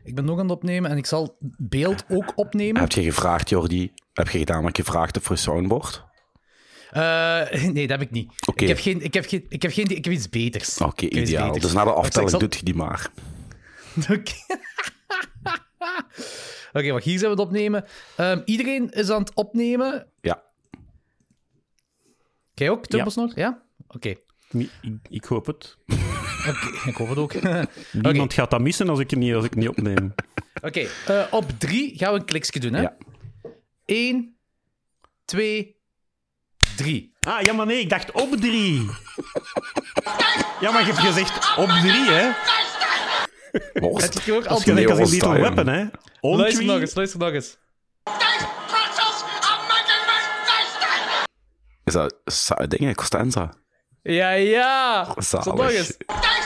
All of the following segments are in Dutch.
Ik ben nog aan het opnemen en ik zal beeld ook opnemen. Heb je gevraagd, Jordi? Heb je gedaan wat je vraagt voor je soundboard? Nee, dat heb ik niet. Okay. Ik heb iets beters. Oké, ideaal. Dus na de aftelling doet je die maar. Oké, wacht, hier zijn we het opnemen. Iedereen is aan het opnemen. Ja. Jij ook, Turbos nog? Ja? Oké. Ik hoop het. Oké, ik hoop het ook. Niemand gaat dat missen als ik niet opneem. Oké, op 3 gaan we een kliksje doen, hè? Ja. 1, 2, 3. Ah, ja, maar nee, ik dacht op 3. Ja, maar je hebt gezegd op 3, hè? Heb je ook Dat is gelijk als in Lethal Weapon, hè? Luister nog eens. Is dat dingen, Costanza? Ja! Zalig. Nog eens.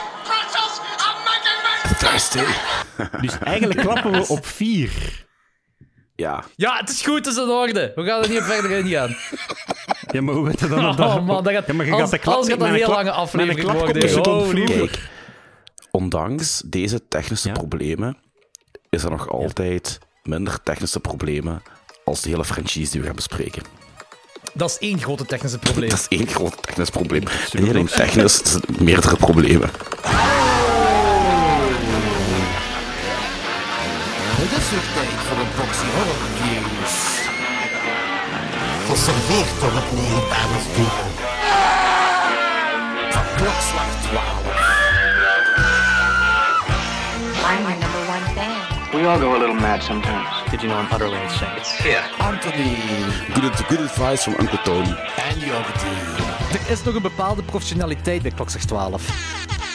Thirsty. Dus eigenlijk klappen we op 4. Ja. Ja, het is goed, het is in orde. We gaan er niet op verder ingaan. Ja, maar hoe weet je dan dat? Oh man, dat gaat, ja, maar je gaat de klap, gaat een heel lange aflevering worden. Kijk, ondanks deze technische problemen is er nog altijd minder technische problemen als de hele franchise die we gaan bespreken. Dat is één grote technische probleem. Dat is één groot technisch probleem. Niet alleen technisch, het zijn meerdere problemen. Het is weer tijd voor een proxy horror reviews. Geserveerd door het legendarische duo. Van klokslag 12. I'm your number one fan. We all go a little mad sometimes. Did you know I'm utterly insane? It's here. Anthony. Good advice from Uncle Tony. En Jordi. Er is nog een bepaalde professionaliteit bij Klokslag 12.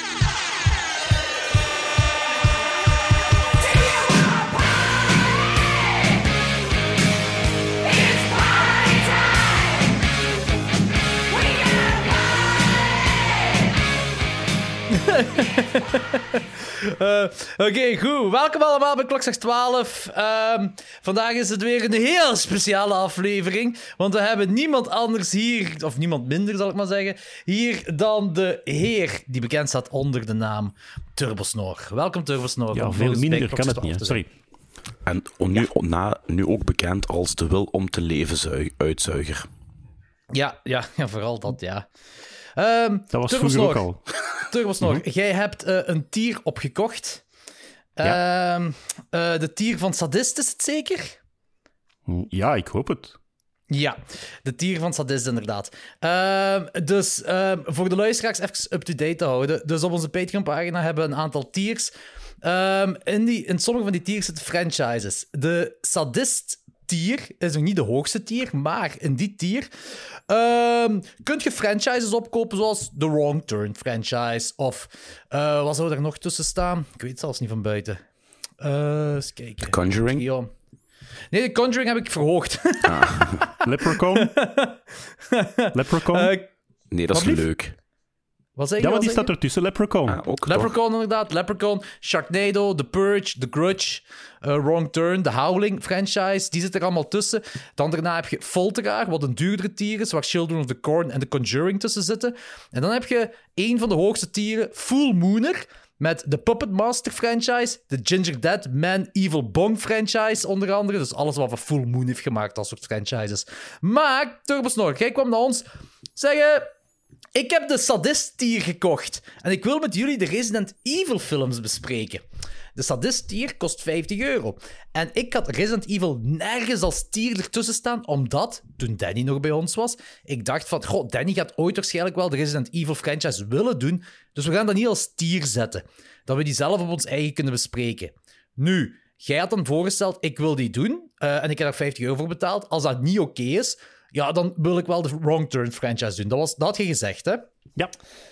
Oké, goed. Welkom allemaal bij Klokslag 12. Vandaag is het weer een heel speciale aflevering. Want we hebben niemand anders hier, of niemand minder zal ik maar zeggen, hier dan de heer die bekend staat onder de naam Turbosnor. Welkom Turbosnor. Ja, veel minder kan het niet, hè. Sorry. En nu ook bekend als de wil om te leven uitzuiger. Ja, vooral dat, ja. Dat was vroeger ook al. Turbosnor, jij hebt een tier opgekocht. De tier van Sadist is het zeker? Ja, ik hoop het. Ja, de tier van Sadist inderdaad. Dus voor de luisteraars even up-to-date te houden. Dus op onze Patreon-pagina hebben we een aantal tiers. In sommige van die tiers zitten franchises. De Sadist-tier is nog niet de hoogste tier, maar in die tier kun je franchises opkopen zoals The Wrong Turn franchise of wat zou er nog tussen staan? Ik weet het zelfs niet van buiten. Eens kijken. The Conjuring? Ja. Nee, The Conjuring heb ik verhoogd. Leprechaun? Leprechaun? Nee, dat is leuk. Wat zeg je? Ja, maar die staat ertussen, Leprechaun. Ook Leprechaun inderdaad, Leprechaun, Sharknado, The Purge, The Grudge, Wrong Turn, The Howling franchise, die zitten er allemaal tussen. Dan daarna heb je Folteraar, wat een duurdere tier is, waar Children of the Corn en The Conjuring tussen zitten. En dan heb je een van de hoogste tieren, Full Mooner, met de Puppet Master franchise, de Ginger Dead Man Evil Bong franchise onder andere. Dus alles wat van Full Moon heeft gemaakt, dat soort franchises. Maar, Turbosnor, jij kwam naar ons zeggen: ik heb de Sadist-tier gekocht en ik wil met jullie de Resident Evil films bespreken. De Sadist-tier kost €50. En ik had Resident Evil nergens als tier ertussen staan, omdat, toen Danny nog bij ons was, ik dacht van, goh, Danny gaat ooit waarschijnlijk wel de Resident Evil franchise willen doen, dus we gaan dat niet als tier zetten. Dat we die zelf op ons eigen kunnen bespreken. Nu, jij had dan voorgesteld, ik wil die doen, en ik heb er €50 voor betaald. Als dat niet oké is, ja, dan wil ik wel de Wrong Turn franchise doen. Dat had je gezegd, hè? Ja.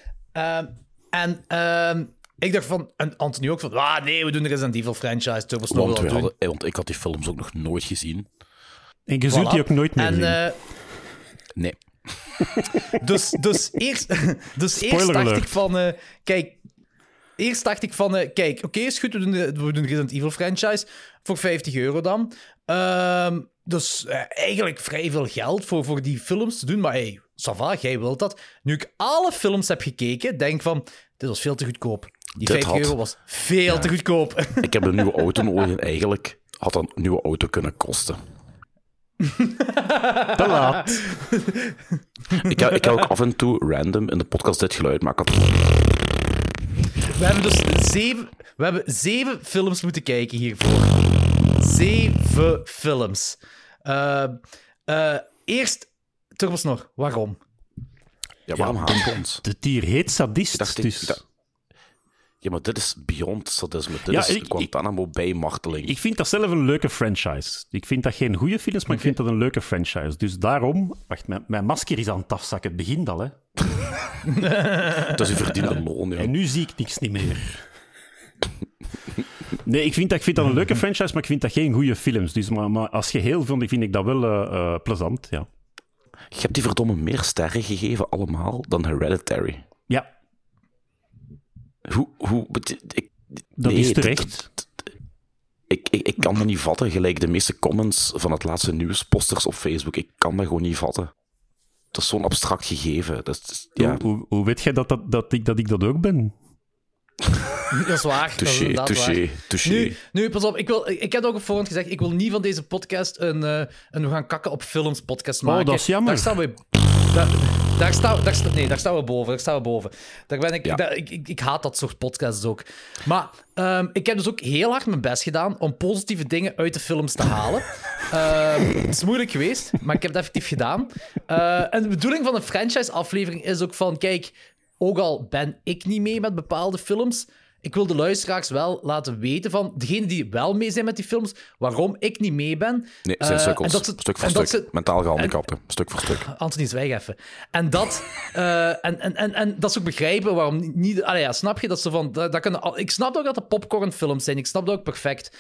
Ik dacht van... En Anthony ook van... nee, we doen de Resident Evil franchise. Want ik had die films ook nog nooit gezien. En je zult die ook nooit meer zien. Nee. Dus eerst dacht ik van... Eerst dacht ik van... oké, is goed, we doen de Resident Evil franchise voor €50 dan. Dus eigenlijk vrij veel geld voor die films te doen. Maar ça va, jij wilt dat. Nu ik alle films heb gekeken, denk van... Dit was veel te goedkoop. Die 50 euro was veel te goedkoop. Ik heb een nieuwe auto nodig en eigenlijk had een nieuwe auto kunnen kosten. Te laat. Ik heb ook af en toe random in de podcast dit geluid, maar ik had... We hebben dus 7 films moeten kijken hiervoor. 7 films. Eerst, Turbosnor, waarom? Ja, waarom haat je ons? De dier heet sadist, dus... Ja, maar dit is beyond sadisme. Dit is Guantanamo Bay-marteling. Ik vind dat zelf een leuke franchise. Ik vind dat geen goede films, maar ik vind dat een leuke franchise. Dus daarom... Wacht, mijn masker is aan het afzakken. Het begint al, hè. Dat is uw verdiende loon, ja. En nu zie ik niks niet meer. Nee, ik vind dat een leuke franchise, maar ik vind dat geen goede films. Dus, maar als geheel vind ik dat wel plezant, ja. Je hebt die verdomme meer sterren gegeven allemaal dan Hereditary. Ja. Dat is terecht. Ik kan dat niet vatten. Gelijk de meeste comments van het laatste nieuwsposters op Facebook. Ik kan dat gewoon niet vatten. Dat is zo'n abstract gegeven. Dat is, ja. Hoe weet jij dat ik dat ook ben? Dat is waar. Touché. Nu, pas op. Ik heb ook op voorhand gezegd, ik wil niet van deze podcast een we gaan kakken op films podcast maken. Oh, dat is jammer. Daar staan we... Daar staan we boven. Daar ben ik... Ja. Ik haat dat soort podcasts ook. Maar ik heb dus ook heel hard mijn best gedaan om positieve dingen uit de films te halen. Het is moeilijk geweest, maar ik heb het effectief gedaan. En de bedoeling van een franchise-aflevering is ook van, kijk, ook al ben ik niet mee met bepaalde films, ik wil de luisteraars wel laten weten van degenen die wel mee zijn met die films, waarom ik niet mee ben. Nee, zijn sukkels. Stuk voor stuk. Mentaal gehandicapten. Stuk voor stuk. Anthony, zwijg even. En dat... en dat is ook begrijpen waarom niet... Allee, ja, snap je? Dat ze van... ik snap ook dat het popcornfilms zijn. Ik snap dat ook perfect.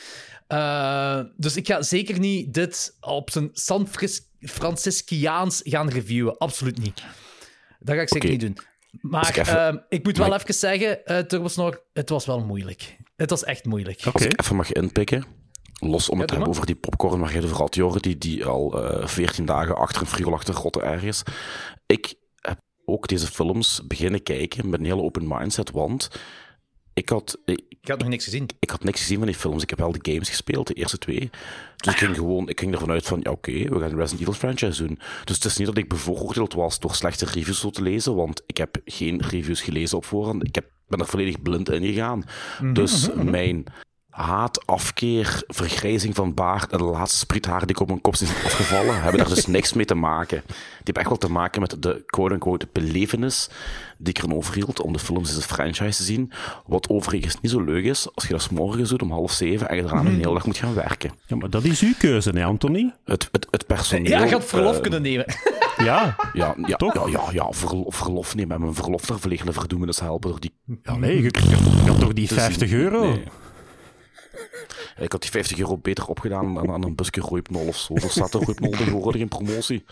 Dus ik ga zeker niet dit op zijn San Franciscaans gaan reviewen. Absoluut niet. Dat ga ik zeker niet doen. Maar ik moet wel even zeggen, Turbosnor, het was wel moeilijk. Het was echt moeilijk. Als ik even mag inpikken, los om het te hebben over die popcorn waar je het over had, Jordi, die al 14 dagen achter een frigo lag te rotten ergens. Ik heb ook deze films beginnen kijken met een hele open mindset, want ik had nog niks gezien. Ik had niks gezien van die films. Ik heb wel de games gespeeld, de eerste 2. Dus ik ging ervan uit van, ja oké, we gaan de Resident Evil franchise doen. Dus het is niet dat ik bevooroordeeld was door slechte reviews zo te lezen, want ik heb geen reviews gelezen op voorhand. Ik ben er volledig blind in gegaan. Dus mijn haat, afkeer, vergrijzing van baard en de laatste spriethaar die ik op mijn kop zijn afgevallen, hebben daar dus niks mee te maken. Die hebben echt wel te maken met de quote-unquote belevenis die ik erin overhield om de films in de franchise te zien. Wat overigens niet zo leuk is als je dat 's morgens doet om 6:30 en je eraan een hele dag moet gaan werken. Ja, maar dat is uw keuze, hè, Anthony? Het personeel... Ja, je had verlof kunnen nemen. Ja, toch? Ja, verlof nemen en mijn verlof daar volledig te verdoemen, dus helpen door die... Ja, nee, je had toch die 50 euro? Nee. Ik had die 50 euro beter opgedaan aan een busje Rohypnol of zo. Er staat een Rohypnol tegenwoordig in promotie.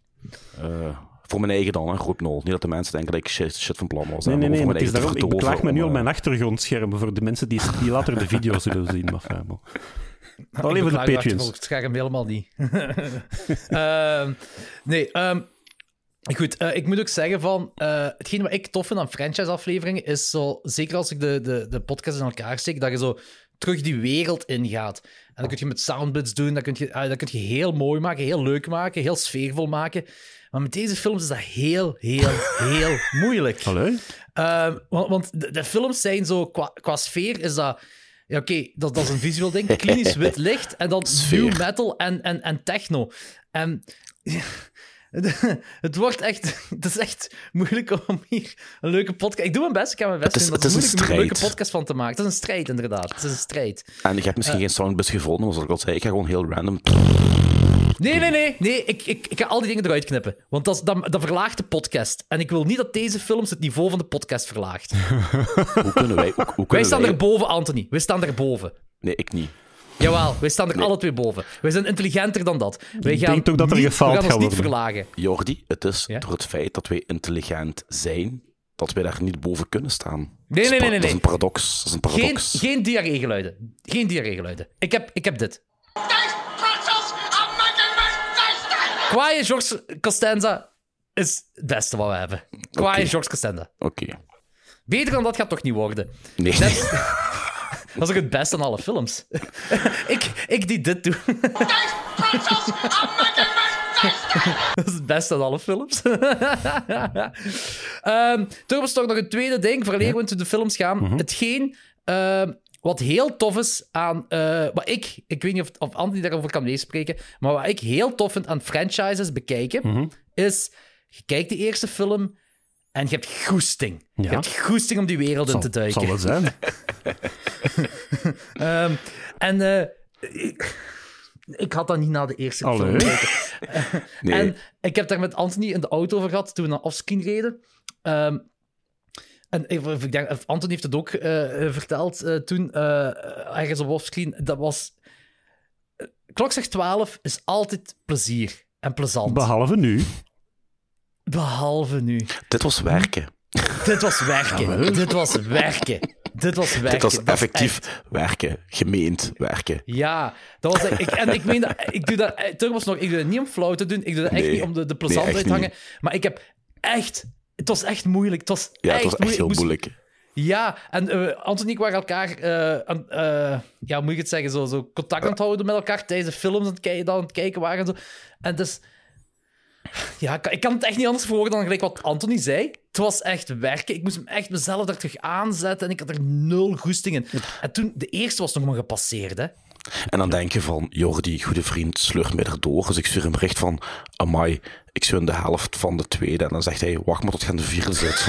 Voor mijn eigen dan, hè, Rohypnol. Niet dat de mensen denken dat ik shit van plan was. Nee, maar het is daarom, ik beklaag me nu op mijn achtergrondscherm voor de mensen die later de video zullen zien. Maar alleen voor de Patreons. Het scherm helemaal niet. Goed, ik moet ook zeggen van... hetgeen wat ik tof vind aan franchise-afleveringen is zo... Zeker als ik de podcast in elkaar steek, dat je zo terug die wereld ingaat. En dan kun je met soundbits doen, dat kun je heel mooi maken, heel leuk maken, heel sfeervol maken. Maar met deze films is dat heel moeilijk. Allee? Want de films zijn zo... Qua sfeer is dat... Ja, oké, dat is een visueel ding. Klinisch wit licht en dan new metal en techno. En... Het is echt moeilijk om hier een leuke podcast... Ik doe mijn best, ik ga mijn best doen. Het is moeilijk om er een leuke podcast van te maken. Het is een strijd, inderdaad. Het is een strijd. En je hebt misschien geen soundbus gevonden, maar zoals ik al zei, ik ga gewoon heel random... Nee. Ik ga al die dingen eruit knippen. Want dat verlaagt de podcast. En ik wil niet dat deze films het niveau van de podcast verlaagt. Hoe kunnen wij... Wij staan erboven, Anthony. Wij staan erboven. Nee, ik niet. Jawel, wij staan er alle twee boven. Wij zijn intelligenter dan dat. Ik denk ook dat er gefaald gaat worden. We gaan ons niet verlagen. Jordi, het is door het feit dat wij intelligent zijn, dat wij daar niet boven kunnen staan. Nee. Dat is een paradox. Geen diarreegeluiden. Geen diarreegeluiden. Ik heb dit. Kwaaie George Costanza is het beste wat we hebben. Kwaaie George Costanza. Oké. Beter dan dat gaat toch niet worden. Nee. Dat is ook het beste aan alle films. ik die dit doe. Dat is het beste aan alle films. Toen was toch nog een tweede ding, vooraleer we into de films gaan. Hetgeen wat heel tof is aan... wat ik weet niet of Anthony daarover kan meespreken, maar wat ik heel tof vind aan franchises bekijken, is... Je kijkt de eerste film en je hebt goesting. Ja. Je hebt goesting om die wereld in te duiken. Zal het zijn. Ik had dat niet na de eerste film Allee. gekeken. Nee. En ik heb daar met Anthony in de auto over gehad toen we naar Offscreen reden. En ik denk, Anthony heeft het ook verteld toen, ergens op Offscreen. Dat was... Klok zegt 12 is altijd plezier en plezant. Behalve nu. Behalve nu. Dit was werken. Dit was werken. Dit was werken. Dit was werken. Dit was Dat is effectief echt- werken. Gemeend werken. Ja, dat was ik meen dat... Ik doe dat... Terug nog, ik doe dat niet om flauw te doen. Ik doe dat echt Nee. niet om de plezantheid echt te hangen. niet. Maar ik heb echt... Het was echt moeilijk. Het was Ja, echt het was echt heel Ik moest- moeilijk. Ja, en Anton en ik waren elkaar... ja, hoe moet ik het zeggen? Zo contact aan het houden met elkaar tijdens de films aan het kijken waren. En zo. En dus... Ja, ik kan het echt niet anders verwoorden dan gelijk wat Anthony zei. Het was echt werken. Ik moest hem echt mezelf daar terug aanzetten en ik had er 0 goesting in. En toen, de eerste was nog maar gepasseerd, hè. En dan denk je van, Jordi, goede vriend, sleurt mij erdoor. Dus ik stuur hem bericht van, amai, ik zit in de helft van de tweede. En dan zegt hij, wacht maar tot je aan de vierde zit.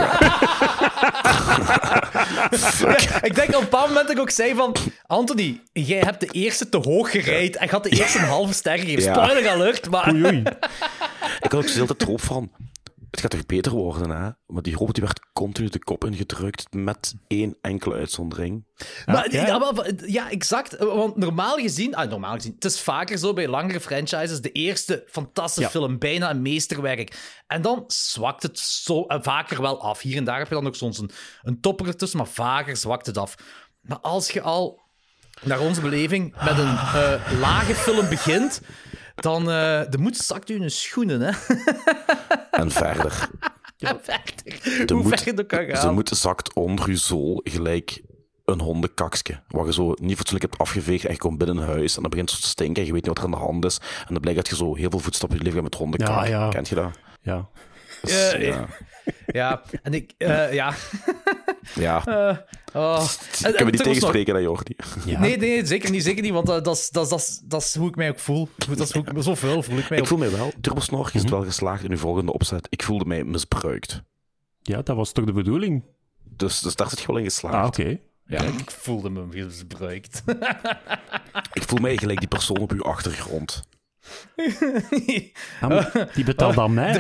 Ik denk op een bepaald moment dat ik ook zei van... Anthony, jij hebt de eerste te hoog gereid en gaat de eerste een halve ster gegeven. Ja. Spoiler alert, maar... Oei, oei. Ik had ook zo de hoop van, het gaat toch beter worden, hè? Maar die hoop die werd continu de kop ingedrukt met 1 enkele uitzondering. Maar, ja. ja, exact. Want normaal gezien, het is vaker zo bij langere franchises, de eerste fantastische film, bijna een meesterwerk. En dan zwakt het zo, vaker wel af. Hier en daar heb je dan ook soms een topper ertussen, maar vaker zwakt het af. Maar als je al, naar onze beleving, met een lage film begint, dan de moed zakt u in de schoenen, hè. En verder. En verder. Hoe ver je ook kan Ze gaan. moet zakt onder je zool gelijk een hondenkakske. Waar je zo niet fatsoenlijk hebt afgeveegd en je komt binnen huis en dan begint het zo te stinken en je weet niet wat er aan de hand is. En dan blijkt dat je zo heel veel voetstappen in je leven hebt met hondenkak. Ja, ja. Kent je dat? Ja. Dus, Ja, en ik... ja. Ja. Oh. Ik kan me niet tegenspreken, hè, Jordi. Ja. Nee, zeker niet, want dat is hoe ik mij ook voel. Dat is hoe ik me zoveel voel ik mij Ik ook. voel mij wel, Turbosnor is het wel geslaagd in uw volgende opzet. Ik voelde mij misbruikt. Ja, dat was toch de bedoeling? Dus daar zit je wel in geslaagd. Ah, oké. Ja, ik voelde me misbruikt. Ik voel mij gelijk die persoon op uw achtergrond. Ah, maar die betaalt aan mij.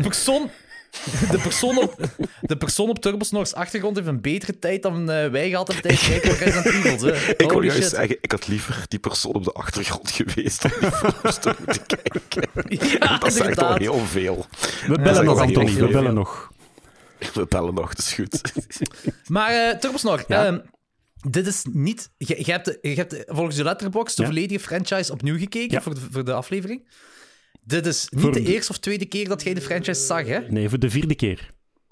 De persoon op Turbosnor's achtergrond heeft een betere tijd dan wij gehad hebben tijdens kijken van Resident Evil. Ik wil Holy juist shit. zeggen, ik had liever die persoon op de achtergrond geweest dan die films te moeten kijken. Ja, Dat zegt al inderdaad. heel veel. We bellen nog, wel heel Anthony. We veel. bellen nog. We bellen nog, dat is goed. Maar Turbosnor, Ja. dit is niet... Je hebt volgens de Letterboxd de Ja. volledige franchise opnieuw gekeken Ja. voor de aflevering. Dit is niet Voor de de- eerste of tweede keer dat jij de franchise zag, hè? Nee, voor de 4e keer.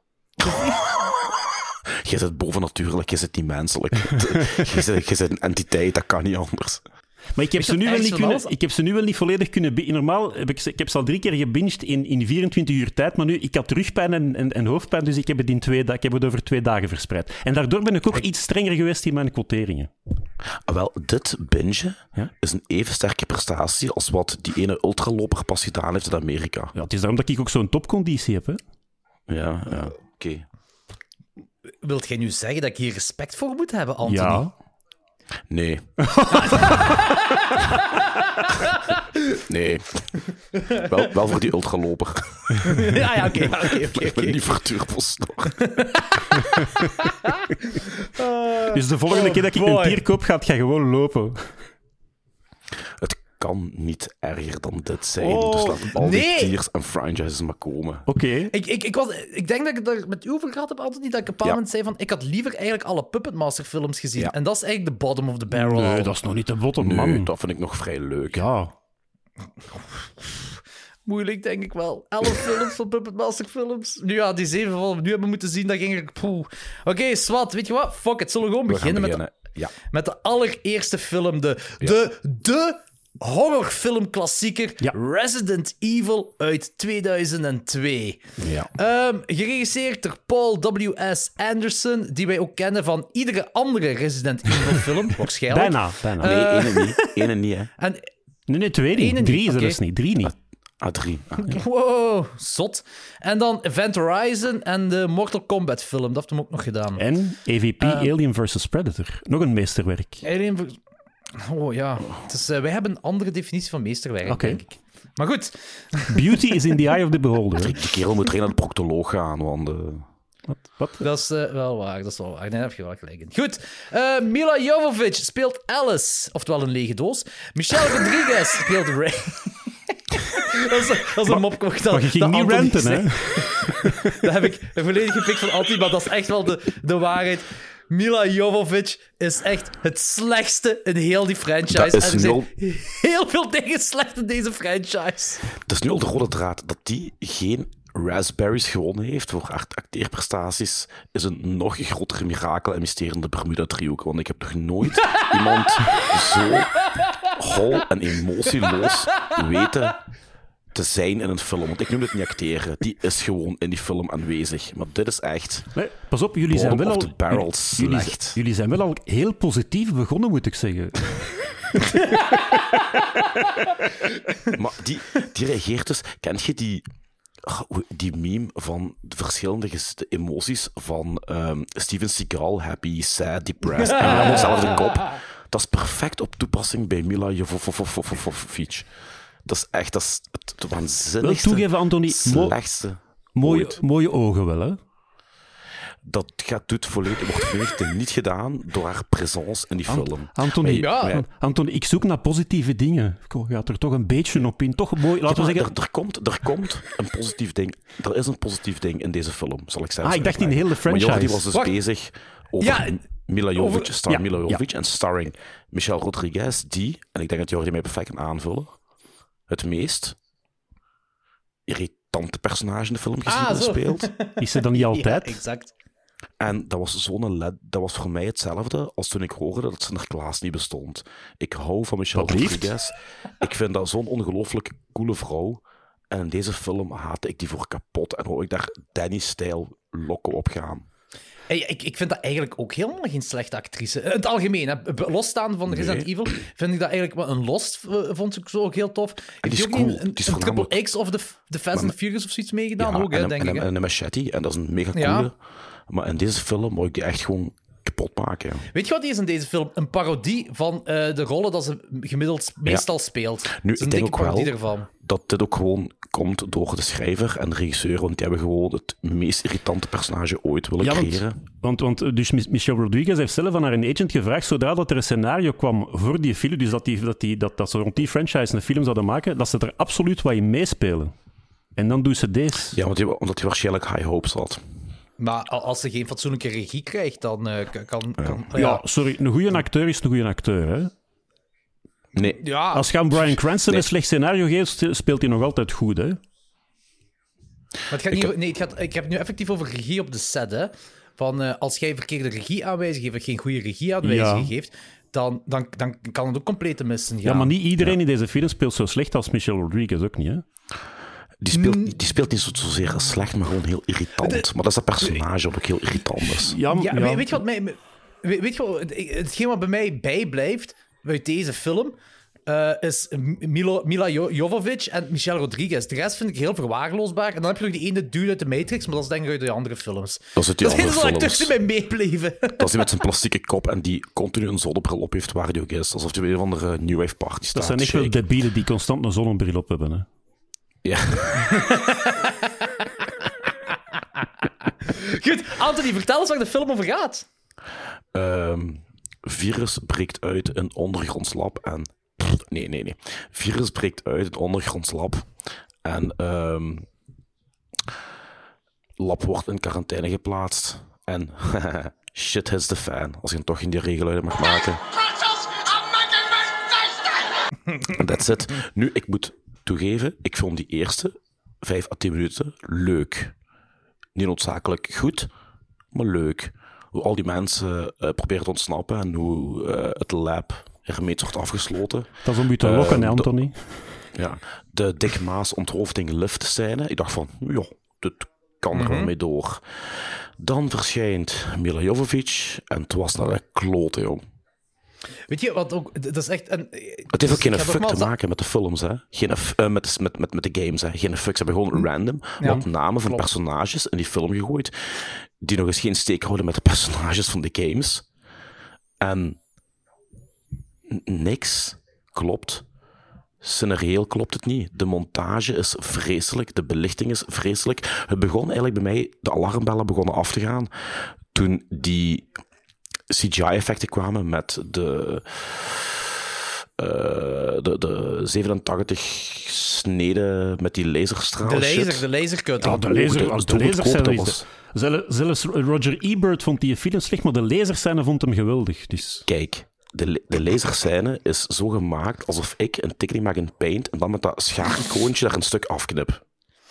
Je zit bovennatuurlijk, je zit niet menselijk. Je zit een entiteit, dat kan niet anders. Maar ik heb, Ik ze heb nu wel echt niet van kunnen, alles- ik heb ze nu wel niet volledig kunnen... Normaal heb ik heb ze al 3 keer gebinged in 24 uur tijd, maar nu, ik had rugpijn en hoofdpijn, dus ik heb het, ik heb het over 2 dagen verspreid. En daardoor ben ik ook iets strenger geweest in mijn quoteringen. Wel, dit bingen Ja? is een even sterke prestatie als wat die ene ultraloper pas gedaan heeft in Amerika. Ja, het is daarom dat ik ook zo'n topconditie heb, hè. Ja, oké. Wilt jij nu zeggen dat ik hier respect voor moet hebben, Anthony? Ja. Nee. Nee. Wel voor die ultraloper. Ja, oké. Ik ben niet voor Turbosnor. Dus de volgende keer dat ik boy. een tier koop, gaat het gewoon lopen. Het kan niet erger dan dit zijn. Oh, dus laat al nee. die tiers en franchises maar komen. Oké. Ik denk dat ik het daar met u over gehad heb, Anthony, dat ik op een bepaald moment zei van ik had liever eigenlijk alle Puppet Master films gezien. Ja. En dat is eigenlijk de bottom of the barrel. Nee, dat is nog niet de bottom, Nee, man. dat vind ik nog vrij leuk. Ja. Moeilijk, denk ik wel. 11 films van Puppet Master Films. Nu ja, die 7 van we nu hebben moeten zien, dat ging ik... Oké, Swat, weet je wat? Fuck it, zullen we gewoon beginnen. Met de allereerste film. De horrorfilmklassieker Resident Evil uit 2002. Ja. Geregisseerd door Paul W.S. Anderson, die wij ook kennen van iedere andere Resident Evil film, waarschijnlijk. Bijna. Nee, ene niet, hè. Nee, 2 niet. 3 zelfs niet. 3 niet. 3. Ja. Wow, zot. En dan Event Horizon en de Mortal Kombat film, dat heeft hem ook nog gedaan. En EVP Alien vs. Predator. Nog een meesterwerk. Oh ja, dus, wij hebben een andere definitie van meesterwerk, denk ik. Maar goed. Beauty is in the eye of the beholder. Die kerel moet naar de proctoloog gaan, want... Wat? Dat is wel waar, Nee, daar heb je wel gelijk in. Goed. Mila Jovovich speelt Alice, oftewel een lege doos. Michelle Rodriguez speelt Ray. dat is een mop. Maar je ging niet ranten, hè? Dat heb ik volledig gepikt van Anthony, maar dat is echt wel de waarheid. Mila Jovovich is echt het slechtste in heel die franchise. En er zijn heel veel dingen slecht in deze franchise. Het is nu al de rode draad. Dat die geen Raspberries gewonnen heeft voor acteerprestaties is een nog groter mirakel en mysterie in de Bermuda-driehoek. Want ik heb nog nooit iemand zo hol en emotieloos weten te zijn in een film. Want ik noem het niet acteren. Die is gewoon in die film aanwezig. Maar dit is echt... Nee, pas op, jullie zijn wel al... Jullie zijn wel al heel positief begonnen, moet ik zeggen. Maar die reageert dus... Ken je die meme van de verschillende emoties van Steven Seagal, happy, sad, depressed, en allemaal dezelfde kop? Dat is perfect op toepassing bij Mila Jovovich. Dat is echt het waanzinnigste, wel toegeven, Anthony, slechtste mooie ogen wel, hè? Dat wordt volledig niet gedaan door haar presence in die film. Anthony, ik zoek naar positieve dingen. Ik ga er toch een beetje op in. Toch mooi, laten we zeggen... Er komt een positief ding. Er is een positief ding in deze film, zal ik zeggen. Ik dacht in de hele franchise. Maar die was dus bezig over Mila Jovovich, en starring Michelle Rodriguez, en ik denk dat Jordi mij perfect kan aanvullen, het meest irritante personage in de film speelt. Is ze dan niet altijd? Ja, exact. En dat was voor mij hetzelfde als toen ik hoorde dat Sinterklaas niet bestond. Ik hou van Michelle Rodriguez. Ik vind dat zo'n ongelooflijk coole vrouw. En in deze film haatte ik die voor kapot. En wou ik daar Danny-stijl lokken op gaan. Hey, ik vind dat eigenlijk ook helemaal geen slechte actrice. In het algemeen, hè. Losstaan van Resident Evil, vind ik dat eigenlijk wel een Lost, vond ik zo ook heel tof. Heb je ook cool. Een Triple X of de Fast and Furious of zoiets meegedaan? Ook, denk ik. En een Machete, en dat is een mega coole. Maar in deze film moet ik die echt gewoon kapot maken. Ja. Weet je wat die is in deze film? Een parodie van de rollen dat ze gemiddeld meestal speelt. Nu, ik denk ook wel dat dit ook gewoon komt door de schrijver en de regisseur, want die hebben gewoon het meest irritante personage ooit willen creëren. Want dus Michelle Rodriguez heeft zelf aan haar agent gevraagd, zodra dat er een scenario kwam voor die film, dus dat ze rond die franchise een film zouden maken, dat ze er absoluut wat in meespelen. En dan doen ze deze. Ja, omdat hij waarschijnlijk high hopes had. Maar als ze geen fatsoenlijke regie krijgt, dan kan... Ja, sorry, een goede acteur is een goede acteur, hè? Nee. Ja. Als je aan Bryan Cranston een slecht scenario geeft, speelt hij nog altijd goed, hè? Maar ik heb het nu effectief over regie op de set, hè. Van, als jij verkeerde regieaanwijzingen geeft, of geen goede regieaanwijzingen geeft, dan kan het ook compleet te missen gaan. Ja, maar niet iedereen in deze film speelt zo slecht als Michelle Rodriguez, ook niet, hè? Die speelt niet zozeer slecht, maar gewoon heel irritant. Maar dat is dat personage ook heel irritant is. Weet je wat hetgeen wat bij mij bijblijft uit deze film, is Mila Jovovich en Michelle Rodriguez. De rest vind ik heel verwaarloosbaar. En dan heb je nog die ene dude uit de Matrix, maar dat is denk ik uit de andere films. Dat is heel acteurs die mij meebleven. Dat is die met zijn plastieke kop en die continu een zonnebril op heeft waar hij ook is. Alsof hij bij een of andere New Wave party staat. Dat zijn echt wel debielen die constant een zonnebril op hebben, hè? Ja. Goed, Anthony, vertel eens waar de film over gaat. Virus breekt uit een ondergronds lab en... Nee. Virus breekt uit een ondergronds lab en lab wordt in quarantaine geplaatst en shit hits the fan, als je hem toch in die regeluiden mag maken. That's it. Nu, ik moet toegeven, ik vond die eerste 5 à 10 minuten leuk. Niet noodzakelijk goed, maar leuk. Hoe al die mensen proberen te ontsnappen en hoe het lab ermee wordt afgesloten. Dat is om u te lokken, hè, Anthony? Ja, de Dick Maas onthoofding lift scène. Ik dacht van, ja, dit kan er wel mee door. Dan verschijnt Mila Jovovich en het was naar de klote, jong. Weet je wat ook... Dat is echt... Het heeft ook geen fuck te maken met de films, hè. Met de games, hè. Geen fuck. Ze hebben gewoon random wat namen van personages in die film gegooid, die nog eens geen steek houden met de personages van de games. En niks klopt. Scenarioel klopt het niet. De montage is vreselijk. De belichting is vreselijk. Het begon eigenlijk bij mij... De alarmbellen begonnen af te gaan toen die CGI-effecten kwamen met de 87 sneden met die laserstraal. De lasercut. Ja, de lasers. Zelfs Roger Ebert vond die film slecht, maar de laserscène vond hem geweldig. Dus. Kijk, de laserscène is zo gemaakt alsof ik een tekening maak in Paint en dan met dat schaarkroontje daar een stuk afknip.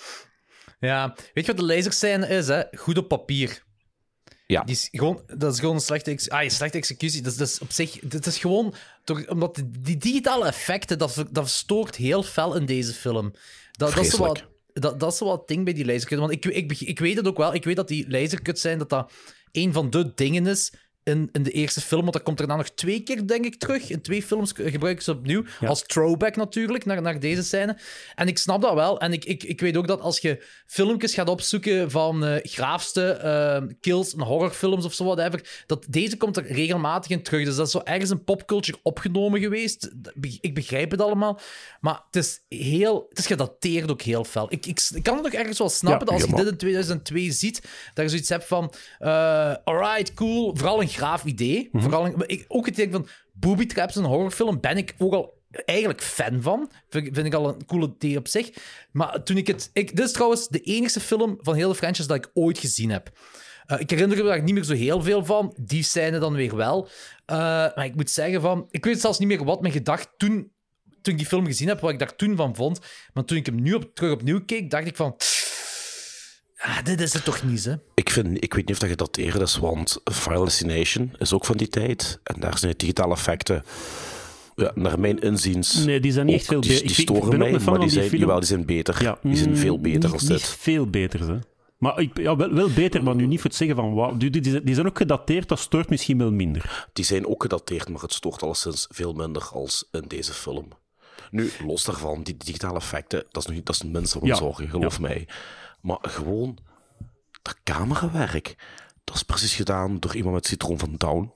Ja, weet je wat de laserscène is, hè? Goed op papier. Ja. Dat is gewoon een slechte executie. Dat is op zich... Dat is gewoon... Omdat die digitale effecten, dat stoort heel fel in deze film. Dat is zo wat het ding bij die lasercut. Want ik weet het ook wel. Ik weet dat die lasercuts zijn, dat een van de dingen is in de eerste film. Want dat komt er dan nog 2 keer, denk ik, terug. In 2 films gebruiken ze opnieuw. Ja. Als throwback natuurlijk, naar deze scène. En ik snap dat wel. En ik weet ook dat als je filmpjes gaat opzoeken van graafste kills in horrorfilms of zo, whatever, dat deze komt er regelmatig in terug. Dus dat is zo ergens in popculture opgenomen geweest. Ik begrijp het allemaal. Maar het is gedateerd ook heel fel. Ik kan het nog ergens wel snappen dat als je dit in 2002 ziet, dat je zoiets hebt van alright, cool, vooral een graaf idee. Ook het idee van booby traps in een horrorfilm ben ik ook al eigenlijk fan van. Vind ik al een coole idee op zich. Maar toen dit is trouwens de enige film van heel de franchise dat ik ooit gezien heb. Ik herinner me daar niet meer zo heel veel van. Die scène dan weer wel. Maar ik moet zeggen ik weet zelfs niet meer wat mijn gedacht toen ik die film gezien heb, wat ik daar toen van vond. Maar toen ik hem nu terug opnieuw keek, dacht ik van... dit is het toch niet, hè? Ik weet niet of dat gedateerd is, want Final Destination is ook van die tijd. En daar zijn de digitale effecten, naar mijn inziens... Nee, die zijn niet echt veel beter. Die storen mij, maar die zijn beter. Ja, die zijn veel beter als dit. Niet veel beter, hè. Maar wel beter, maar nu niet voor het zeggen van... Wow, die zijn ook gedateerd, dat stoort misschien wel minder. Die zijn ook gedateerd, maar het stoort alleszins veel minder als in deze film. Nu, los daarvan, die digitale effecten, dat is het minste van zorgen, geloof mij. Maar gewoon, dat camerawerk, dat is precies gedaan door iemand met Citroen van Down.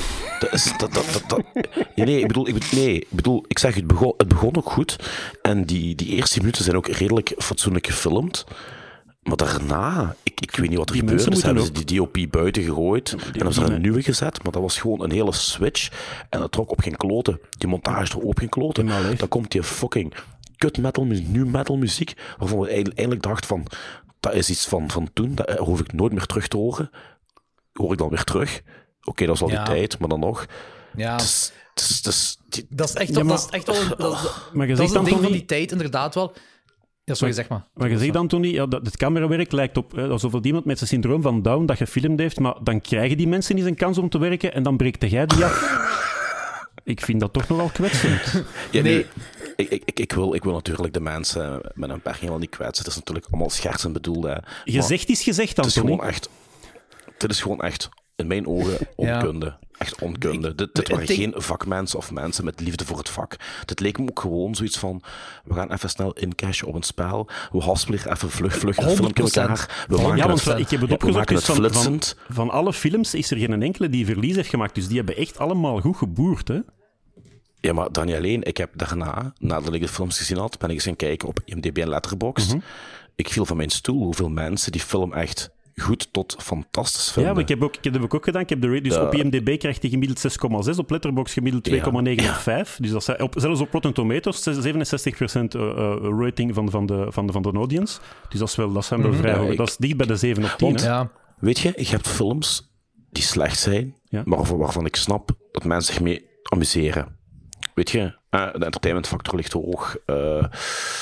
Ik zeg, het begon ook goed. En die eerste minuten zijn ook redelijk fatsoenlijk gefilmd. Maar daarna, ik weet niet wat er gebeurde. Dus hebben ze die DOP buiten gegooid en hebben ze er een nieuwe gezet. Maar dat was gewoon een hele switch. En dat trok op geen kloten. Die montage trok op geen kloten. Dan komt die fucking nu metal muziek, waarvan we eigenlijk dachten van, dat is iets van toen, dat hoef ik nooit meer terug te horen. Hoor ik dan weer terug? Oké, dat is al die tijd, maar dan nog. Ja. Dat is echt wel maar dat is een ding van die tijd, inderdaad wel. Ja, sorry, zeg maar. Maar je zegt, Anthony, het camerawerk lijkt op alsof iemand met zijn syndroom van Down dat gefilmd heeft, maar dan krijgen die mensen niet een kans om te werken en dan breekt jij die af. Ik vind dat toch nogal kwetsend. Ja, nee. Ik wil natuurlijk de mensen met een beperking wel niet kwetsen. Het is natuurlijk allemaal schertsend bedoeld. Gezegd is gezegd, Anthony. Dit is gewoon echt, in mijn ogen, onkunde. Ja. Echt onkunde. Dit waren geen vakmensen of mensen met liefde voor het vak. Dit leek me ook gewoon zoiets van, we gaan even snel incashen op een spel. We haspelen even vlug een filmpje met elkaar. Ik heb het opgezocht, dus van alle films is er geen enkele die verlies heeft gemaakt. Dus die hebben echt allemaal goed geboerd, hè? Ja, maar dan niet alleen. Ik heb daarna, nadat ik de films gezien had, ben ik eens gaan kijken op IMDb en Letterboxd. Ik viel van mijn stoel hoeveel mensen die film echt goed tot fantastisch vinden. Ja, maar ik heb ook gedaan. Ik heb dus op IMDb krijgt hij gemiddeld 6,6, op Letterboxd gemiddeld 2,9 of 5. Dus dat is zelfs op Rotten Tomatoes 67% rating van de audience. Dus dat zijn wel vrij hoog. Dat is dicht bij de 7 op 10. Want, weet je hebt films die slecht zijn, maar waarvan ik snap dat mensen zich mee amuseren. Weet je, de entertainmentfactor ligt hoog.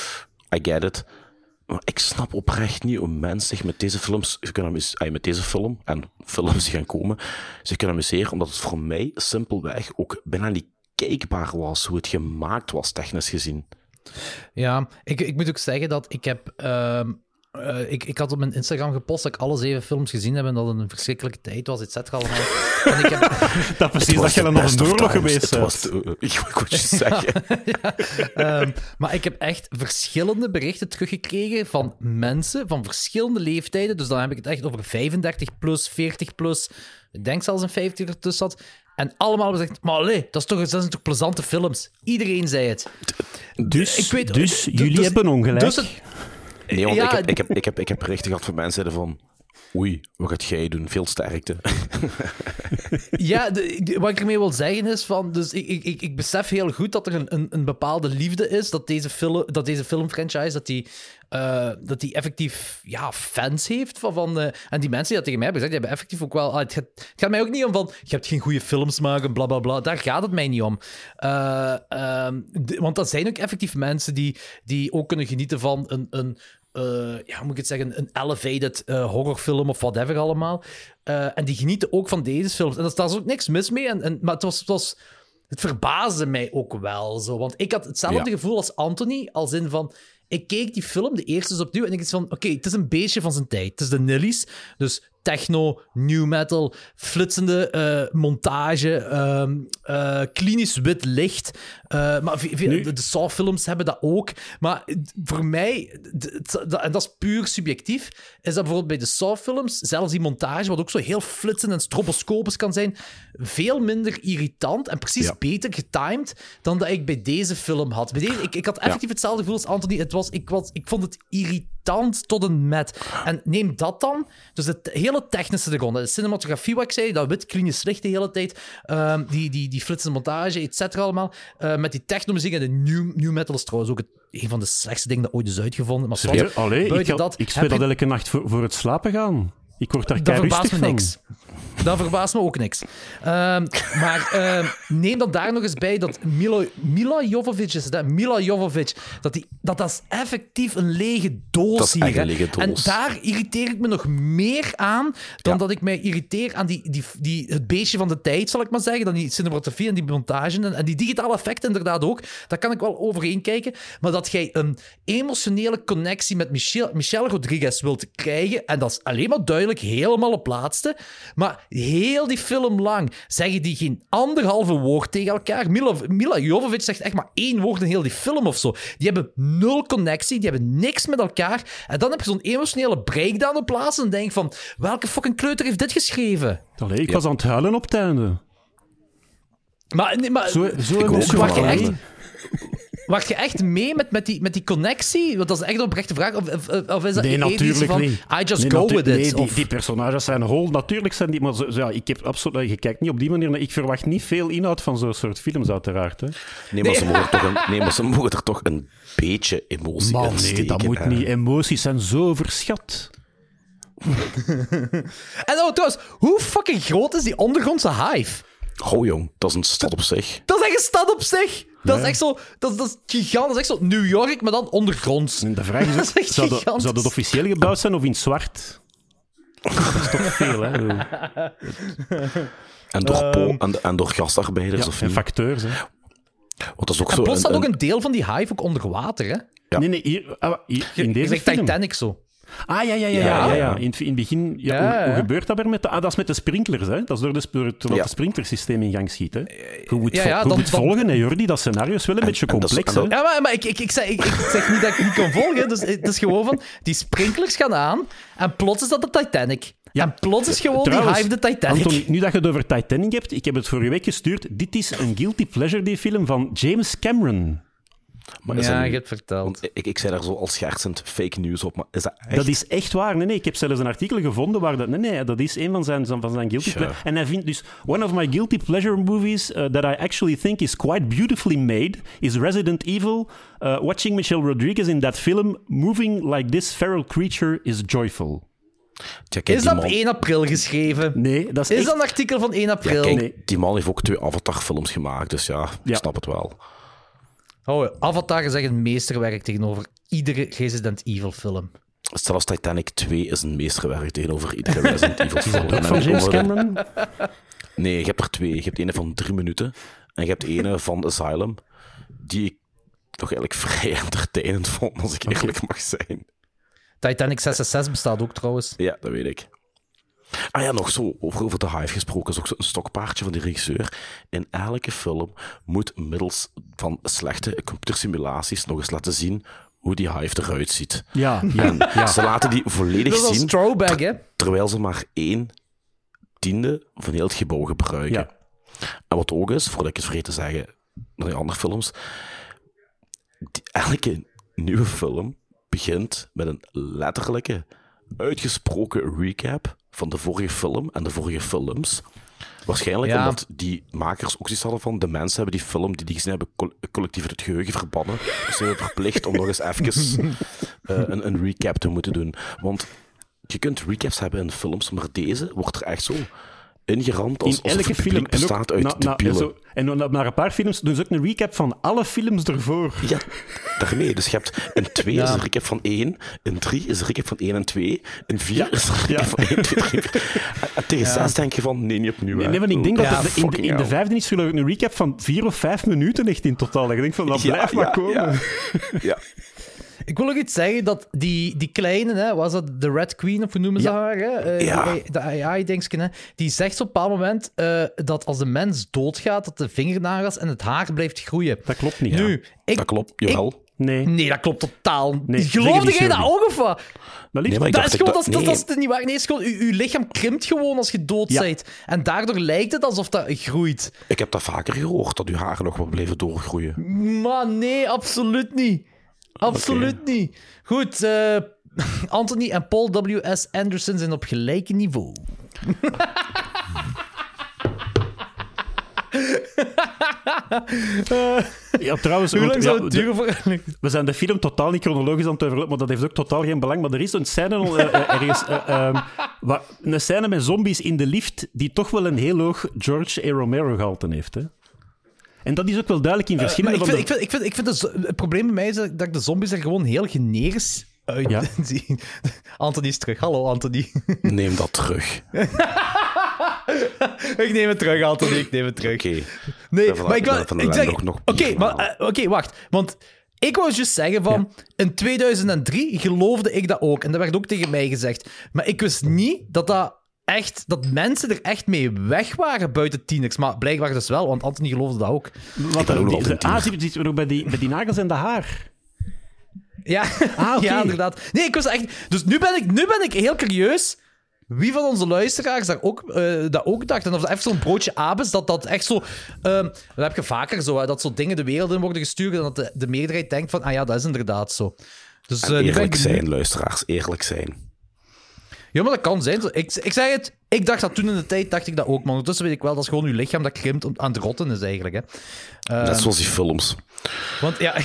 I get it. Maar ik snap oprecht niet hoe mensen zich met deze films met deze film en films die gaan komen, zich kunnen amuseren, omdat het voor mij simpelweg ook bijna niet kijkbaar was hoe het gemaakt was, technisch gezien. Ja, ik moet ook zeggen dat ik heb... Ik had op mijn Instagram gepost dat ik alle 7 films gezien heb en dat het een verschrikkelijke tijd was, et cetera allemaal. En ik heb... Dat precies dat je dan nog een oorlog geweest bent. Ik wou je zeggen. Maar ik heb echt verschillende berichten teruggekregen van mensen van verschillende leeftijden. Dus dan heb ik het echt over 35 plus, 40 plus. Ik denk zelfs een 50 ertussen zat. En allemaal gezegd, maar allee, dat zijn toch plezante films? Iedereen zei het. Dus jullie hebben ongelijk. Nee, want ja, ik heb berichten gehad van mensen die zeiden van... Oei, wat gaat jij doen? Veel sterkte. Ja, wat ik ermee wil zeggen is van... Dus ik besef heel goed dat er een bepaalde liefde is, dat deze filmfranchise, dat die effectief fans heeft. En die mensen die dat tegen mij hebben gezegd, die hebben effectief ook wel... Het gaat mij ook niet om van, je hebt geen goede films maken, bla bla bla. Daar gaat het mij niet om. Want dat zijn ook effectief mensen die ook kunnen genieten van hoe moet ik het zeggen, een elevated horrorfilm of whatever allemaal. En die genieten ook van deze films. En daar is ook niks mis mee. Maar het verbaasde mij ook wel zo. Want ik had hetzelfde gevoel als Anthony, als in van... Ik keek die film, de eerste eens opnieuw, en ik dacht van... Oké, het is een beetje van zijn tijd. Het is de Nillies, dus techno, new metal, flitsende montage, klinisch wit licht. Maar de Saw-films hebben dat ook. Maar voor mij, en dat is puur subjectief, is dat bijvoorbeeld bij de Saw-films, zelfs die montage, wat ook zo heel flitsend en stroboscopisch kan zijn, veel minder irritant en precies beter getimed dan dat ik bij deze film had. Bij deze, ik had effectief hetzelfde gevoel als Anthony. Ik vond het irritant tot een met. En neem dat dan. Dus het hele technische ervan. De cinematografie, wat ik zei, dat wit, klinisch licht de hele tijd. Die flitsende montage, et cetera allemaal. Met die technomuziek en de new metal is trouwens ook een van de slechtste dingen dat ooit is uitgevonden. Maar ik speel dat elke nacht voor het slapen gaan. Ik word daar kei rustig van. Niks. Dat verbaast me ook niks. Maar neem dan daar nog eens bij dat Mila Jovovich, dat is effectief een lege doos hier. Dat is echt een lege doos. En daar irriteer ik me nog meer aan dan dat ik mij irriteer aan het beestje van de tijd, zal ik maar zeggen. Dan die cinematografie en die montage en die digitale effecten inderdaad ook. Daar kan ik wel overheen kijken. Maar dat jij een emotionele connectie met Michelle Rodriguez wilt krijgen, en dat is alleen maar duidelijk helemaal op laatste. Maar heel die film lang zeggen die geen anderhalve woord tegen elkaar. Mila Jovovich zegt echt maar 1 woord in heel die film of zo. Die hebben 0 connectie, die hebben niks met elkaar. En dan heb je zo'n emotionele breakdown op plaats en denk van, welke fucking kleuter heeft dit geschreven? Allee, ik was aan het huilen op het einde. Maar zo emotioneel. Wacht je echt mee met die connectie? Want dat is echt een oprechte vraag. Of is dat natuurlijk van, niet. I just go with it? Nee, die personages zijn whole. Natuurlijk zijn die... Maar ik heb absoluut... Je kijkt niet op die manier. Ik verwacht niet veel inhoud van zo'n soort films, uiteraard. Hè. Nee, maar ze mogen er toch een beetje emotie in steken. Nee, dat moet niet. Emoties zijn zo overschat. En trouwens, hoe fucking groot is die ondergrondse hive? Oh jong, dat is een stad op zich. Dat is echt een stad op zich. Dat is echt zo... Dat is gigantisch. Dat is echt zo New York, maar dan ondergronds. En de vraag is ook, zou het officieel gebouwd zijn of in zwart? Dat is toch veel, hè? En door gastarbeiders, of en facteurs, hè? Want dat is ook en zo plots staat ook een deel van die hive ook onder water, hè? Ja. Nee, hier in deze film. Titanic zo. Ah, ja. In het begin... Hoe gebeurt dat weer met dat is met de sprinklers, hè? Dat is door het sprinklersysteem in gang schiet, hè? Je moet volgen, hè, Jordi? Dat scenario is wel een beetje complex, hè? Ja, maar ik zeg niet dat ik niet kan volgen. Dus het is gewoon van... Die sprinklers gaan aan en plots is dat de Titanic. Ja. En plots is gewoon die hive de Titanic. Anton, nu dat je het over Titanic hebt, ik heb het vorige week gestuurd. Dit is een guilty pleasure, die film van James Cameron. Maar je hebt het verteld. Ik zei daar zo al schertsend fake news op, maar is dat echt? Dat is echt waar. Nee, ik heb zelfs een artikel gevonden waar dat... Nee, dat is een van zijn guilty pleasure. En hij vindt dus... One of my guilty pleasure movies that I actually think is quite beautifully made is Resident Evil. Watching Michelle Rodriguez in that film, moving like this feral creature is joyful. Is dat op 1 april geschreven? Nee, dat is dat een artikel van 1 april? Ja, kijk, die man heeft ook 2 Avatar-films gemaakt, dus ik snap het wel. Avatar is echt een meesterwerk tegenover iedere Resident Evil film. Zelfs Titanic 2 is een meesterwerk tegenover iedere Resident Evil film. Is dat ook van James Cameron? Nee, je hebt er 2. Je hebt ene van 3 minuten en je hebt ene van Asylum, die ik toch eigenlijk vrij entertainend vond, als ik eerlijk mag zijn. Titanic 666 bestaat ook trouwens. Ja, dat weet ik. Ah ja, nog zo, over de Hive gesproken, is ook zo'n stokpaardje van die regisseur. In elke film moet middels van slechte computersimulaties nog eens laten zien hoe die Hive eruit ziet. Ja. Ze laten die volledig Dat is zien, een throwback, hè? terwijl ze maar 1/10 van heel het gebouw gebruiken. Ja. En wat ook is, voordat ik het vergeet te zeggen naar die andere films, elke nieuwe film begint met een letterlijke, uitgesproken recap van de vorige film en de vorige films. Waarschijnlijk omdat die makers ook zoiets hadden van de mensen hebben die film die gezien hebben collectief uit het geheugen verbannen. Dus ze zijn verplicht om nog eens even een recap te moeten doen. Want je kunt recaps hebben in films, maar deze wordt er echt zo ingeramd als elke het publiek film bestaat uit debielen. En naar een paar films doen ze ook een recap van alle films ervoor. Ja, daarmee. Dus je hebt in 2 is een recap van 1, in 3 is een recap van 1 en 2, in 4 is een recap van 1, 2, 3, 4. En tegen 6 denk je van, nee, niet opnieuw. Nee, want ik denk dat in de 5e is geloof ik een recap van 4 of 5 minuten echt in totaal. Ik denk van, dat blijft maar komen. Ja. Ik wil ook iets zeggen, dat die kleine, hè, was dat de Red Queen, of hoe noemen ze haar? Hè? De AI-dingetje, hè? Die zegt op een bepaald moment dat als de mens doodgaat, dat de vingernagels en het haar blijft groeien. Dat klopt niet. Nu, Dat klopt, jawel. Nee, dat klopt totaal. Nee, Geloofde jij dat ook, of wat? Nee, maar ik Dat dacht is gewoon, dat- dat is niet waar. Nee, is gewoon, uw lichaam krimpt gewoon als je dood bent. En daardoor lijkt het alsof dat groeit. Ik heb dat vaker gehoord, dat uw haren nog wel blijven doorgroeien. Maar nee, absoluut niet. Absoluut niet. Goed, Anthony en Paul W.S. Anderson zijn op gelijke niveau. Ja, trouwens, Hoe lang zou ja, het duren voor... we zijn de film totaal niet chronologisch aan het overlopen, maar dat heeft ook totaal geen belang. Maar er is een scène ergens... een scène met zombies in de lift die toch wel een heel hoog George A. Romero-gehalte heeft, hè. En dat is ook wel duidelijk in verschillende maar ik vind het probleem bij mij is dat ik de zombies er gewoon heel generisch uit zie. Anthony is terug. Hallo, Anthony. Neem dat terug. Ik neem het terug, Anthony. Ik neem het terug. Oké. Nee, Van maar ik wil... de ik zeg- nog- nog Oké, bier maar... halen. Oké, wacht. Want ik wou juist zeggen van... In 2003 geloofde ik dat ook. En dat werd ook tegen mij gezegd. Maar ik wist niet dat mensen er echt mee weg waren buiten tieners. Maar blijkbaar dus wel, want Anthony geloofde dat ook. Ik ben ook nog altijd een tiener. zitten we nog bij die nagels en de haar. Ja, oké. ja, inderdaad. Nee, ik was echt... Dus nu ben ik heel curieus wie van onze luisteraars dat ook dacht. En of dat echt zo'n broodje abes, dat echt zo... dat heb je vaker zo, hè, dat zo dingen de wereld in worden gestuurd en dat de meerderheid denkt van, ah ja, dat is inderdaad zo. Dus, En nu ben ik eerlijk benieuwd. zijn, luisteraars. Eerlijk zijn. Ja, maar dat kan zijn. Ik zeg het, ik dacht dat toen in de tijd, dacht ik dat ook. Maar ondertussen weet ik wel, dat is gewoon uw lichaam dat krimpt aan het rotten is eigenlijk. Hè. Net zoals die films. Want ja...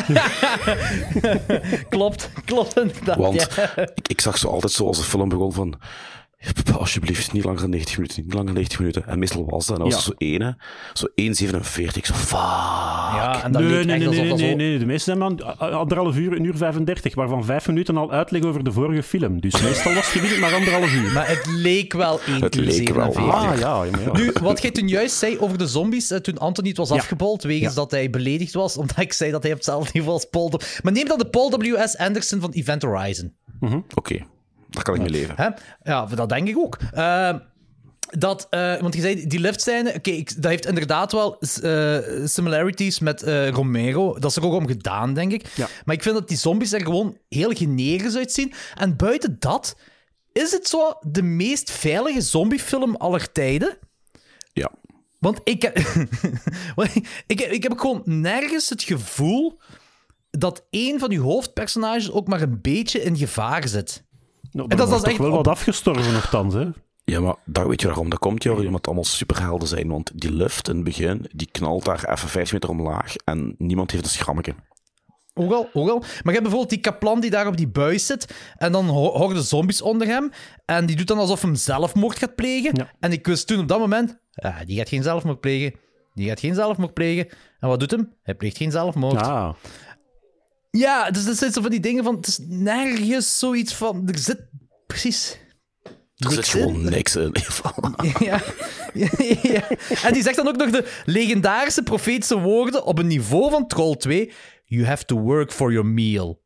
klopt inderdaad. Want ja. ik zag zo altijd zo als de film begon van... Alsjeblieft, niet langer dan 90 minuten, niet langer dan 90 minuten. En meestal was dat. En dan was er zo 1,47. Ik zo, fuck. Ja, en dat leek echt alsof dat zo... Nee. De meeste zijn maar 1,5 uur, 1 uur 35, waarvan 5 minuten al uitleg over de vorige film. Dus meestal was het gemiddeld maar 1,5 uur. Maar het leek wel 1 Het uur leek wel. 47. Ja. Nu, wat jij toen juist zei over de zombies, toen Anthony het was afgebold, wegens dat hij beledigd was, omdat ik zei dat hij op hetzelfde niveau als Paul... Maar neem dan de Paul W.S. Anderson van Event Horizon. Oké, daar kan ik mee leven. Hè? Ja, dat denk ik ook. Want je zei, die liftscène, dat heeft inderdaad wel similarities met Romero. Dat is er ook om gedaan, denk ik. Ja. Maar ik vind dat die zombies er gewoon heel generisch uitzien. En buiten dat, is het zo de meest veilige zombiefilm aller tijden? Ja. Want ik heb ook gewoon nergens het gevoel dat één van uw hoofdpersonages ook maar een beetje in gevaar zit. Nou, En dat is echt toch wel wat afgestorven nogthans, hè? Ja, maar daar weet je waarom dat komt, omdat het allemaal superhelden zijn. Want die lift in het begin, die knalt daar even 5 meter omlaag en niemand heeft een schrammetje. Ook al. Maar je hebt bijvoorbeeld die kaplan die daar op die buis zit en dan horen de zombies onder hem en die doet dan alsof hem zelfmoord gaat plegen. Ja. En ik wist toen op dat moment, die gaat geen zelfmoord plegen. En wat doet hem? Hij pleegt geen zelfmoord. Ah. Ja, dus dat zijn zo van die dingen van... Het is nergens zoiets van... Er zit precies... Er zit gewoon niks in ieder geval. Ja. En die zegt dan ook nog de legendarische profetische woorden op een niveau van Troll 2. You have to work for your meal.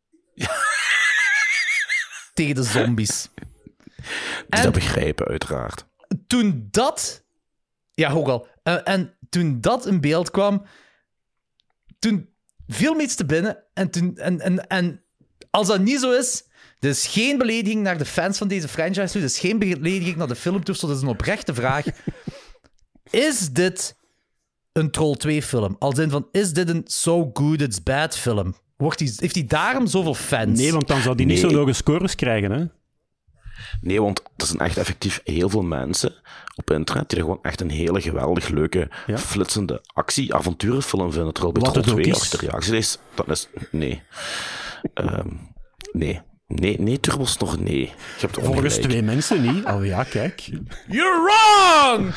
Tegen de zombies. Die dat begrijpen, uiteraard. Toen dat... Ja, ook al. En toen dat in beeld kwam... Toen viel me iets te binnen. En als dat niet zo is... Dit is geen belediging naar de fans van deze franchise toe. Dit is geen belediging naar de film toe. Dat is een oprechte vraag. Is dit een Troll 2 film? Als in van, is dit een So Good It's Bad film? Heeft hij daarom zoveel fans? Nee, want dan zou die niet zo hoge scores krijgen, hè? Nee, want er zijn echt effectief heel veel mensen op internet die er gewoon echt een hele geweldig leuke, flitsende actie-avonturenfilm vinden. Terwijl bij Troll 2, als je de reactie leest, dan is... Nee. Nee, Turbos nog nee. Je hebt volgens 2 mensen niet. Oh ja, kijk. You're wrong!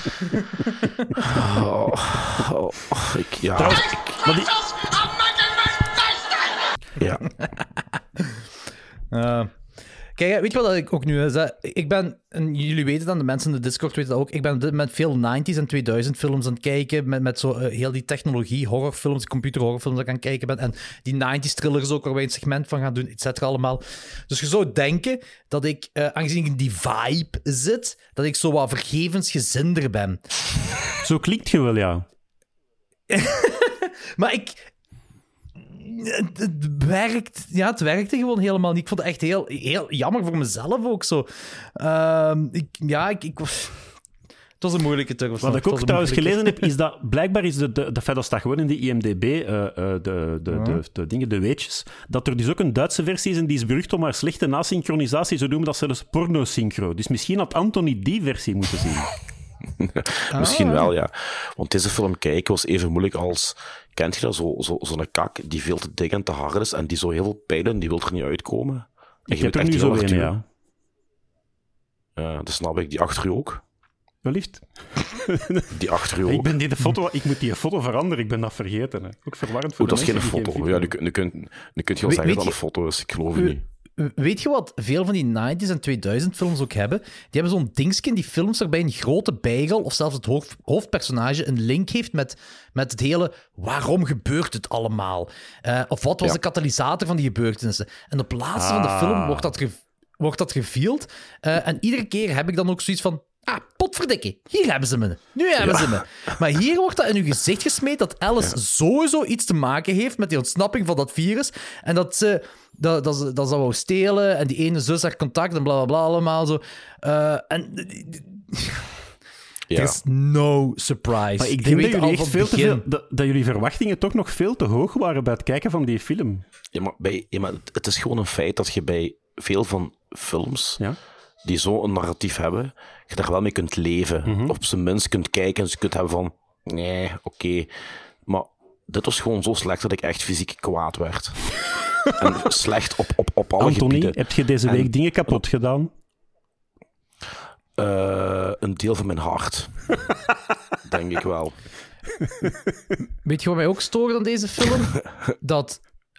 Kijk, weet je wat ik ook nu is? Ik ben, en jullie weten dan, de mensen in de Discord weten dat ook, ik ben op dit moment veel 90s en 2000 films aan het kijken, met zo heel die technologie, horrorfilms, computerhorrorfilms dat ik aan het kijken ben, en die 90s thrillers ook, waar wij een segment van gaan doen, et cetera, allemaal. Dus je zou denken dat ik, aangezien ik in die vibe zit, dat ik zo wat vergevensgezinder ben. Zo klinkt je wel, ja. Maar het werkte gewoon helemaal niet. Ik vond het echt heel, heel jammer voor mezelf ook zo. Het was een moeilijke terug. Wat ik ook trouwens gelezen heb, is dat blijkbaar is de feit dat staat gewoon in de IMDb, de weetjes, dat er dus ook een Duitse versie is en die is berucht om haar slechte nasynchronisatie, zo noemen dat zelfs pornosynchro. Dus misschien had Anthony die versie moeten zien. Misschien wel, ja. Want deze film kijken was even moeilijk als... Kent je dat? Zo'n kak die veel te dik en te hard is en die zo heel veel pijn en die wil er niet uitkomen. Ik heb er nu zo een, ja. Dat snap ik. Die achter u ook? Wellicht. Die achter u ook. Ik moet die foto veranderen, ik ben dat vergeten. Hè. Ook verwarrend voor dat is geen foto. Ja, nu kunt je wel zeggen dat een foto is. Ik geloof het niet. Weet je wat veel van die 90s en 2000 films ook hebben? Die hebben zo'n dingetje in die films waarbij een grote bijrol of zelfs het hoofdpersonage een link heeft met het hele waarom gebeurt het allemaal? Of wat was de katalysator van die gebeurtenissen? En op het laatste van de film wordt dat gevield. En iedere keer heb ik dan ook zoiets van... potverdikke, hier hebben ze me. Nu hebben ze me. Maar hier wordt dat in uw gezicht gesmeed dat Alice sowieso iets te maken heeft met die ontsnapping van dat virus. En dat ze wou stelen en die ene zus haar contact en bla bla bla allemaal zo. Er is no surprise. Maar ik denk dat jullie echt veel te veel... Dat jullie verwachtingen toch nog veel te hoog waren bij het kijken van die film. Ja, maar het is gewoon een feit dat je bij veel van films... Ja? Die zo'n narratief hebben, je daar wel mee kunt leven. Of op zijn minst kunt kijken en je kunt hebben van... Nee, oké. Maar dit was gewoon zo slecht dat ik echt fysiek kwaad werd. En slecht op alle gebieden. Heb je deze week dingen kapot gedaan? Een deel van mijn hart. Denk ik wel. Weet je wat mij ook stoort aan deze film? Dat...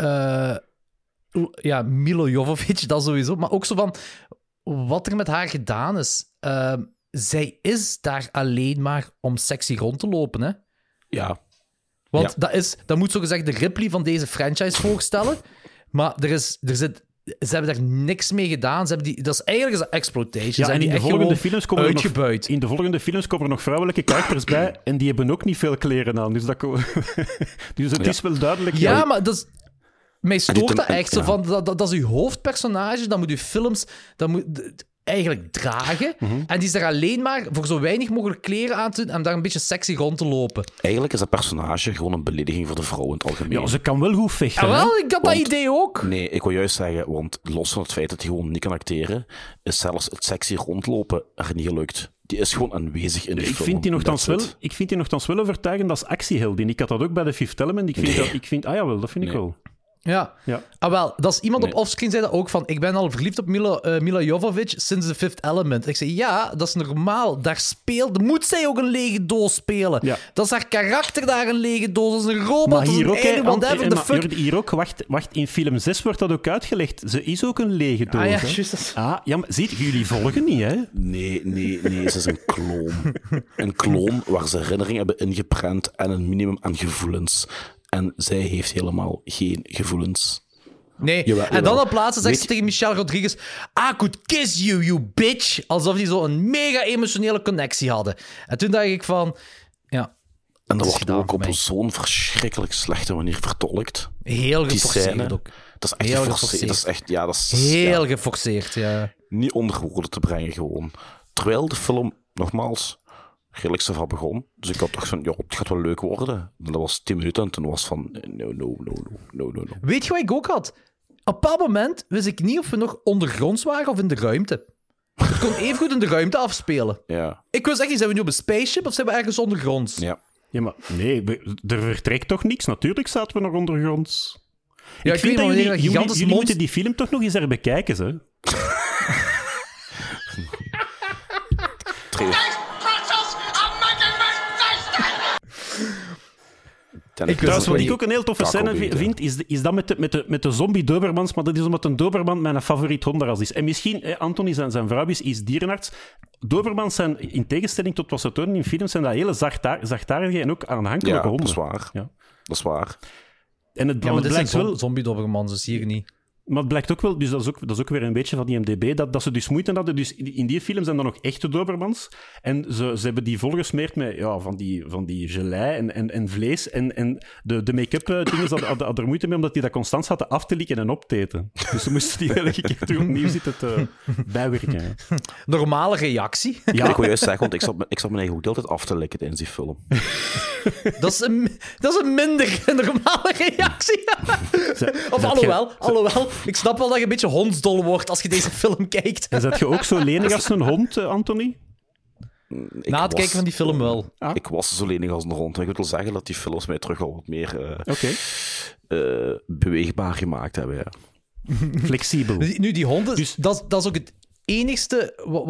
Milo Jovovich, dat sowieso. Maar ook zo van... Wat er met haar gedaan is. Zij is daar alleen maar om sexy rond te lopen, hè? Ja. Want dat moet zogezegd de Ripley van deze franchise voorstellen. Maar ze hebben daar niks mee gedaan. Dat is eigenlijk een exploitation. Ja, en in de volgende films komen uitgebuit. In de volgende films komen er nog vrouwelijke karakters bij en die hebben ook niet veel kleren aan. Dus, dus het is wel duidelijk... Ja, maar dat is... Mij stoort dat echt zo van, dat is uw hoofdpersonage, dan moet uw films eigenlijk dragen. En die is er alleen maar voor zo weinig mogelijk kleren aan te doen en daar een beetje sexy rond te lopen. Eigenlijk is dat personage gewoon een belediging voor de vrouw in het algemeen. Ja, ze kan wel goed vechten. Ja, wel, ik had dat idee ook. Nee, ik wil juist zeggen, want los van het feit dat hij gewoon niet kan acteren, is zelfs het sexy rondlopen er niet gelukt. Die is gewoon aanwezig in de film. Ik vind die nogthans wel overtuigend als actieheldin. Ik had dat ook bij The Fifth Element. Dat vind ik wel. Ja. Ja. Ah, wel, dat is iemand Nee. op offscreen zei dat ook van, ik ben al verliefd op Mila Jovovich sinds The Fifth Element. Ik zei, ja, dat is normaal. Daar moet zij ook een lege doos spelen. Ja. Dat is haar karakter daar, een lege doos. Dat is een robot, Maar dat is hier een ook, hè, alien, whatever the maar fuck. Jordi, hier ook, wacht, in film 6 wordt dat ook uitgelegd. Ze is ook een lege doos. Ah ja, hè. juist. Ah, ja, maar ziet, jullie volgen niet, hè? Nee, ze is een kloon. Een kloon waar ze herinneringen hebben ingeprent en een minimum aan gevoelens. En zij heeft helemaal geen gevoelens. Nee, Jawel, en dan jawel. op plaatsen zegt ze Weet- tegen Michelle Rodriguez, I could kiss you, you bitch. Alsof die zo een mega emotionele connectie hadden. En toen dacht ik van, ja, En Het dat is wordt gedaan ook voor op mij. zo'n verschrikkelijk slechte manier vertolkt. heel Die geforceerd scène, ook. dat is echt Heel geforceerd. geforceerd. Dat is echt, ja, dat is Heel geforceerd, ja. niet onder woorden te brengen gewoon. Terwijl de film, nogmaals, redelijk zo van begon. Dus ik had toch van, ja, het gaat wel leuk worden. En dat was 10 minuten en toen was het van, no. Weet je wat ik ook had? Op een bepaald moment wist ik niet of we nog ondergronds waren of in de ruimte. Het kon evengoed in de ruimte afspelen. Ja, Ik wist echt niet, zijn we nu op een spaceship of zijn we ergens ondergronds? ja. Ja, maar nee, er vertrekt toch niks? Natuurlijk zaten we nog ondergronds. Ja, ik vind dat wanneer jullie, dat gigantische jullie monster- moeten die film toch nog eens herbekijken, hè? Ik Trouwens, wat niet- ik ook een heel toffe Taco scène Bell, vind, is dat met de zombie-dobermans, maar dat is omdat een doberman mijn favoriet hondenras is. En misschien, Anthony, zijn vrouw is dierenarts. Dobermans zijn, in tegenstelling tot wat ze tonen in films, zijn dat hele zachtaardige en ook aanhankelijke Ja, honden. dat is waar. Ja. Dat is waar. En het, Ja, maar dit blijkt zijn wel... zombie-dobermans, dus hier niet. Maar het blijkt ook wel, dus dat is ook weer een beetje van die MDB, dat ze dus moeite hadden. Dus in die film zijn dan nog echte dobermans. En ze hebben die volgesmeerd met van die gelei en vlees. En de make-up dingen hadden er moeite mee, omdat die dat constant zaten af te likken en op te eten. Dus ze moesten die elke keer terug opnieuw zitten te bijwerken. Hè. Normale reactie. Ja, Ik wil juist zeggen, want ik zat mijn eigen ook de hele tijd af te likken tijdens die film. Dat is een minder normale reactie. Of dat alhoewel, ik snap wel dat je een beetje hondsdol wordt als je deze film kijkt. En zet je ook zo lenig als een hond, Anthony? Na het kijken van die film wel. Ik was zo lenig als een hond. En ik wil zeggen dat die films mij terug al wat meer Oké, beweegbaar gemaakt hebben. Ja. flexibel. Nu, die honden, Dus- dat is ook het enigste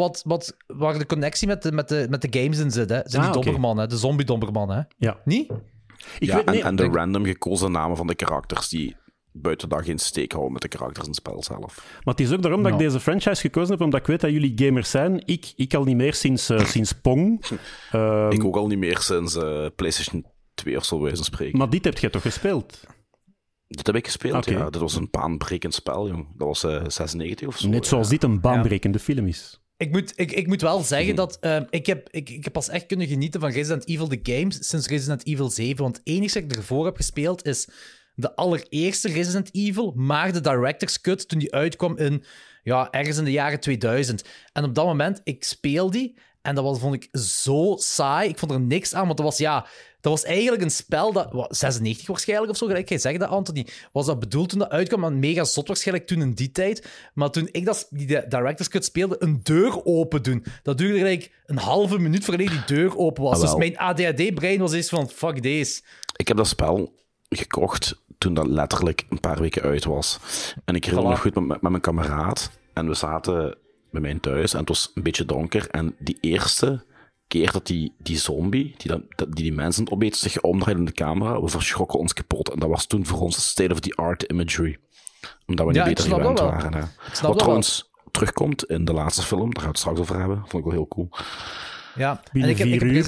waar de connectie met de games in zit. Hè. Zijn die oké. Doberman, hè? De zombie-Doberman. Hè. Ja. Niet? Ik Ja, weet, nee, en de random gekozen namen van de karakters die buiten dat geen steek houden met de karakters in het spel zelf. maar het is ook daarom dat ik deze franchise gekozen heb, omdat ik weet dat jullie gamers zijn. Ik al niet meer sinds Pong. Ik ook al niet meer sinds PlayStation 2 of zo, bij wijze van spreken. Maar dit heb jij toch gespeeld? Dit heb ik gespeeld, Oké. ja. Dit was een baanbrekend spel, jong. Dat was 96 of zo. Net zoals dit een baanbrekende film is. Ik moet wel zeggen dat ik heb pas echt kunnen genieten van Resident Evil The Games sinds Resident Evil 7. Want het enige dat ik ervoor heb gespeeld is de allereerste Resident Evil, maar de Director's Cut toen die uitkwam in, ergens in de jaren 2000. En op dat moment, ik speel die en dat vond ik zo saai. Ik vond er niks aan, want dat was eigenlijk een spel dat... 96 waarschijnlijk of zo, gelijk jij zegt dat, Anthony. Was dat bedoeld toen dat uitkwam? Maar mega zot waarschijnlijk toen in die tijd. Maar toen ik die Director's Cut speelde, een deur open doen. Dat duurde gelijk een halve minuut voordat die deur open was. Ah, wel. Dus mijn ADHD-brein was eens van, fuck deze. Ik heb dat spel gekocht toen dat letterlijk een paar weken uit was. En ik herinner me nog goed met mijn kameraad. En we zaten bij mij thuis en het was een beetje donker. En die eerste keer dat die zombie, die mensen opeet, zich omdraaide in de camera, we verschrokken ons kapot. En dat was toen voor ons state-of-the-art imagery. Omdat we niet Ja, ik beter snap gewend dat wel. waren. Hè. snap Wat dat trouwens terugkomt in de laatste film, daar gaan we het straks over hebben. Vond ik wel heel cool. Ja, Binnen en ik heb 4 uur.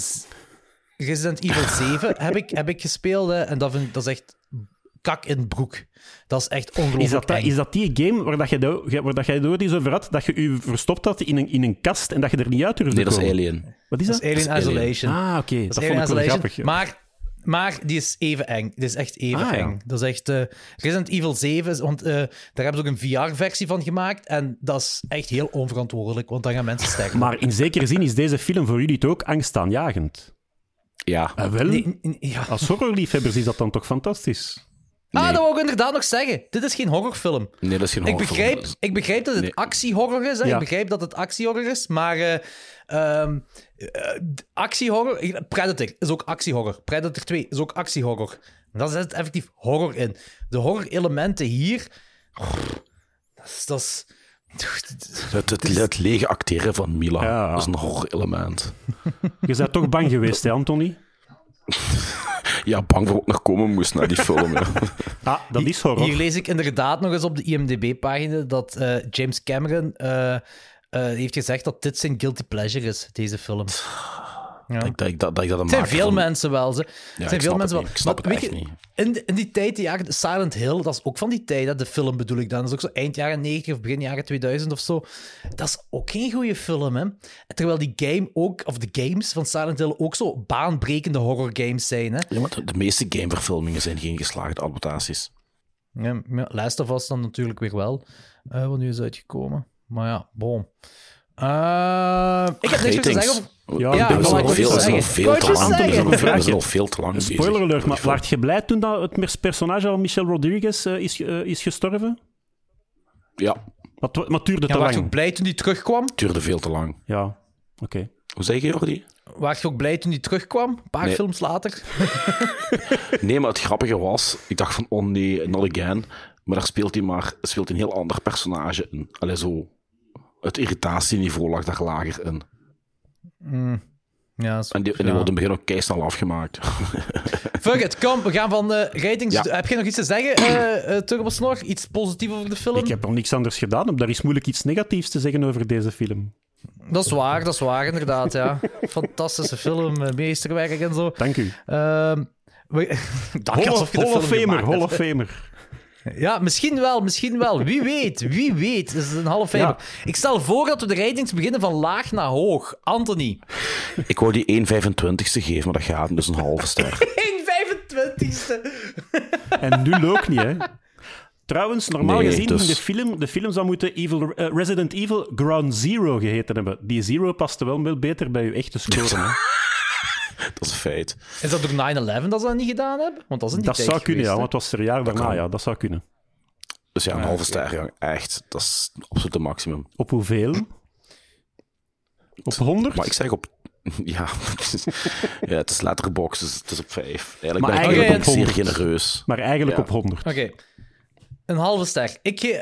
Resident Evil 7 heb ik gespeeld. Hè, en dat is echt kak in het broek. Dat is echt ongelooflijk eng. Is dat die game waar dat jij het ooit eens over had, dat je je verstopt had in een kast en dat je er niet uit durfde Nee, dat is komen? Alien. Wat is Dat dat? is Alien Alien. Isolation. Ah, oké. Dat Dat is vond Alien ik wel Isolation. grappig. Ja. Maar die is even eng. Die is echt even Ah, ja. eng. Dat is echt... Resident Evil 7, want daar hebben ze ook een VR-versie van gemaakt. En dat is echt heel onverantwoordelijk, want dan gaan mensen sterven. Maar in zekere zin is deze film voor jullie toch ook angstaanjagend. Ja. Wel, Ja. als horrorliefhebbers is dat dan toch fantastisch? Ah, dat wou ik inderdaad nog zeggen. Dit is geen horrorfilm. Nee, dat is geen Ik horrorfilm. begrijp dat het Nee. actiehorror is. Hè? Ja. Ik begrijp dat het actiehorror is, maar actiehorror... Predator is ook actiehorror. Predator 2 is ook actiehorror. Daar zit effectief horror in. De horror-elementen hier... Dat is... Het lege acteren van Mila, Ja. dat is een horror-element. Je bent toch bang geweest, hè, Anthony? Ja, bang voor wat nog komen moest naar die film. Ja. Ah, dat is horror. Hier lees ik inderdaad nog eens op de IMDb-pagina dat James Cameron heeft gezegd dat dit zijn guilty pleasure is, deze film. Ja. Dat ik dat een Het zijn veel mensen wel. Ze. Ja, zijn veel mensen wel. Ik snap het Maar echt weet je, niet. in die tijd, de jaren Silent Hill, dat is ook van die tijd, hè, de film bedoel ik dan. Dat is ook zo eind jaren 90 of begin jaren 2000 of zo. Dat is ook geen goede film, hè. Terwijl die game ook, of de games van Silent Hill ook zo baanbrekende horror games zijn, hè. Ja, maar de meeste gameverfilmingen zijn geen geslaagde adaptaties. Ja, Last of Us dan natuurlijk weer wel, wat nu is uitgekomen. Maar ja, boom. Ik heb niks meer te zeggen over... Ja, dat is voilà, al ik wou veel, het zeggen. te lang. Ik wou het We zeggen. zijn al veel te lang bezig. Spoiler alert, maar Met die waart je blij toen dat het personage van Michelle Rodriguez is gestorven? film. Ja, Maar het duurde te Ja, was je lang. ook blij toen die terugkwam? het duurde veel te lang. Ja, oké. Hoe zeg je, Jordi? Was je ook blij toen die terugkwam? Een paar Nee. films later? Nee, maar het grappige was, ik dacht van, oh nee, not again. Maar daar speelt een heel ander personage in. Allee, zo... Het irritatieniveau lag daar lager in. Ja, En die wordt in het begin ook keisnel afgemaakt. Fuck it, kom, we gaan van ratings... Ja. Heb jij nog iets te zeggen, Turbosnor? Iets positiefs over de film? Ik heb al niks anders gedaan. Daar is moeilijk iets negatiefs te zeggen over deze film. Dat is waar, inderdaad, ja. Fantastische film, meesterwerk en zo. Dank u. Dank, alsof je de film gemaakt Hall hebt. of Famer. Ja, misschien wel. Wie weet. Dat is een half famer. Ja. Ik stel voor dat we de ratings beginnen van laag naar hoog. Anthony. Ik wou die 1,25ste geven, maar dat gaat niet, dus een halve ster. 1,25ste. En nu ook niet, hè. Trouwens, normaal Nee, gezien dus- ging de film zou moeten Resident Evil Ground Zero geheten hebben. Die Zero paste wel veel beter bij uw echte score. Hè. Dat is een feit. Is dat door 9/11 dat ze dat niet gedaan hebben? Want dat is in die Dat tijd zou kunnen, geweest, ja, hè. want het was er een jaar daarna. kan. Ja, dat zou kunnen. Dus ja, een halve ster, ja, echt. Dat is absoluut het maximum. Op hoeveel? Op 100? Maar ik zeg op... Ja, ja, het is letterbox, dus het is op 5. Eigenlijk Maar ben ik eigenlijk ook op zeer 100. genereus. Maar eigenlijk Ja. op 100. Oké. Een halve ster.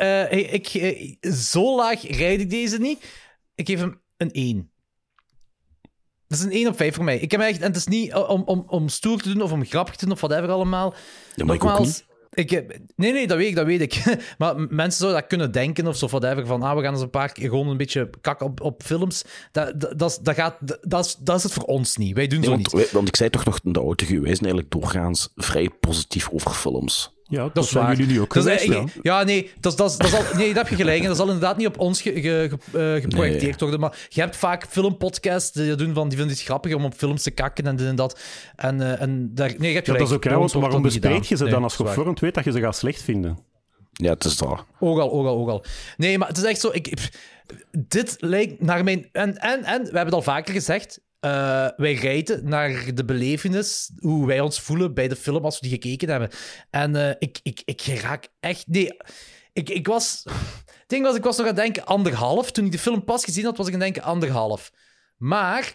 Zo laag rijd ik deze niet. Ik geef hem een 1. Dat is een 1 op 5 voor mij. Ik heb echt, en het is niet om stoer te doen of om grappig te doen of whatever allemaal. Ja, maar ik ook niet. Nee, dat weet ik. Maar mensen zouden dat kunnen denken of zo, whatever, van we gaan eens een paar keer gewoon een beetje kakken op films. Dat is het voor ons niet. Wij doen Nee, zo niet. want ik zei toch nog in de auto, wij zijn eigenlijk doorgaans vrij positief over films. Ja, dat is zijn waar. jullie nu ook Dat is- geweest, ja. Ja, nee, nee, dat heb je gelijk. En dat zal inderdaad niet op ons geprojecteerd worden. Maar je hebt vaak filmpodcasts die vinden het grappig om op films te kakken en dit en dat. En daar, nee, je hebt Ja, gelijk. dat is ook Bij raar, ons want wordt waarom dat niet bespreek je gedaan. ze dan Nee, als je dat op is waar. voorhand weet dat je ze gaat slecht vinden? Ja, het is dat. Ook al. Nee, maar het is echt zo... dit lijkt naar mijn... En we hebben het al vaker gezegd... wij rijden naar de belevenis, hoe wij ons voelen bij de film als we die gekeken hebben. En ik raak echt... Nee, ik was... Het ding was, ik was nog aan het denken 1,5. Toen ik de film pas gezien had, was ik aan het denken 1,5. Maar...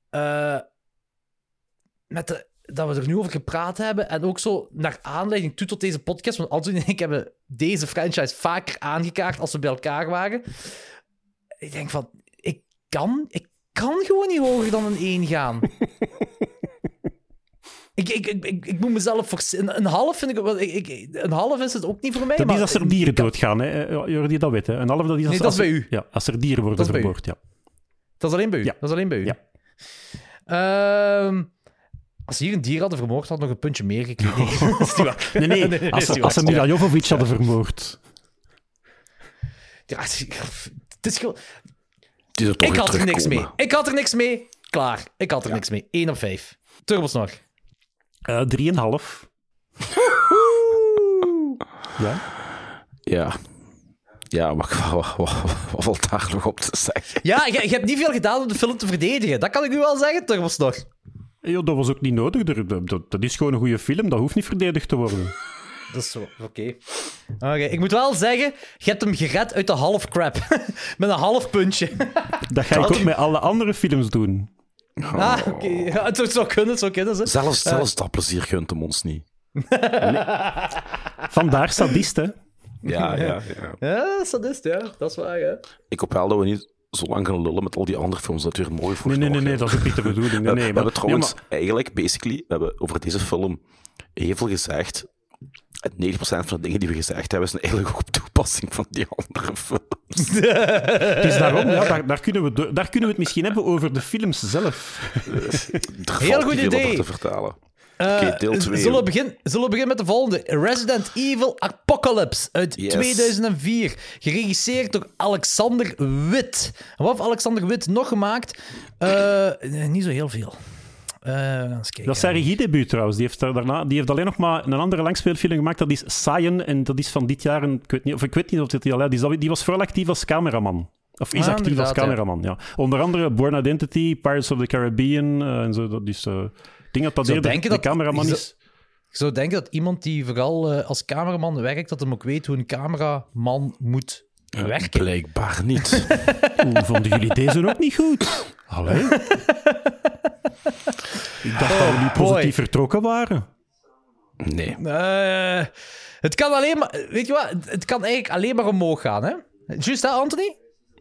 dat we er nu over gepraat hebben en ook zo naar aanleiding toe tot deze podcast, want Anthony en ik hebben deze franchise vaker aangekaart als we bij elkaar waren. Ik denk van, ik kan gewoon niet hoger dan een 1 gaan. Ik moet mezelf voor... Een half vind ik... Een half is het ook niet voor mij, Dat maar... is als er dieren doodgaan, hè. Jordi, dat weet, hè. Een half, dat is als, Nee, dat is bij u. Ja, als er dieren worden Dat is bij u. vermoord, ja. Dat is alleen bij u. Ja. Dat is alleen bij u. Ja. Als ze hier een dier hadden vermoord, had nog een puntje meer gekregen. Nee, dat is niet waar. Nee, dat is als niet ze waar. Mila Jovovich hadden vermoord. Ja, het is gewoon... Het is er toch Ik weer had er niks mee. terugkomen. Ik had er niks mee. Klaar. Ik had er niks mee. 1 op 5. Turbosnor. 3,5. Ja. Ja. Ja, maar wat valt daar nog op te zeggen? Ja, je hebt niet veel gedaan om de film te verdedigen. Dat kan ik nu wel zeggen, Turbosnor. Ja, dat was ook niet nodig. Dat is gewoon een goede film. Dat hoeft niet verdedigd te worden. Dat is zo. Oké. Ik moet wel zeggen, je hebt hem gered uit de half crap. Met een half puntje. Dat ga ik ook met alle andere films doen. Oké. Ja, het zou kunnen, zo. Zelfs dat plezier gunt hem ons niet. Vandaar sadist, hè? Ja. Ja, sadist, ja. Dat is waar, hè. Ik hoop wel dat we niet zo lang gaan lullen met al die andere films. Dat weer mooi voor Nee, dat is ook niet de bedoeling. We hebben trouwens eigenlijk, basically, we hebben over deze film heel veel gezegd. En 90% van de dingen die we gezegd hebben, zijn eigenlijk ook op toepassing van die andere films. Dus daarom, daar kunnen we het misschien hebben over de films zelf. Heel goed idee. Te vertalen. Oké, deel 2. Zullen we beginnen met de volgende? Resident Evil Apocalypse uit 2004. Geregisseerd door Alexander Witt. En wat heeft Alexander Witt nog gemaakt? Niet zo heel veel. We gaan eens kijken. Dat is zijn regiedebuut trouwens. Die heeft alleen nog maar een andere langspeelfilm gemaakt. Dat is Cyan. En dat is van dit jaar. Ik weet niet of dit al is. Die was vooral actief als cameraman. Of is actief als cameraman, ja. Onder andere Bourne Identity, Pirates of the Caribbean en zo. Dat is... Ik denk dat eerder de cameraman is. Ik zou denken dat iemand die vooral als cameraman werkt, dat hem ook weet hoe een cameraman moet werken. Blijkbaar niet. Hoe vonden jullie deze ook niet goed? Allee? Ik dacht dat we nu positief vertrokken waren. Nee. Het kan alleen maar... Weet je wat? Het kan eigenlijk alleen maar omhoog gaan, hè? Juist, hè, Anthony?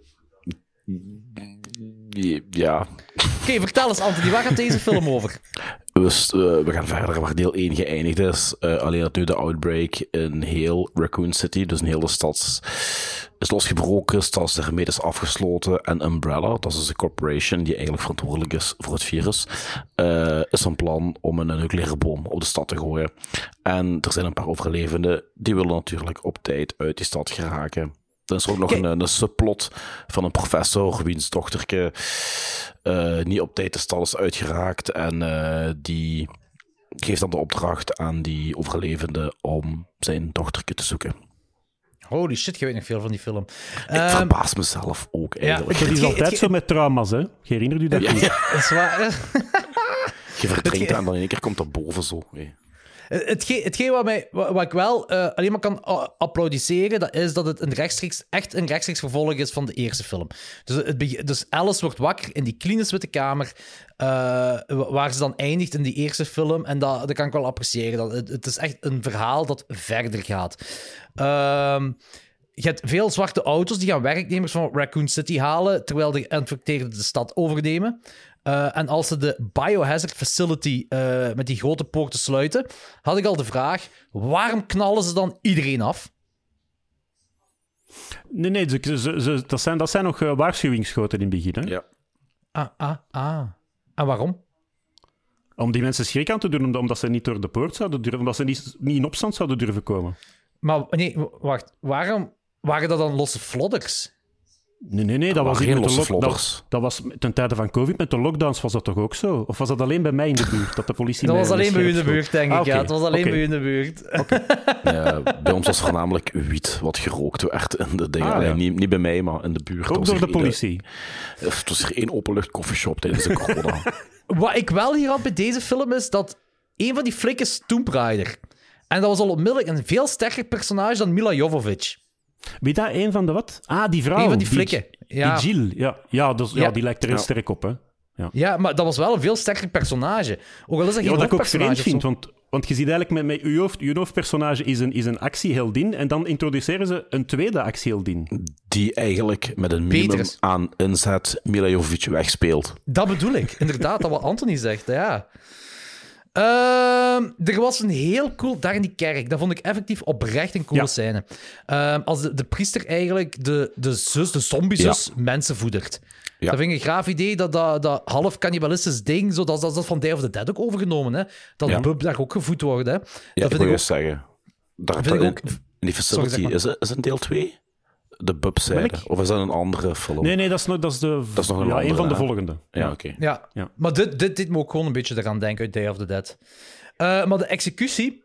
Ja. Oké, vertel eens, Anthony. Waar gaat deze film over? We gaan verder waar deel 1 geëindigd is. Alleen dat nu de outbreak in heel Raccoon City, dus in heel de stad, is losgebroken. Stad is ermee is afgesloten. En Umbrella, dat is dus een corporation die eigenlijk verantwoordelijk is voor het virus, is van plan om een nucleaire bom op de stad te gooien. En er zijn een paar overlevenden die willen natuurlijk op tijd uit die stad geraken. Er is ook nog een subplot van een professor wiens dochterke niet op tijd de stad is uitgeraakt. En die geeft dan de opdracht aan die overlevende om zijn dochterke te zoeken. Holy shit, je weet nog veel van die film. Ik verbaas mezelf ook eigenlijk. Het is altijd zo met trauma's, hè? Herinnert u dat niet? Ja, dat is waar. Je verdrinkt en dan in één keer komt dat boven zo. Hey. Hetgeen wat ik wel alleen maar kan applaudisseren, dat is dat het echt een rechtstreeks vervolg is van de eerste film. Dus Alice wordt wakker in die klinisch witte kamer, waar ze dan eindigt in die eerste film. En dat kan ik wel appreciëren. Het is echt een verhaal dat verder gaat. Je hebt veel zwarte auto's die gaan werknemers van Raccoon City halen, terwijl de geïnfecteerden de stad overnemen. En als ze de Biohazard Facility met die grote poorten sluiten, had ik al de vraag, waarom knallen ze dan iedereen af? Nee, dat zijn nog waarschuwingsschoten in het begin. Hè? Ja. En waarom? Om die mensen schrik aan te doen, omdat ze niet door de poort zouden durven, omdat ze niet in opstand zouden durven komen. Maar nee, wacht. Waarom waren dat dan losse flodders? Nee, dat was geen losse vlodders. Dat was ten tijde van COVID, met de lockdowns was dat toch ook zo? Of was dat alleen bij mij in de buurt, dat de politie... Dat was alleen bij u in de buurt, denk ik. Okay. Ja, het was alleen bij u in de buurt. Bij ons was voornamelijk wiet wat gerookt werd in de dingen. Ja. Niet bij mij, maar in de buurt. Ook door de politie? Het was er één openlucht koffieshop tijdens de corona. Wat ik wel hier had bij deze film is dat een van die flikken is Tomb Raider. En dat was al onmiddellijk een veel sterker personage dan Mila Jovovich. Wie dat? Een van de wat? Die vrouw. Een van die flikken. Die Jill. Die lijkt er heel sterk op, hè. Ja, maar dat was wel een veel sterker personage. Ook al is dat geen wat ik ook hoofdpersonage vreemd vind, want je ziet eigenlijk met je hoofdpersonage is een actieheldin en dan introduceren ze een tweede actieheldin. Die eigenlijk met een minimum aan inzet Mila Jovovich wegspeelt. Dat bedoel ik. Inderdaad, dat wat Anthony zegt, ja. Er was een heel cool... Daar in die kerk, dat vond ik effectief oprecht een coole scène. Als de priester eigenlijk de zombiezus mensen voedert. Ja. Dat vind ik een graaf idee, dat half cannibalistisch ding, dat is van Day of the Dead ook overgenomen, hè. Dat Bub daar ook gevoed wordt, hè. Ja, dat ik wil je zeggen. In die facility, sorry, is het deel 2? De Bub-zijde? Of is dat een andere film? Nee, dat is nog een van de volgende. Ja, oké. Ja, maar dit moet ook gewoon een beetje eraan denken uit Day of the Dead. Maar de executie...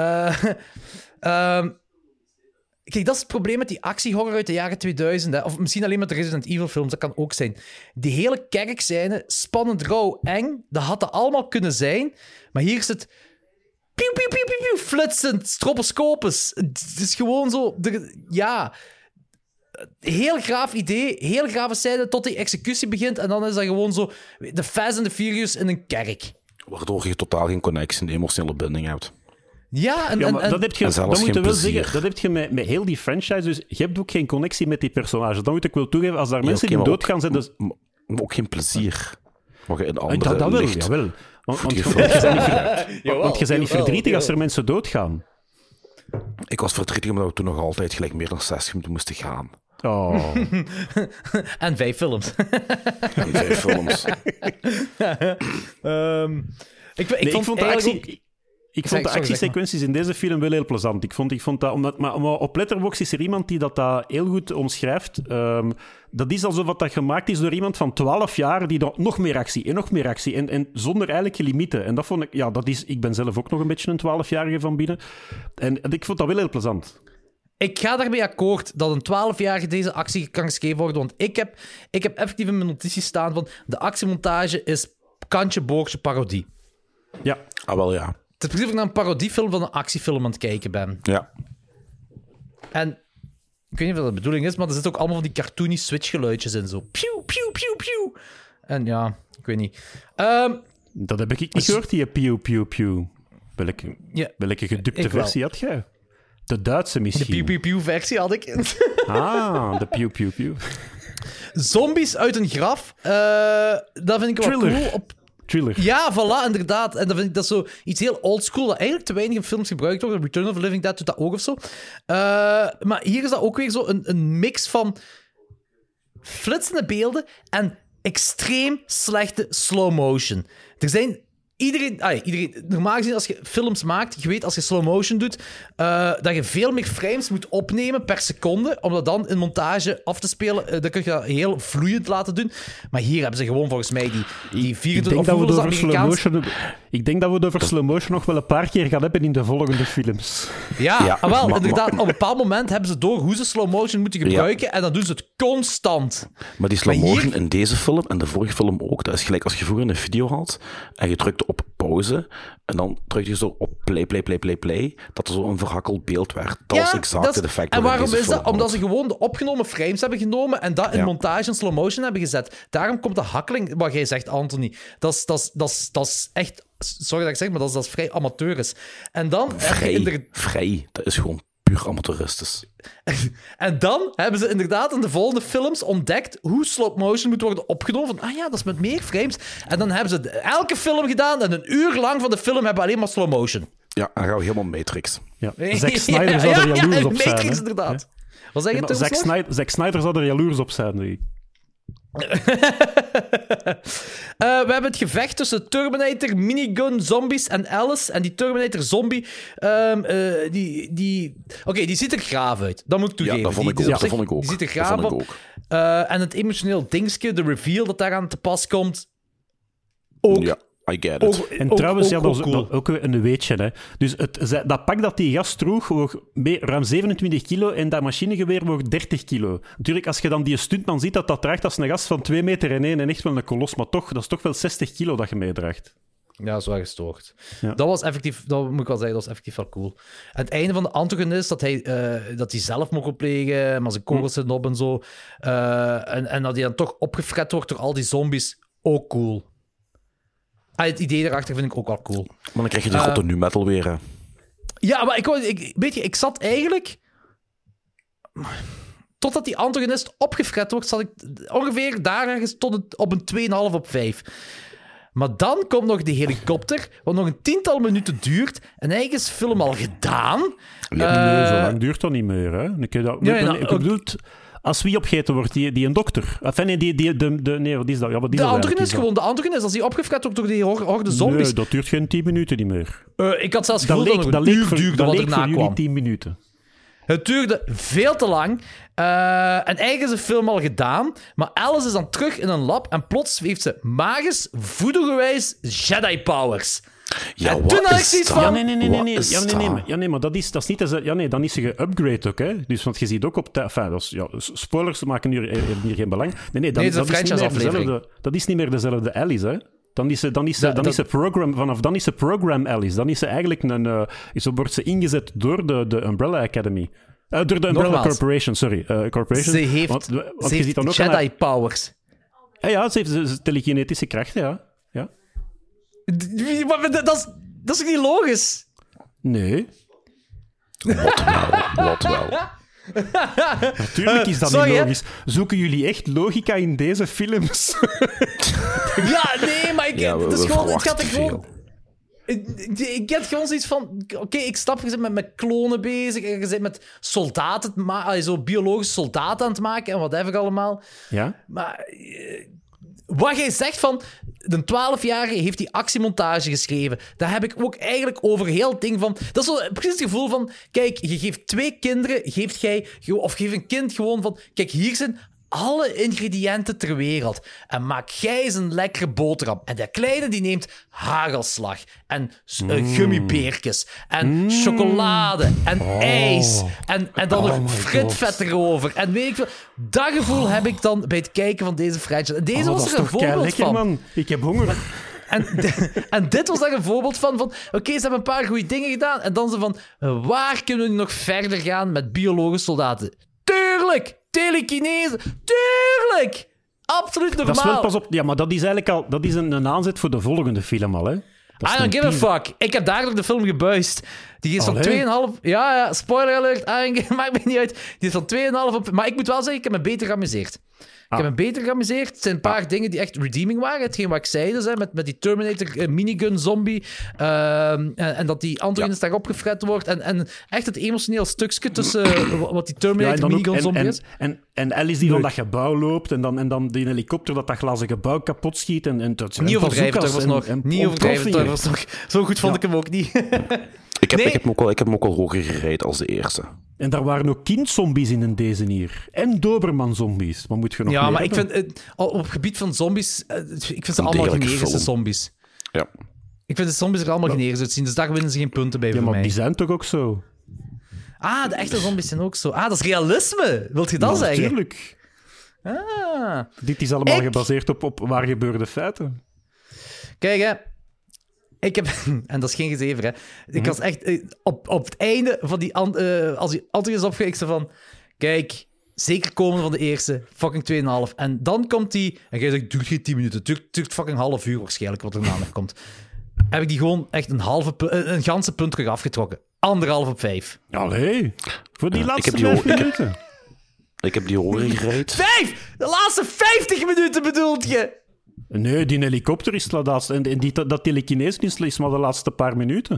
Kijk, dat is het probleem met die actiehorror uit de jaren 2000. Hè. Of misschien alleen met de Resident Evil films, dat kan ook zijn. Die hele kerkscène, spannend, rauw, eng, dat had dat allemaal kunnen zijn. Maar hier is het... Piu, piu, piu, piu, piu, flitsend, stroboscopes. Het is gewoon zo... Heel graaf idee, heel grave scène tot die executie begint en dan is dat gewoon zo de Fast and the Furious in een kerk. Waardoor je totaal geen connectie en emotionele binding hebt. Ja, en dat heb je, en zelfs dat moet je geen wel plezier. zeggen, dat heb je met heel die franchise, dus je hebt ook geen connectie met die personages. Dat moet ik wel toegeven. Als daar mensen die maar doodgaan, zijn dus... Maar ook geen plezier. Wat je in andere Dat wel, licht... jawel. Want voor je die bent niet verdrietig als er mensen doodgaan. Ik was verdrietig omdat we toen nog altijd gelijk meer dan 60 minuten moesten gaan. Oh. en 5 films. En 5 films. Ik vond de eigenlijk ook... actie... Ik vond de actiesequenties in deze film wel heel plezant. Ik vond dat... Maar op Letterboxd is er iemand die dat heel goed omschrijft. Dat is alsof dat gemaakt is door iemand van 12 jaar die dan nog meer actie en nog meer actie. En zonder eigenlijk limieten. En dat vond ik... Ja, dat is... Ik ben zelf ook nog een beetje een 12-jarige van binnen. En ik vond dat wel heel plezant. Ik ga daarmee akkoord dat een 12-jarige deze actie kan geschreven worden. Want ik heb effectief in mijn notities staan van... De actiemontage is kantje boordje parodie. Ja. Ah, wel ja. Het is precies of ik naar een parodiefilm van een actiefilm aan het kijken ben. Ja. En ik weet niet of dat de bedoeling is, maar er zitten ook allemaal van die cartoony switchgeluidjes in. Zo. Piu, piu, piu, piu. En ja, ik weet niet. Dat heb ik niet gehoord, die piu, piu, piu. Welke gedupte versie had jij? De Duitse misschien. De piu, piu, piu versie had ik. De piu, piu, piu. Zombies uit een graf. Dat vind ik wel cool. Thriller. Ja, voilà, inderdaad. En dat vind ik dat zo iets heel oldschool, dat eigenlijk te weinig in films gebruikt wordt. Return of the Living Dead doet dat ook of zo. Maar hier is dat ook weer zo een mix van flitsende beelden en extreem slechte slow motion. Er zijn... Iedereen, normaal gezien, als je films maakt, je weet als je slow motion doet, dat je veel meer frames moet opnemen per seconde, om dat dan in montage af te spelen. Dan kun je dat heel vloeiend laten doen. Maar hier hebben ze gewoon volgens mij die 24... Ik denk dat we het over slow motion nog wel een paar keer gaan hebben in de volgende films. Ja, inderdaad. Op een bepaald moment hebben ze door hoe ze slow motion moeten gebruiken, en dan doen ze het constant. Maar die slow motion in deze film en de vorige film ook, dat is gelijk als je vroeger een video had en je drukte op pauze en dan drukte je zo op play, dat er zo een verhakkeld beeld werd. Dat was exact het effect. En waarom is dat? Omdat ze gewoon de opgenomen frames hebben genomen en dat in montage en slow motion hebben gezet. Daarom komt de hakkeling, wat jij zegt, Anthony. Dat is echt... Sorry dat ik zeg, maar dat is vrij amateurisch. En dan... Vrij. Dat is gewoon puur amateuristisch. En dan hebben ze inderdaad in de volgende films ontdekt hoe slow motion moet worden opgenomen. Van, dat is met meer frames. En dan hebben ze elke film gedaan en een uur lang van de film hebben we alleen maar slow motion. Ja, dan gaan we helemaal Matrix. Ja. Zack Snyder zou er jaloers op zijn. Matrix, inderdaad. Wat zeg je, Zack Snyder zou er jaloers op zijn, denk ik. We hebben het gevecht tussen Terminator, Minigun, zombies en Alice. En die Terminator zombie, die ziet er graaf uit. Dat moet ik toegeven. Ja, dat vond ik ook. Die ziet er graaf op. En het emotioneel dingetje, de reveal dat daaraan te pas komt, ook. Ja, I get it. En trouwens, dat is ook een weetje. Hè. Dus dat pak dat die gast droeg, woog ruim 27 kilo en dat machinegeweer woog 30 kilo. Natuurlijk, als je dan die stuntman ziet dat draagt als een gast van 2 meter en echt wel een kolos, maar toch, dat is toch wel 60 kilo dat je meedraagt. Ja, dat is wel gestoord. Ja. Dat was effectief, dat moet ik wel zeggen, dat was effectief wel cool. En het einde van de antagonist, dat hij zelf mocht plegen, maar zijn kogels zitten op en zo. En dat hij dan toch opgefret wordt door al die zombies, ook cool. Het idee daarachter vind ik ook wel cool. Maar dan krijg je de grote nu metal weer, hè. Ja, maar ik zat eigenlijk... Totdat die antagonist opgefret wordt, zat ik ongeveer daar ergens op een 2,5 op 5. Maar dan komt nog die helikopter, wat nog een 10-tal minuten duurt. En eigenlijk is de film al gedaan. Nee, zo lang duurt dat niet meer, hè. Ik bedoel... Als wie opgegeten wordt, die een dokter. Enfin, nee, wat is dat? Ja, wat is de dat antagonist gewoon, de antagonist. Als die opgefret wordt door die horde zombies. Nee, dat duurt geen 10 minuten niet meer. Ik had zelfs gevoeld dat het een uur duurde wat erna kwam. Jullie 10 minuten. Het duurde veel te lang. En eigenlijk is de film al gedaan. Maar Alice is dan terug in een lab. En plots heeft ze magisch, voodoo-gewijs Jedi-powers. Ja, en toen had ik zoiets van... Nee, maar dat is niet... Dan is ze geupgrade ook, hè. Dus, want je ziet ook op... spoilers maken hier geen belang. Nee, dat is niet meer dezelfde Alice, hè. Dan is ze program Alice. Dan is ze eigenlijk wordt ze ingezet door de Umbrella Academy. Door de Umbrella Corporation, sorry. Corporation. Ze heeft Jedi-powers. Ja, ze heeft telekinetische krachten, ja. Dat is niet logisch. Nee. Wat wel. Natuurlijk is dat Sorry, niet hè? logisch. Zoeken jullie echt logica in deze films? Ja, nee, maar Ja, het is gewoon... Het gaat verwachten er gewoon... Ik heb gewoon zoiets van... Oké, ik snap, je bent met klonen bezig. En je bent met soldaten... zo biologische soldaten aan het maken en whatever allemaal. Ja? Maar... wat jij zegt van... De 12-jarige heeft die actiemontage geschreven. Daar heb ik ook eigenlijk over heel het ding van... Dat is zo precies het gevoel van... Kijk, je geeft 2 kinderen... Of geef een kind gewoon van... Kijk, hier zijn alle ingrediënten ter wereld. En maak jij eens een lekkere boterham. En de kleine die neemt hagelslag. En gummibeertjes. En chocolade. En ijs. En dan nog fritvet erover. En weet ik veel... Dat gevoel heb ik dan bij het kijken van deze franchise. En deze was er een voorbeeld lekker, van. man. Ik heb honger. En dit was daar een voorbeeld van oké, ze hebben een paar goede dingen gedaan. En dan ze van, waar kunnen we nu nog verder gaan met biologische soldaten? Tuurlijk! Telekinese! Tuurlijk! Absoluut normaal. Dat is wel pas op... Ja, maar dat is eigenlijk al... Dat is een aanzet voor de volgende film al, hè? Dat is I don't een give a teaser. fuck. Ik heb daardoor de film gebuist. Die is van Allee. 2,5... Ja, spoiler alert. Maakt me niet uit. Die is van 2,5 op... Maar ik moet wel zeggen, ik heb me beter geamuseerd. Ik heb me beter geamuseerd. Het zijn een paar dingen die echt redeeming waren. Hetgeen wat ik zei, dus, hè, met die Terminator minigun zombie. En dat die Antoninus daarop gefret wordt. En echt het emotioneel stukje tussen wat die Terminator dan ook- minigun zombie is. En Alice die van dat gebouw loopt en dan die helikopter dat glazen gebouw kapot schiet. En Niet overdrijven, dat was nog. Niet overdrijven, dat was nog. Zo goed vond ik hem ook niet. Ik heb Nee. hem ook al hoger gereid als de eerste. En daar waren ook kindzombies in deze hier. En Doberman-zombies. Wat moet je nog Ja, meer maar ik hebben? vind op het gebied van zombies, ik vind ze Een allemaal degelijke generische film. zombies. Ja. Ik vind de zombies er allemaal generisch uitzien, dus daar winnen ze geen punten bij Ja, voor maar mij. die zijn toch ook zo? Ah, de echte zombies zijn ook zo. Ah, dat is realisme. Wilt je dat zeggen? Natuurlijk. Ah. Dit is allemaal Ik- gebaseerd op waar gebeurde feiten. Kijk, hè. Ik heb... En dat is geen gezever, hè. Ik was echt... Op het einde van die... als die Antoninus opgeeft, ik zei van... Kijk, zeker komen van de eerste. Fucking 2,5. En dan komt die... En jij zegt, het duurt geen 10 minuten. Het duurt fucking half uur waarschijnlijk, wat er na komt. Heb ik die gewoon echt een ganse punt terug afgetrokken. 1,5 op 5. Allee, voor die Ja, laatste ik heb die 5 minuten. Ik heb die hoger gereid. 5! De laatste 50 minuten bedoelt je? Nee, die helikopter is het laatste. En dat telekinees is maar de laatste paar minuten.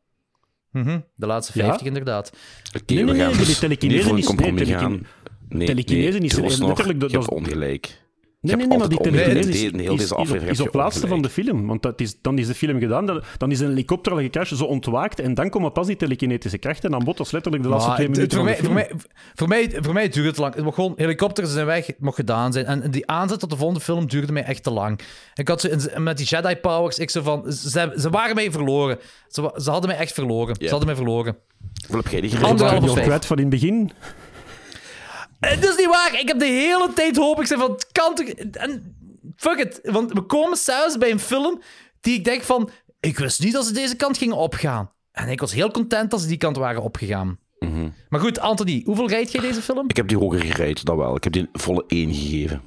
De laatste Ja? 50 inderdaad. Oké, Nee, we gaan die dus telekinese niet voor een is- nee, compromis telekin- gaan. telekinese is Tros nog, letterlijk... je hebt ongelijk. Nee, hebt maar die altijd telekinese ongelijk. Heel deze aflevering is heb op je laatste van de ongelijk. film. Want dan is de film gedaan, dan is een helikopter al gecrashed, zo ontwaakt, en dan komen pas die telekinetische krachten. En dan wordt dat letterlijk de laatste Maar 2 minuten voor, van de mij, film. voor mij duurt het lang. Het mag gewoon, helikopters zijn weg, het mag gedaan zijn. En die aanzet tot de volgende film duurde mij echt te lang. Ik had zo, met die Jedi Powers, ik zo van... Ze waren mij verloren. Ze hadden mij echt verloren. Ja. Ze hadden mij verloren. Hoeveel heb jij die Waren gereid? 1,5 die op al 5. kwijt van in het begin? Het is niet waar. Ik heb de hele tijd hoop ik zei van... Het kan toch... En fuck it. Want we komen zelfs bij een film die ik denk van... Ik wist niet dat ze deze kant gingen opgaan. En ik was heel content dat ze die kant waren opgegaan. Maar goed, Anthony, hoeveel rijd jij deze film? Ik heb die hoger gereid, dat wel. Ik heb die volle 1 gegeven.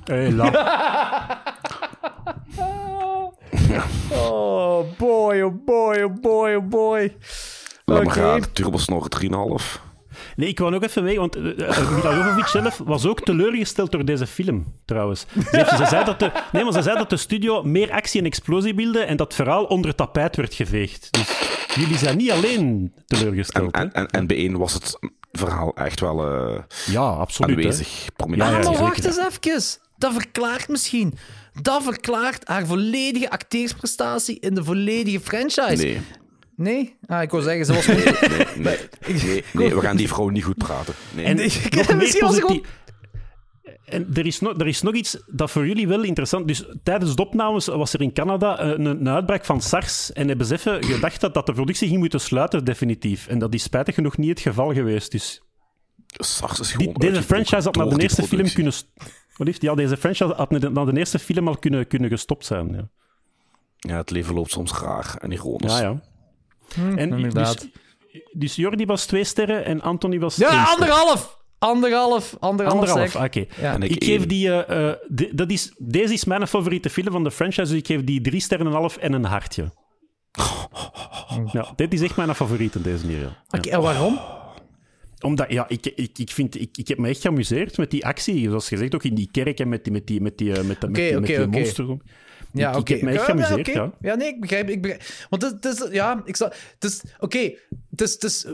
Oh boy, oh boy, oh boy, oh boy. Laat maar Oké. gaan. Turbosnor 3,5. Nee, ik wou nog even weten, want Mila Jovovich zelf was ook teleurgesteld door deze film, trouwens. Ze zei dat de studio meer actie- en explosiebeelden en dat het verhaal onder het tapijt werd geveegd. Dus jullie zijn niet alleen teleurgesteld, hè? En bij 1 was het verhaal echt wel Ja, absoluut. aanwezig. Prominent. Ja, Maar zeker. wacht eens even. Dat verklaart misschien. Dat verklaart haar volledige acteersprestatie in de volledige franchise. Nee. Nee? Ah, ik wou zeggen, ze was gewoon... Nee, we gaan die vrouw niet goed praten. Nee. En Nee, nog meer misschien was ik positief. En er is nog iets dat voor jullie wel interessant... Dus tijdens de opnames was er in Canada een uitbraak van SARS en hebben ze even gedacht dat de productie ging moeten sluiten, definitief. En dat is spijtig genoeg niet het geval geweest. Dus SARS is gewoon deze franchise had na de eerste film productie. kunnen... Wat heeft die? Ja, deze franchise had na de eerste film al kunnen gestopt zijn. Ja, Ja, het leven loopt soms raar en ironisch. ja. En inderdaad. dus Jordi was 2 sterren en Anthony was Ja, 1 ster. anderhalf. Anderhalf, zeg. oké. Ja. En Ik geef die... deze is mijn favoriete film van de franchise, dus ik geef die 3 sterren en een half en een hartje. Ja, dit is echt mijn favoriet in deze hier. Ja. Oké, en waarom? Omdat, ja, ik heb me echt geamuseerd met die actie. Zoals gezegd, ook in die kerk en met die monsters. Ja, ik heb me echt geamuseerd, ja. Ja, nee, ik begrijp. Want het is... Ja, het is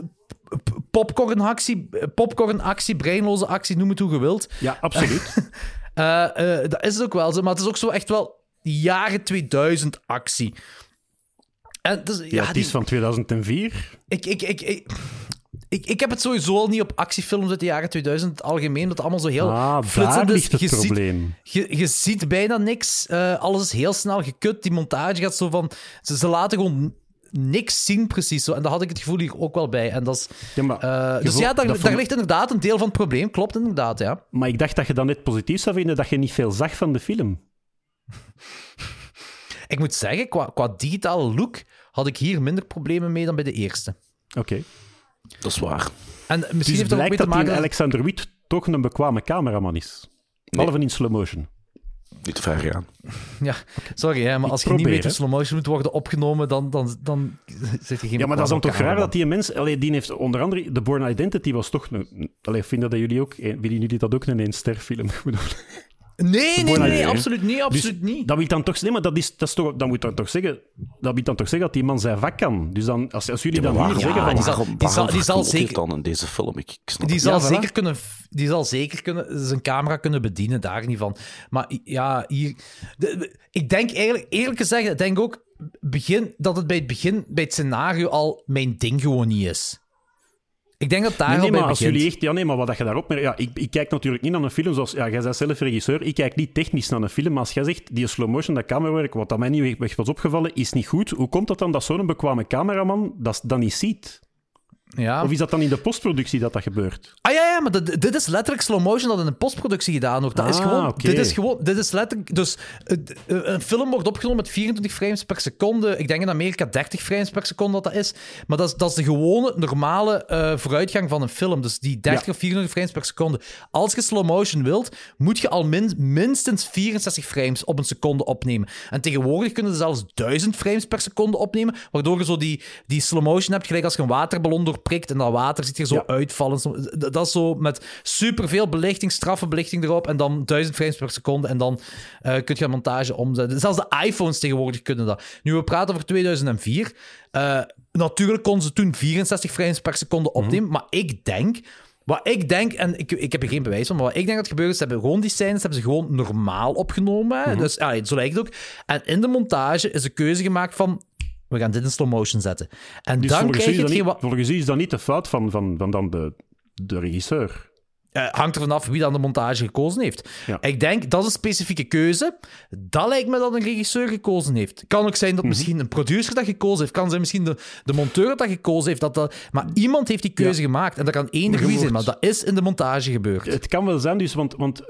popcorn-actie, breinloze actie, noem het hoe je wilt. Ja, absoluut. Dat is het ook wel zo, maar het is ook zo echt wel jaren 2000 actie. En het is, het is van 2004. Ik heb het sowieso al niet op actiefilms uit de jaren 2000 in het algemeen, dat het allemaal zo heel flitsend is. Daar ligt het probleem. Je ziet bijna niks. Alles is heel snel gekut. Die montage gaat zo van... Ze laten gewoon niks zien, precies zo. En daar had ik het gevoel hier ook wel bij. En dat is, daar ligt inderdaad een deel van het probleem. Klopt inderdaad, ja. Maar ik dacht dat je dan net positief zou vinden dat je niet veel zag van de film. Ik moet zeggen, qua digitale look had ik hier minder problemen mee dan bij de eerste. Oké. Dat is waar. En misschien dus heeft het ook mee te maken... Alexander Witt toch een bekwame cameraman is. Behalve in slow motion. Niet te ver gaan. Ja, sorry, hè, maar als je niet weet hoe slow motion moet worden opgenomen, dan zit je geen... Ja, maar dat is dan toch raar dat die mens... die heeft onder andere... The Bourne Identity was toch... vinden dat jullie ook... Vinden jullie dat ook een 1-ster-film? Nee, absoluut niet. Dat wil dan toch... Nee, maar dat is toch... Dat moet dan toch zeggen... Dat wil dan toch zeggen dat die man zijn vak kan. Dus dan, als jullie dan hier zeggen... Die zal zeker... dan in deze film? Ik snap die zal zeker kunnen zijn camera kunnen bedienen, daar niet van. Maar ja, hier... Ik denk eerlijk gezegd, ik denk ook dat het bij het scenario al mijn ding gewoon niet is. Ik denk dat daar al bij als begint. Jullie echt... Ja, nee, maar wat je daarop... Ja, ik kijk natuurlijk niet naar een film zoals... Ja, jij bent zelf regisseur. Ik kijk niet technisch naar een film. Maar als jij zegt, die slow motion, dat camerawerk, wat aan mij niet echt was opgevallen, is niet goed. Hoe komt dat dan dat zo'n bekwame cameraman dat niet ziet? Ja. Of is dat dan in de postproductie dat gebeurt? Ja, maar dit is letterlijk slow motion dat in de postproductie gedaan wordt. Dat is gewoon... Okay. Dit is letterlijk... Dus een film wordt opgenomen met 24 frames per seconde. Ik denk in Amerika 30 frames per seconde dat is. Maar dat is de gewone, normale vooruitgang van een film. Dus die 30 of 24 frames per seconde. Als je slow motion wilt, moet je al minstens 64 frames op een seconde opnemen. En tegenwoordig kunnen ze zelfs 1000 frames per seconde opnemen, waardoor je zo die slow motion hebt, gelijk als je een waterballon doorprikt en dat water ziet er zo uitvallen. Dat is zo met superveel belichting, straffe belichting erop en dan 1000 frames per seconde en dan kun je een montage omzetten. Zelfs de iPhones tegenwoordig kunnen dat. Nu, we praten over 2004. Natuurlijk konden ze toen 64 frames per seconde opnemen, maar wat ik denk, en ik heb er geen bewijs van, maar wat ik denk dat gebeurt is, ze hebben gewoon die scènes hebben ze gewoon normaal opgenomen. Dus zo lijkt het ook. En in de montage is de keuze gemaakt van we gaan dit in slow motion zetten. En dus dan krijg je volgens u is dat niet de fout van dan de regisseur? Hangt er vanaf wie dan de montage gekozen heeft. Ja. Ik denk, dat is een specifieke keuze. Dat lijkt me dat een regisseur gekozen heeft. Kan ook zijn dat misschien een producer dat gekozen heeft. Kan zijn misschien de monteur dat gekozen heeft. Maar iemand heeft die keuze gemaakt. En dat kan één regie zijn, maar dat is in de montage gebeurd. Het kan wel zijn, dus, want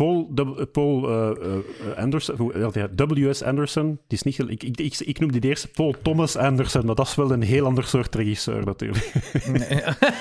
Paul Anderson... W.S. Anderson, het is niet... Ik noem die eerste Paul Thomas Anderson, maar dat is wel een heel ander soort regisseur, natuurlijk. Nee.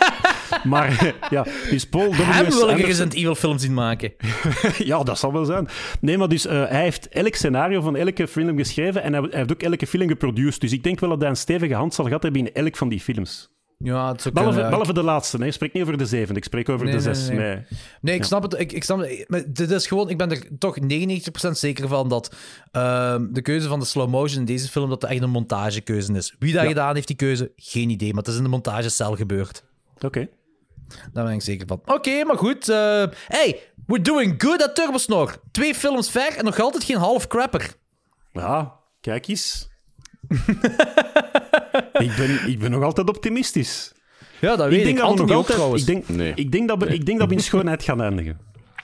Maar ja, dus Paul W.S. wil ik Resident Evil film zien maken. Ja, dat zal wel zijn. Nee, maar dus hij heeft elk scenario van elke film geschreven en hij heeft ook elke film geproduceerd. Dus ik denk wel dat hij een stevige hand zal gehad hebben in elk van die films. Ja, het is behalve de laatste. Nee. Ik spreek niet over de 7, ik spreek over de 6. Nee, ik snap het. Ik snap het. Maar dit is gewoon, ik ben er toch 99% zeker van dat de keuze van de slow motion in deze film, dat het echt een montagekeuze is. Wie dat gedaan heeft, die keuze, geen idee. Maar het is in de montagecel gebeurd. Oké. Daar ben ik zeker van. Oké, maar goed. Hey, we're doing good at Turbosnor. 2 films ver en nog altijd geen half crapper. Ja, kijk eens. ik ben nog altijd optimistisch. Ja, dat weet ik. Altijd nog trouwens. Ik denk dat we in schoonheid gaan eindigen.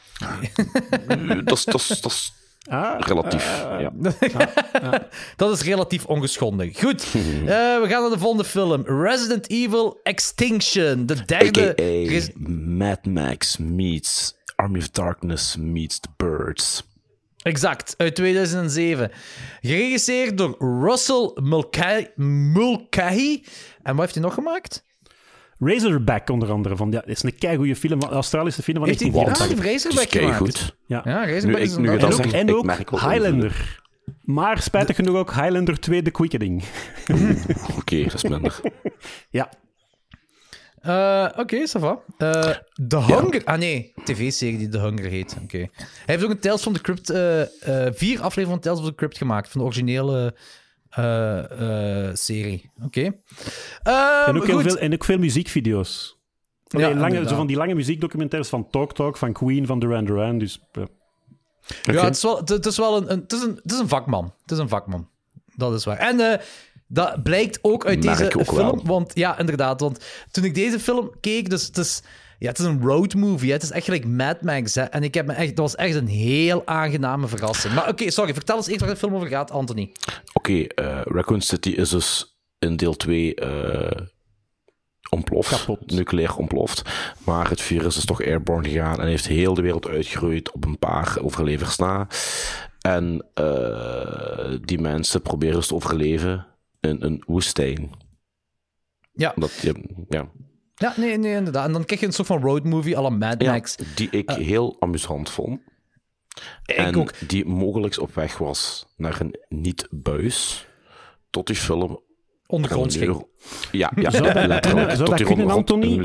Dat is relatief. Ja. Dat is relatief ongeschonden. Goed, we gaan naar de volgende film. Resident Evil Extinction. De derde... Mad Max meets Army of Darkness meets The Birds. Exact, uit 2007. Geregisseerd door Russell Mulcahy. En wat heeft hij nog gemaakt? Razorback, onder andere. Dat is een keigoeie film, een Australische film van 1984. Heeft hij Razorback gemaakt? Goed. Ja, Razorback is een en ook Highlander. Maar spijtig genoeg ook Highlander 2 The Quickening. Oké, dat is minder. Ja. Oké, ça va. The Hunger... Ah nee, tv-serie die The Hunger heet. Oké. Hij heeft ook een Tales from the Crypt... 4 afleveringen van Tales from the Crypt gemaakt. Van de originele serie. Oké. En ook veel muziekvideo's. Zo van die lange muziekdocumentaires van Talk Talk, van Queen, van Duran Duran. Dus, Ja, het is wel een vakman. Het is een vakman. Dat is waar. En dat blijkt ook uit deze film. Wel. Want ja, inderdaad. Want toen ik deze film keek, dus het is een road movie. Hè. Het is echt gelijk Mad Max. Hè. En dat was echt een heel aangename verrassing. Maar oké, sorry. Vertel eens eerst waar de film over gaat, Anthony. Oké, Raccoon City is dus in deel 2 ontploft. Kapot. Nucleair ontploft. Maar het virus is toch airborne gegaan en heeft heel de wereld uitgeroeid op een paar overlevers na. En die mensen proberen dus te overleven in een woestijn. Ja. Ja, nee, inderdaad. En dan krijg je een soort van road movie à la Mad Max. Die ik heel amusant vond. Ik ook. Die mogelijk op weg was naar een niet-buis. Tot die film... Ondergronds ging. Ja, Zou dat kunnen, Anthony?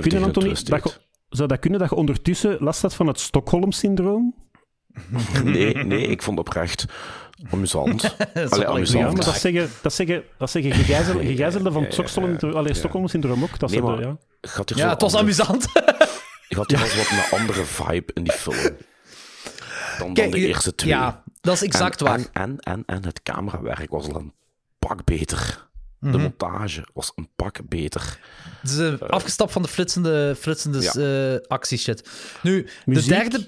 Zou dat kunnen dat je ondertussen last had van het Stockholm-syndroom? Nee, ik vond het oprecht amusant. Amusant. Ja, maar dat zeggen gegijzelden van het Stockholm-syndroom ook. Dat het was amusant. Ik had wel wat een andere vibe in die film. Dan de eerste 2. Ja, dat is exact waar. En het camerawerk was al een pak beter. De montage was een pak beter. Het is afgestapt van de flitsende actieshit. Nu, muziek? De derde...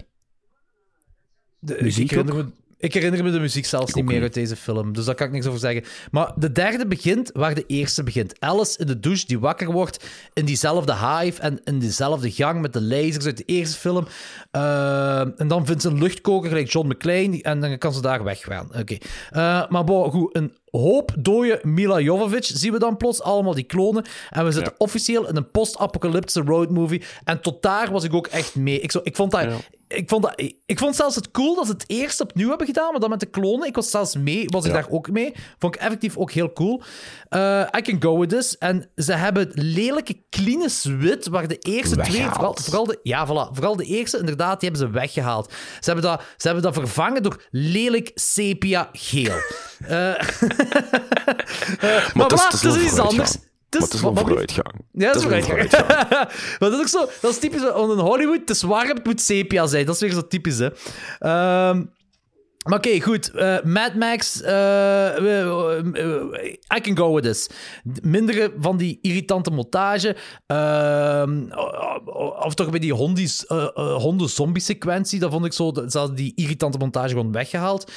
Muziek Ik herinner me de muziek zelfs niet meer uit deze film, dus daar kan ik niks over zeggen. Maar de derde begint waar de eerste begint. Alice in de douche die wakker wordt in diezelfde hive en in diezelfde gang met de lasers uit de eerste film. En dan vindt ze een luchtkoker gelijk John McClane en dan kan ze daar weggaan. Oké. Maar goed, een hoop dode Mila Jovovich zien we dan plots, allemaal die klonen. En we zitten officieel in een post-apocalyptische road movie. En tot daar was ik ook echt mee. Ik vond zelfs het cool dat ze het eerst opnieuw hebben gedaan, maar dan met de klonen. Ik was daar ook mee. Vond ik effectief ook heel cool. I can go with this. En ze hebben lelijke, clean wit, waar de eerste weggehaald. vooral de eerste, inderdaad, die hebben ze weggehaald. Ze hebben dat vervangen door lelijk sepia-geel. Maar het is iets anders. Maar het is wel vooruitgang. Ja, dat is vooruitgang. Maar dat is ook zo, dat is typisch in Hollywood. Het is warm, het moet sepia zijn. Dat is weer zo typisch, hè. Maar oké, goed. Mad Max, I can go with this. Minder van die irritante montage. Of toch bij die honden-zombie-sequentie, dat vond ik zo... Ze hadden die irritante montage gewoon weggehaald.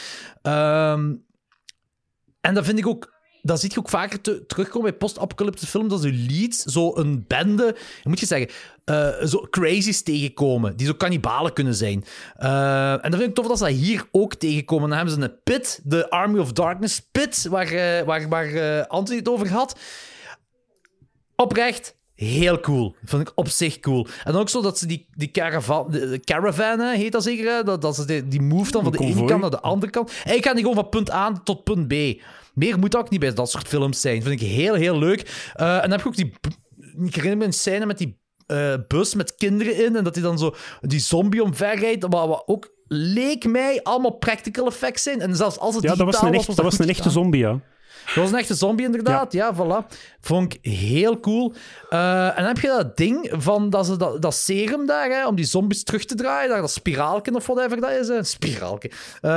En dat vind ik ook... Dat zie je ook vaker terugkomen bij post-apocalyptische films, dat ze leads, zo een bende, hoe moet je zeggen, zo crazies tegenkomen, die zo kannibalen kunnen zijn. En dat vind ik tof dat ze dat hier ook tegenkomen. Dan hebben ze een pit, de Army of Darkness pit, waar Anthony het over had. Oprecht, heel cool. Dat vind ik op zich cool. En dan ook zo dat ze die caravan heet dat zeker, dat ze die move dan van de ene kant naar de andere kant. En ik ga die gewoon van punt A tot punt B. Meer moet ook niet bij dat soort films zijn. Vind ik heel, heel leuk. En dan heb je ook ik herinner me een scène met die bus met kinderen in en dat hij dan zo die zombie omverrijdt, wat ook leek mij allemaal practical effects zijn. En zelfs als het digitaal dat was een echte zombie, ja. Dat was een echte zombie, inderdaad. Ja, voilà. Vond ik heel cool. En dan heb je dat ding van dat serum daar, hè, om die zombies terug te draaien. Dat spiraalken of whatever dat is. Hè. Spiraalken.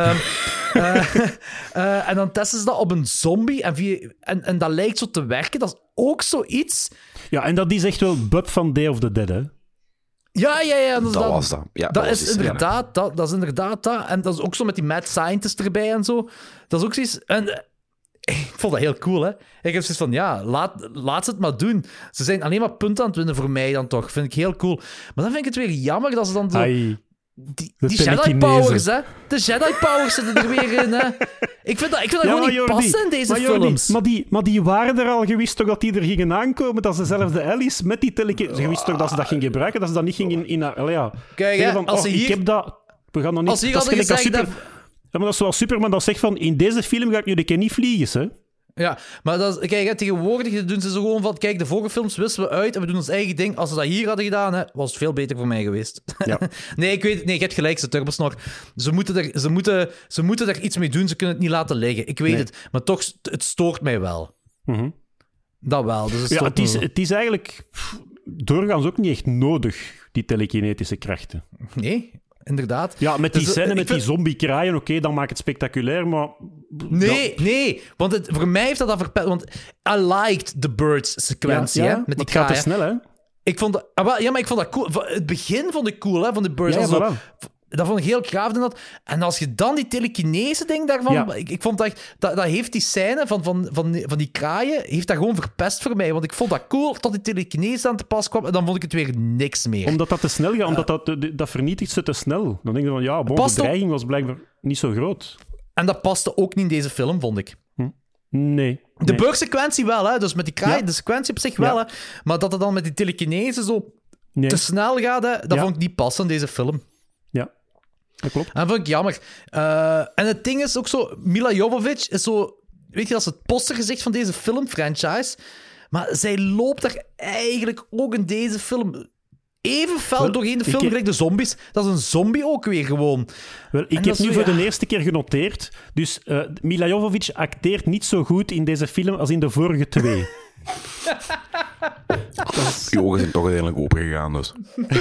En dan testen ze dat op een zombie. En dat lijkt zo te werken. Dat is ook zoiets. Ja, en dat is echt wel Bub van Day of the Dead, hè? Ja. Dat was dat. Ja, dat is inderdaad dat. Dat is inderdaad dat. En dat is ook zo met die mad scientist erbij en zo. Dat is ook zoiets... En ik vond dat heel cool, hè. Ik heb zoiets van, ja, laat ze het maar doen. Ze zijn alleen maar punten aan het winnen voor mij dan toch. Vind ik heel cool. Maar dan vind ik het weer jammer dat ze dan zo... Die Jedi Powers, hè. De Jedi Powers zitten er weer in, hè. Ik vind dat gewoon niet passen in deze films. Maar die waren er al. Je wist toch dat die er gingen aankomen? Dat ze zelf de Alice met die telekinesis... Je wist toch dat ze dat gingen gebruiken? Dat ze dat niet gingen in... Kijk, hè, als ze hier... Ik heb dat... We gaan nog niet... Als ze hier hadden gezegd... maar dat is zoals Superman dat zegt van... In deze film ga ik nu de keer niet vliegen, hè? Ja, maar dat is, kijk, tegenwoordig doen ze zo gewoon van... Kijk, de vorige films wisselen we uit en we doen ons eigen ding. Als ze dat hier hadden gedaan, hè, was het veel beter voor mij geweest. Ja. Nee, ik weet het. Nee, je hebt gelijk, ze turbosnor. Ze moeten er iets mee doen. Ze kunnen het niet laten liggen. Ik weet het. Maar toch, het stoort mij wel. Mm-hmm. Dat wel. Dus Ja, het is eigenlijk doorgaans ook niet echt nodig, die telekinetische krachten. Nee, inderdaad. Ja, met die Dus, scène, ik met vind- die zombie-kraaien, oké, dan maakt het spectaculair, maar... Nee. Want voor mij heeft dat verpest. Want I liked the Birds-sequentie, hè, met die het gaat te kraaien. snel, hè? Ik vond dat... maar ik vond dat cool. Het begin vond ik cool, hè, van de Birds. Ja, Zo, voilà. dat vond ik heel graaf. En als je dan die telekinese ding daarvan... Ja. Ik vond dat heeft die scène van die kraaien... heeft dat gewoon verpest voor mij. Want ik vond dat cool tot die telekinese aan te pas kwam. En dan vond ik het weer niks meer. Omdat dat te snel gaat, omdat dat vernietigt ze te snel. Dan denk je van, ja, de Past ook- dreiging was blijkbaar niet zo groot. En dat paste ook niet in deze film, vond ik. Nee. De Bird-sequentie wel, hè. Dus met die kraaien, Ja. de sequentie op zich wel, Ja. hè. Maar dat het dan met die telekinese zo Nee. te snel gaat, hè, dat Ja. vond ik niet passen in deze film. Ja, dat klopt. En dat vond ik jammer. En het ding is ook zo... Mila Jovovich is zo... Weet je, dat is het postergezicht van deze filmfranchise. Maar zij loopt daar eigenlijk ook in deze film... Even fel Wel, doorheen de film, ik- gelijk de zombies. Dat is een zombie ook weer gewoon. Wel, En ik dat heb is nu zo, voor ja. de eerste keer genoteerd. Dus Mila Jovovich acteert niet zo goed in deze film als in de vorige twee. Die ogen zijn toch uiteindelijk opengegaan, dus.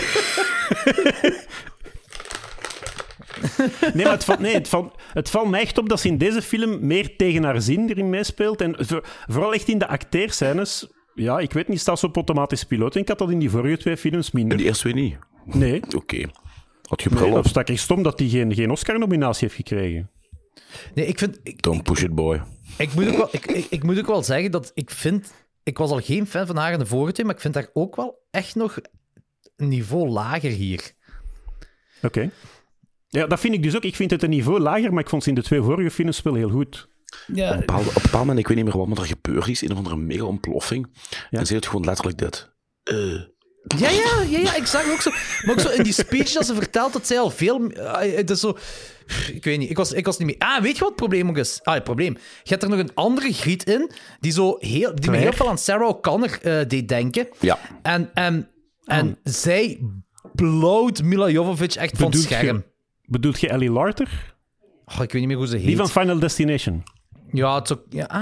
Nee, maar het valt mij echt op dat ze in deze film meer tegen haar zin erin meespeelt. En vooral echt in de acteerscènes. Ja, ik weet niet, staat ze op automatisch piloot. En ik had dat in die vorige twee films En minder. die eerste twee niet. Nee, Oké. Had je bril dat op? sta ik echt stom dat hij geen Oscar-nominatie heeft gekregen. Nee, ik vind... Don't push it, boy. Ik moet ook wel zeggen dat ik vind... Ik was al geen fan van haar in de vorige twee, maar ik vind haar ook wel echt nog een niveau lager hier. Oké. Ja, dat vind ik dus ook. Ik vind het een niveau lager, maar ik vond ze in de twee vorige films wel heel goed. Ja, Op een bepaald moment, ik weet niet meer wat, maar er gebeurd is. Een of andere mega ontploffing. En ze heeft gewoon letterlijk dit. Ja, ik zag ook zo. Maar ook zo in die speech dat ze vertelt dat zij al veel... Het is zo... Ik weet niet, ik was niet mee. Ah, weet je wat het probleem ook is? Het probleem. Je hebt er nog een andere griet in, die me heel veel aan Sarah O'Connor deed denken. Ja. En zij blowt Mila Jovovich echt van het scherm. Bedoelt je Ellie Larter? Ik weet niet meer hoe ze heet. Die van Final Destination. Ja, het is ook... Ja.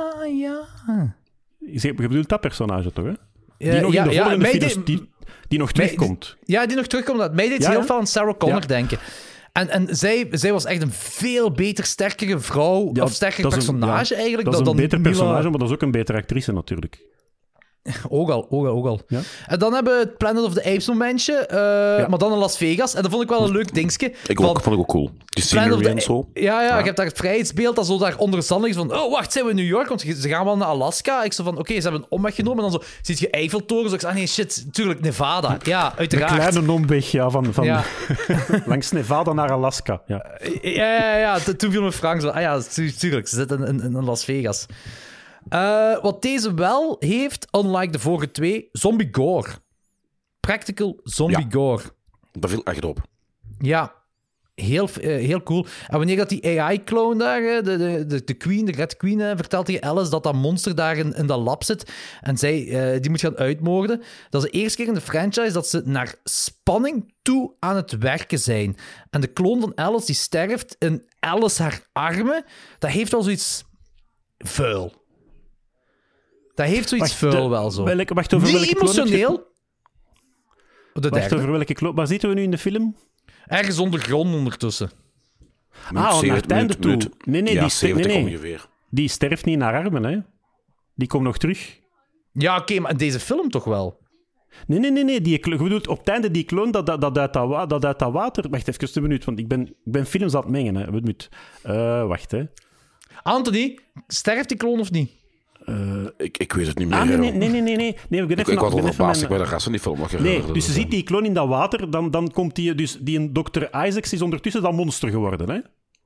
Je bedoelt dat personage toch, hè? Ja, Die nog in de ja, volgende mij films... Die nog terugkomt. Ja, die nog terugkomt. Mij deed Ja, heel ja. veel aan Sarah O'Connor Ja. denken. En zij was echt een veel beter, sterkere vrouw, Ja, of sterker dat is personage eigenlijk. Dat is een dan beter Mila. personage, maar dat is ook een betere actrice natuurlijk. Ook al. Ja. En dan hebben we het Planet of the Apes momentje, maar dan in Las Vegas. En dat vond ik wel een leuk dingetje. Vond ik ook cool. Die Planet of scenery the- en zo. Ja, je hebt daar het vrijheidsbeeld dat zo daar onderstandig is van... Oh, wacht, zijn we in New York? Want ze gaan wel naar Alaska. Ik zo van, oké, ze hebben een omweg genomen. En dan zo, zie je Eiffeltoren. Zo, ik zeg, nee, shit, tuurlijk, Nevada. Ja, Een uiteraard. kleine omweg van Ja. langs Nevada naar Alaska. Ja. Ja. Toen viel me Frank zo... ja, tuurlijk, ze zitten in Las Vegas. Wat deze wel heeft, unlike de vorige twee, zombie gore. Practical zombie Ja. gore. Dat viel echt op. Ja, heel cool. En wanneer dat die AI-clone daar, de Queen, de Red Queen, vertelt tegen Alice dat dat monster daar in dat lab zit en zij die moet gaan uitmoorden. Dat is de eerste keer in de franchise dat ze naar spanning toe aan het werken zijn. En de kloon van Alice die sterft in Alice haar armen, dat heeft wel zoiets vuil. Dat heeft zoiets vuil wel zo. Wacht, over Niet welke kloon heb je- emotioneel. De Wacht, derde. over welke kloon... Waar zitten we nu in de film? Ergens ondergrond ondertussen. Naar het einde toe. Nee, Ja, die 70 nee. ongeveer. Die sterft niet naar armen, hè. Die komt nog terug. Ja, oké, maar in deze film toch wel? Nee. Je bedoelt op het einde die kloon dat uit dat water... Wacht even een minuut, want ik ben films aan het mengen, hè. Wacht, hè. Anthony, sterft die kloon of niet? Ik weet het niet meer. Ah, joh. nee. Ik was al verbaasd ik bij de rest van die film nog Nee, herinnerde. dus je ziet die kloon in dat water, dan komt die een Dr. Isaacs is ondertussen dat monster geworden, hè.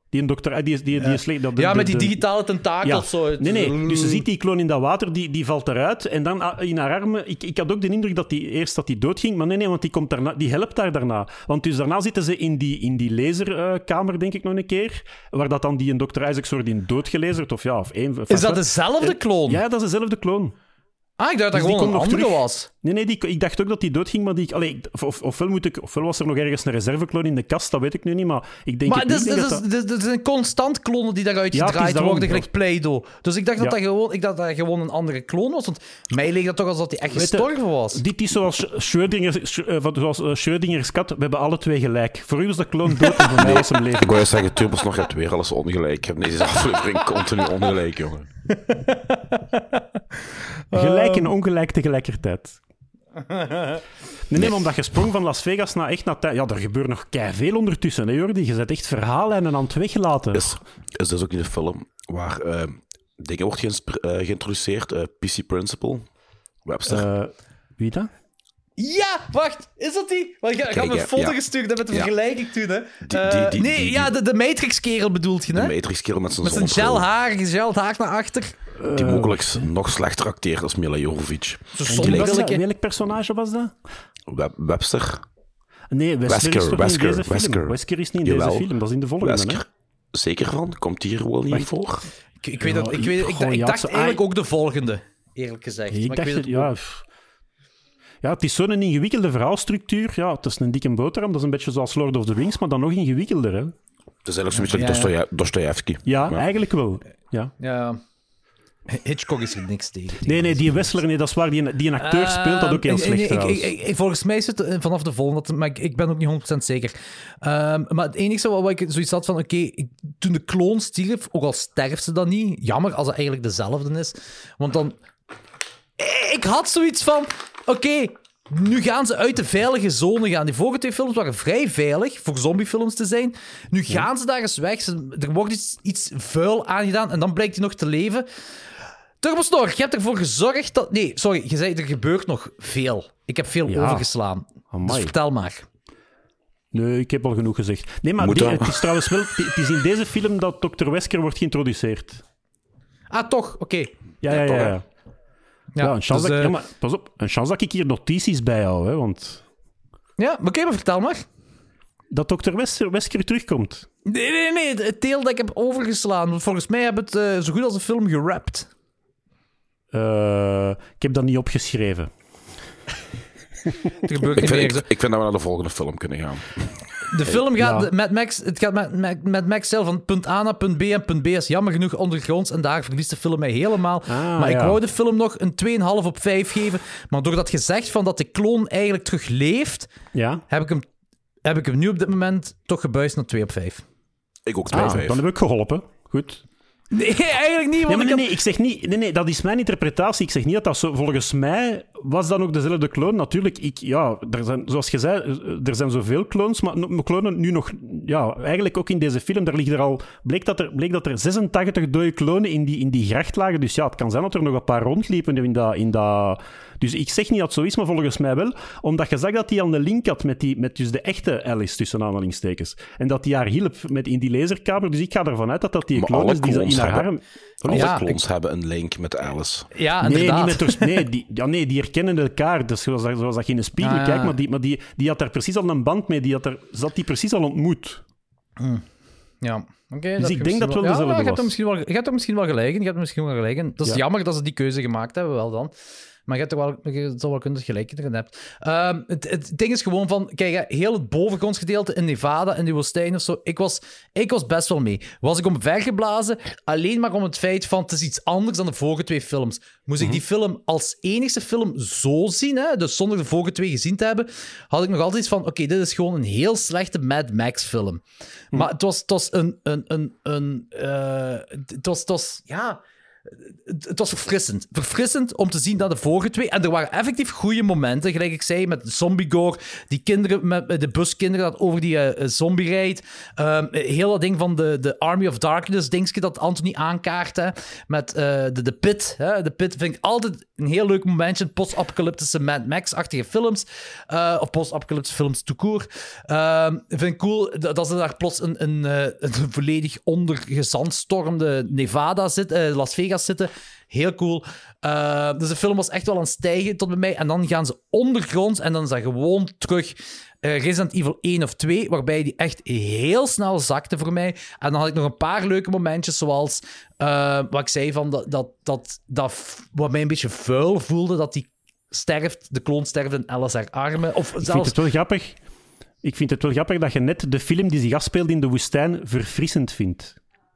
Die een dokter... Die is slecht. Ja, met die digitale tentakels. Zo. Nee. Dus je ziet die kloon in dat water, die valt eruit. En dan in haar armen... Ik had ook de indruk dat die doodging. Maar nee, want die helpt haar daarna. Want dus daarna zitten ze in die laserkamer, denk ik nog een keer. Waar dat dan die een Dr. Isaac soort in doodgelezerd. Of één... Is dat dezelfde kloon? Ja, dat is dezelfde kloon. Ik dacht dat gewoon een andere was. Nee, ik dacht ook dat die doodging, maar ofwel was er nog ergens een reservekloon in de kast, dat weet ik nu niet, maar ik denk... Maar er zijn constant klonen die daaruit gedraaid worden, gelijk Play-Doh. Dus ik dacht dat gewoon een andere kloon was, want mij leek dat toch als dat hij echt gestorven was. Dit is zoals Schrödinger's kat, we hebben alle twee gelijk. Voor u was de kloon dood en voor mij was hem leven. Ik wou je zeggen, Turbos nog hebt weer alles ongelijk. Ik heb deze aflevering continu ongelijk, jongen. Gelijk en ongelijk tegelijkertijd. Nee, maar omdat je sprong van Las Vegas naar ja, er gebeurt nog keiveel ondertussen, hè, Jordi? Je zet echt verhaallijnen aan het weglaten. Is dus ook in de film waar dingen wordt geïntroduceerd. PC Principle, Webster. Wie dat? Ja, wacht, is dat die? Want ik had me een foto gestuurd met de vergelijking toen, hè. De Matrix-kerel bedoelt je, hè? De Matrix-kerel met zijn gel haar naar achter. Die mogelijk nog slechter acteert als Mila Jovovich. Welk personage was dat? Webster. Nee, Wesker is niet in deze film, dat is in de volgende. Wesker, hè? Zeker van? Komt die hier wel niet voor? Ik weet dat. Ik dacht eigenlijk ook de volgende, eerlijk gezegd. Ja, het is zo'n ingewikkelde verhaalstructuur. Ja, het is een dikke boterham. Dat is een beetje zoals Lord of the Rings, maar dan nog ingewikkelder. Hè? Het is eigenlijk zo'n beetje Dostoevsky. Ja, eigenlijk wel. Ja. Hitchcock is er niks tegen. Nee, die Wessler, dat is waar. Die een acteur speelt dat ook heel slecht trouwens. Volgens mij is het vanaf de volgende, maar ik ben ook niet 100% zeker. Maar het enige wat ik zoiets had van, toen de kloon stierf, ook al sterft ze dan niet, jammer als het eigenlijk dezelfde is, want dan... Ik had zoiets van, nu gaan ze uit de veilige zone gaan. Die vorige 2 films waren vrij veilig, voor zombiefilms te zijn. Nu gaan ze daar eens weg. Er wordt iets vuil aangedaan en dan blijkt hij nog te leven. Turbosnor, je hebt ervoor gezorgd dat... Nee, sorry, je zei er gebeurt nog veel. Ik heb veel overgeslaan. Dus vertel maar. Nee, ik heb al genoeg gezegd. Nee, maar het is trouwens wel... Het is in deze film dat Dr. Wesker wordt geïntroduceerd. Toch? Oké. Ja. Ja, een chance maar pas op, een chance dat ik hier notities bij hou, hè, want... Ja, maar vertel maar. Dat Dr. Wesker terugkomt. Nee, het deel dat ik heb overgeslaan. Want volgens mij heb het zo goed als een film gerapt. Ik heb dat niet opgeschreven. Er gebeurt niet meer. Ik vind dat we naar de volgende film kunnen gaan. De film gaat met Max zelf van punt A naar punt B. En punt B is jammer genoeg ondergronds. En daar verliest de film mij helemaal. Maar ik wou de film nog een 2,5 op 5 geven. Maar doordat gezegd van dat de kloon eigenlijk terug leeft, heb ik hem nu op dit moment toch gebuist naar 2 op 5. Ik ook 2 op 5. Dan heb ik geholpen. Goed. Nee, eigenlijk niet. Nee, ik zeg niet... Nee, dat is mijn interpretatie. Ik zeg niet dat dat zo... Volgens mij was dat ook dezelfde kloon. Natuurlijk, er zijn, zoals je zei, er zijn zoveel clones, maar klonen nu nog... Ja, eigenlijk ook in deze film, bleek dat er 86 dode klonen in die gracht lagen. Dus ja, het kan zijn dat er nog een paar rondliepen in dat... Dus ik zeg niet dat het zo is, maar volgens mij wel. Omdat je zag dat hij aan de link had met dus de echte Alice, tussen aanhalingstekens. En dat hij haar hielp in die laserkamer. Dus ik ga ervan uit dat die kloon is die in haar arm... Alle clones hebben een link met Alice. Ja, inderdaad. Die herkennen elkaar. Dus zoals dat je in een spiegel kijkt, maar die had daar precies al een band mee. Zat die precies al ontmoet. Ja. Dus ik denk dat wel dezelfde was. Je hebt er misschien wel gelijk in. Dat is jammer dat ze die keuze gemaakt hebben, wel dan. Maar je zal wel kunnen dat je gelijk erin hebt. Het ding is gewoon van... Kijk, heel het bovengrondsgedeelte in Nevada, in die woestijn of zo... Ik was best wel mee. Was ik omvergeblazen, alleen maar om het feit van... Het is iets anders dan de vorige 2 films. Moest ik die film als enigste film zo zien, hè, dus zonder de vorige 2 gezien te hebben, had ik nog altijd iets van... Dit is gewoon een heel slechte Mad Max film. Maar het was Het was verfrissend. Verfrissend om te zien dat de vorige twee... En er waren effectief goede momenten, gelijk ik zei, met zombie-gore, die kinderen, met de buskinderen dat over die zombie rijdt. Heel dat ding van de Army of Darkness, dingetje dat Anthony aankaart, hè, met de Pit. Hè. De Pit vind ik altijd een heel leuk momentje. Post-apocalyptische Mad Max-achtige films. Of post-apocalyptische films tout court. Vind ik cool dat ze daar plots een volledig ondergezandstormde Nevada zitten, Las Vegas zitten. Heel cool. Dus de film was echt wel aan het stijgen tot bij mij. En dan gaan ze ondergronds en dan is dat gewoon terug Resident Evil 1 of 2, waarbij die echt heel snel zakte voor mij. En dan had ik nog een paar leuke momentjes, zoals wat ik zei, van dat wat mij een beetje vuil voelde, dat die sterft, de kloon sterft in Alice haar armen. Of zelfs... Ik vind het wel grappig. Ik vind het wel grappig dat je net de film die zich afspeelt in de woestijn verfrissend vindt.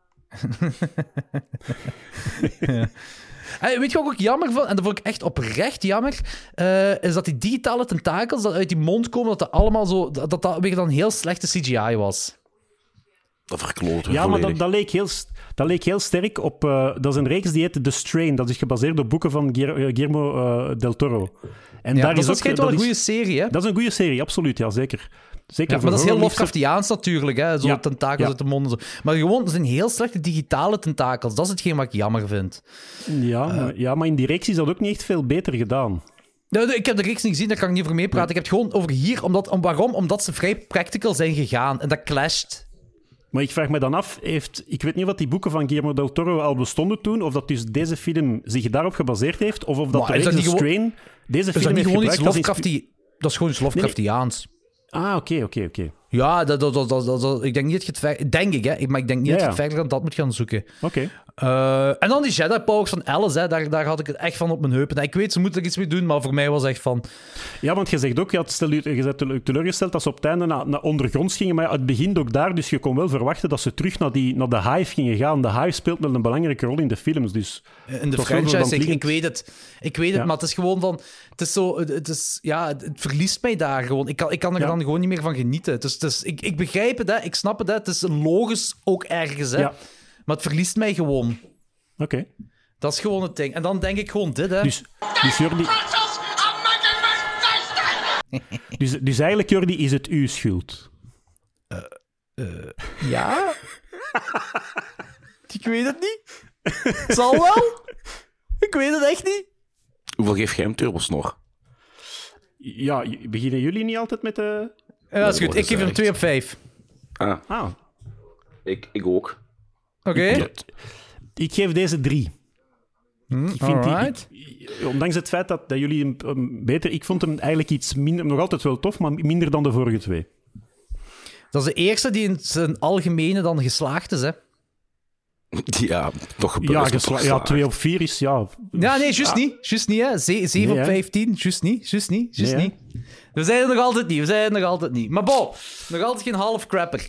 Ja. Weet je wat ik ook jammer vond? En dat vond ik echt oprecht jammer. Is dat die digitale tentakels dat uit die mond komen, dat allemaal zo... Dat weer dan heel slechte CGI was. Dat verkloot Ja, volledig. maar dat leek heel sterk op... dat is een reeks die heet The Strain. Dat is gebaseerd op boeken van Guillermo del Toro. En daar is dat ook, schijnt wel dat een is- goede serie, hè? Dat is een goede serie, absoluut. Ja, zeker. Zeker Ja, maar dat is heel horrorliefhebbers. Lovecraftiaans natuurlijk, hè? Zo Ja, tentakels ja. uit de mond en zo. Maar gewoon, er zijn heel slechte digitale tentakels. Dat is hetgeen wat ik jammer vind. Ja, maar in die reeks is dat ook niet echt veel beter gedaan. Nee, ik heb de reeks niet gezien, daar kan ik niet over meepraten. Ik heb het gewoon over hier. Waarom? Omdat ze vrij practical zijn gegaan. En dat clasht. Maar ik vraag me dan af, ik weet niet of die boeken van Guillermo del Toro al bestonden toen, of dat dus deze film zich daarop gebaseerd heeft, of dat Maar de is dat reeks niet The gewoon- Strain deze Is film dat niet heeft gewoon iets gebruikt als Dat is gewoon iets Lovecraftiaans. Ah, oké. Ja, ik denk niet dat je het ver... Denk ik, hè. Maar ik denk niet dat je het verder dan dat moet gaan zoeken. Oké. En dan die Jedi Powers van Alice, hè. Daar had ik het echt van op mijn heupen. Ik weet, ze moeten er iets mee doen, maar voor mij was echt van... Ja, want je zegt ook, je bent teleurgesteld dat ze op het einde naar ondergronds gingen, maar het begint ook daar, dus je kon wel verwachten dat ze terug naar de Hive gingen gaan. De Hive speelt wel een belangrijke rol in de films, dus... In de Toch wel franchise, dan ik weet het. Ik weet het, Ja. maar het is gewoon van... Het is zo... Het verliest mij daar gewoon. Ik kan er Ja. dan gewoon niet meer van genieten. Ik begrijp het, hè. Ik snap het, hè. Het is logisch ook ergens, hè. Ja. Maar het verliest mij gewoon. Oké. Dat is gewoon het ding. En dan denk ik gewoon dit, hè. Dus Jordi... Dus eigenlijk, Jordi, is het uw schuld. Ja? Ik weet het niet. Het zal wel. Ik weet het echt niet. Hoeveel geef jij hem Turbosnor? Ja, beginnen jullie niet altijd met de... Ja, dat is goed. wordt Ik geef hem gezegd. 2 op 5. Ah, Ik ook. Oké. Ja, ik geef deze 3. Ik vind alright. ondanks het feit dat jullie hem beter... Ik vond hem eigenlijk iets minder... Nog altijd wel tof, maar minder dan de vorige twee. Dat is de eerste die in zijn algemene dan geslaagd is, hè. Ja, toch Ja, gebeurd. 2 op 4 is... Ja, Ja, nee, juist niet. Juist niet, hè. 7 Nee, op hè. 15. Juist niet. Nee, hè. niet. We zijn er nog altijd niet. Maar bon, nog altijd geen half crapper.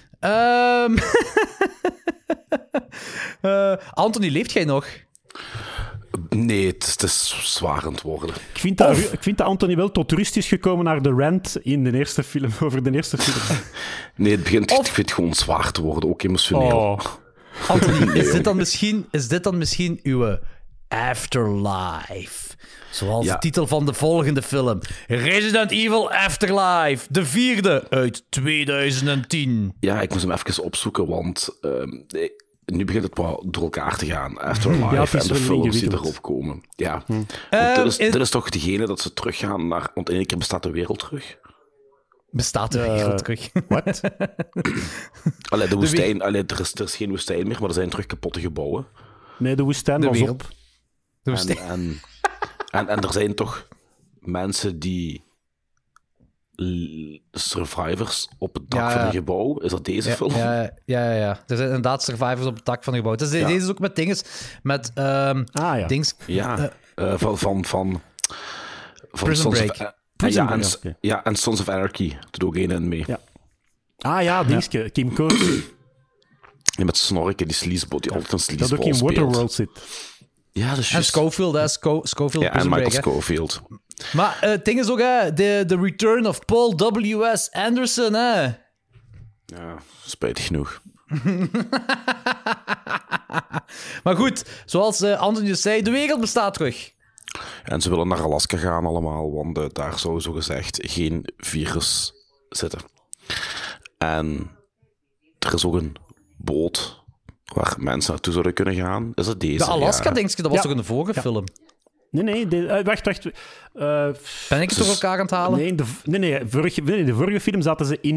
Anthony, leeft jij nog? Nee, het is zwaar aan het worden. ik vind dat Anthony wel tot rust is gekomen naar de rant in de eerste film, over de eerste film. Nee, het begint Of- ik vind het gewoon zwaar te worden, ook emotioneel. Oh. Anthony, is dit dan misschien uw Afterlife? Zoals Ja. de titel van de volgende film. Resident Evil Afterlife, de 4e uit 2010. Ja, ik moest hem even opzoeken, want nu begint het wel door elkaar te gaan. Afterlife Ja, het is en de wel films die ingewikkeld. erop komen. Ja. Want dit is toch degene dat ze teruggaan naar... Want in één keer bestaat de wereld terug. Bestaat de wereld terug? Wat? Allee, de woestijn... er is geen woestijn meer, maar er zijn terug kapotte gebouwen. Nee, de woestijn De was wereld. op. De woestijn. En er zijn toch mensen die... survivors op het dak Ja, van ja. een gebouw. Is dat deze film? Ja. Er zijn inderdaad survivors op het dak van het gebouw. Dus Ja. Deze is ook met dinges. Met Ja. dings. Ja, van Prison Sons Break. of... Prison ja, Break, oké. ja, en Sons of Anarchy. Doet ook één in mee. Ja. Dingske. Kim Coates. Ja, met Snorken, die sleazeball, die altijd een Dat sleazeball ook in speelt. Waterworld zit. Ja, dat is En juist. Schofield, hè. Schofield Ja, en Prison Michael Break, hè. Scofield. Maar het ding is ook, hè, de return of Paul W.S. Anderson, hè. Ja, spijtig genoeg. Maar goed, zoals Anthony dus zei, de wereld bestaat terug. En ze willen naar Alaska gaan allemaal, want daar zou zogezegd geen virus zitten. En er is ook een boot waar mensen naartoe zouden kunnen gaan. Is het deze? De Alaska, denk je, dat was Ja. toch in de vorige film? Nee, wacht. Ben ik het door elkaar aan het halen? De vorige film zaten ze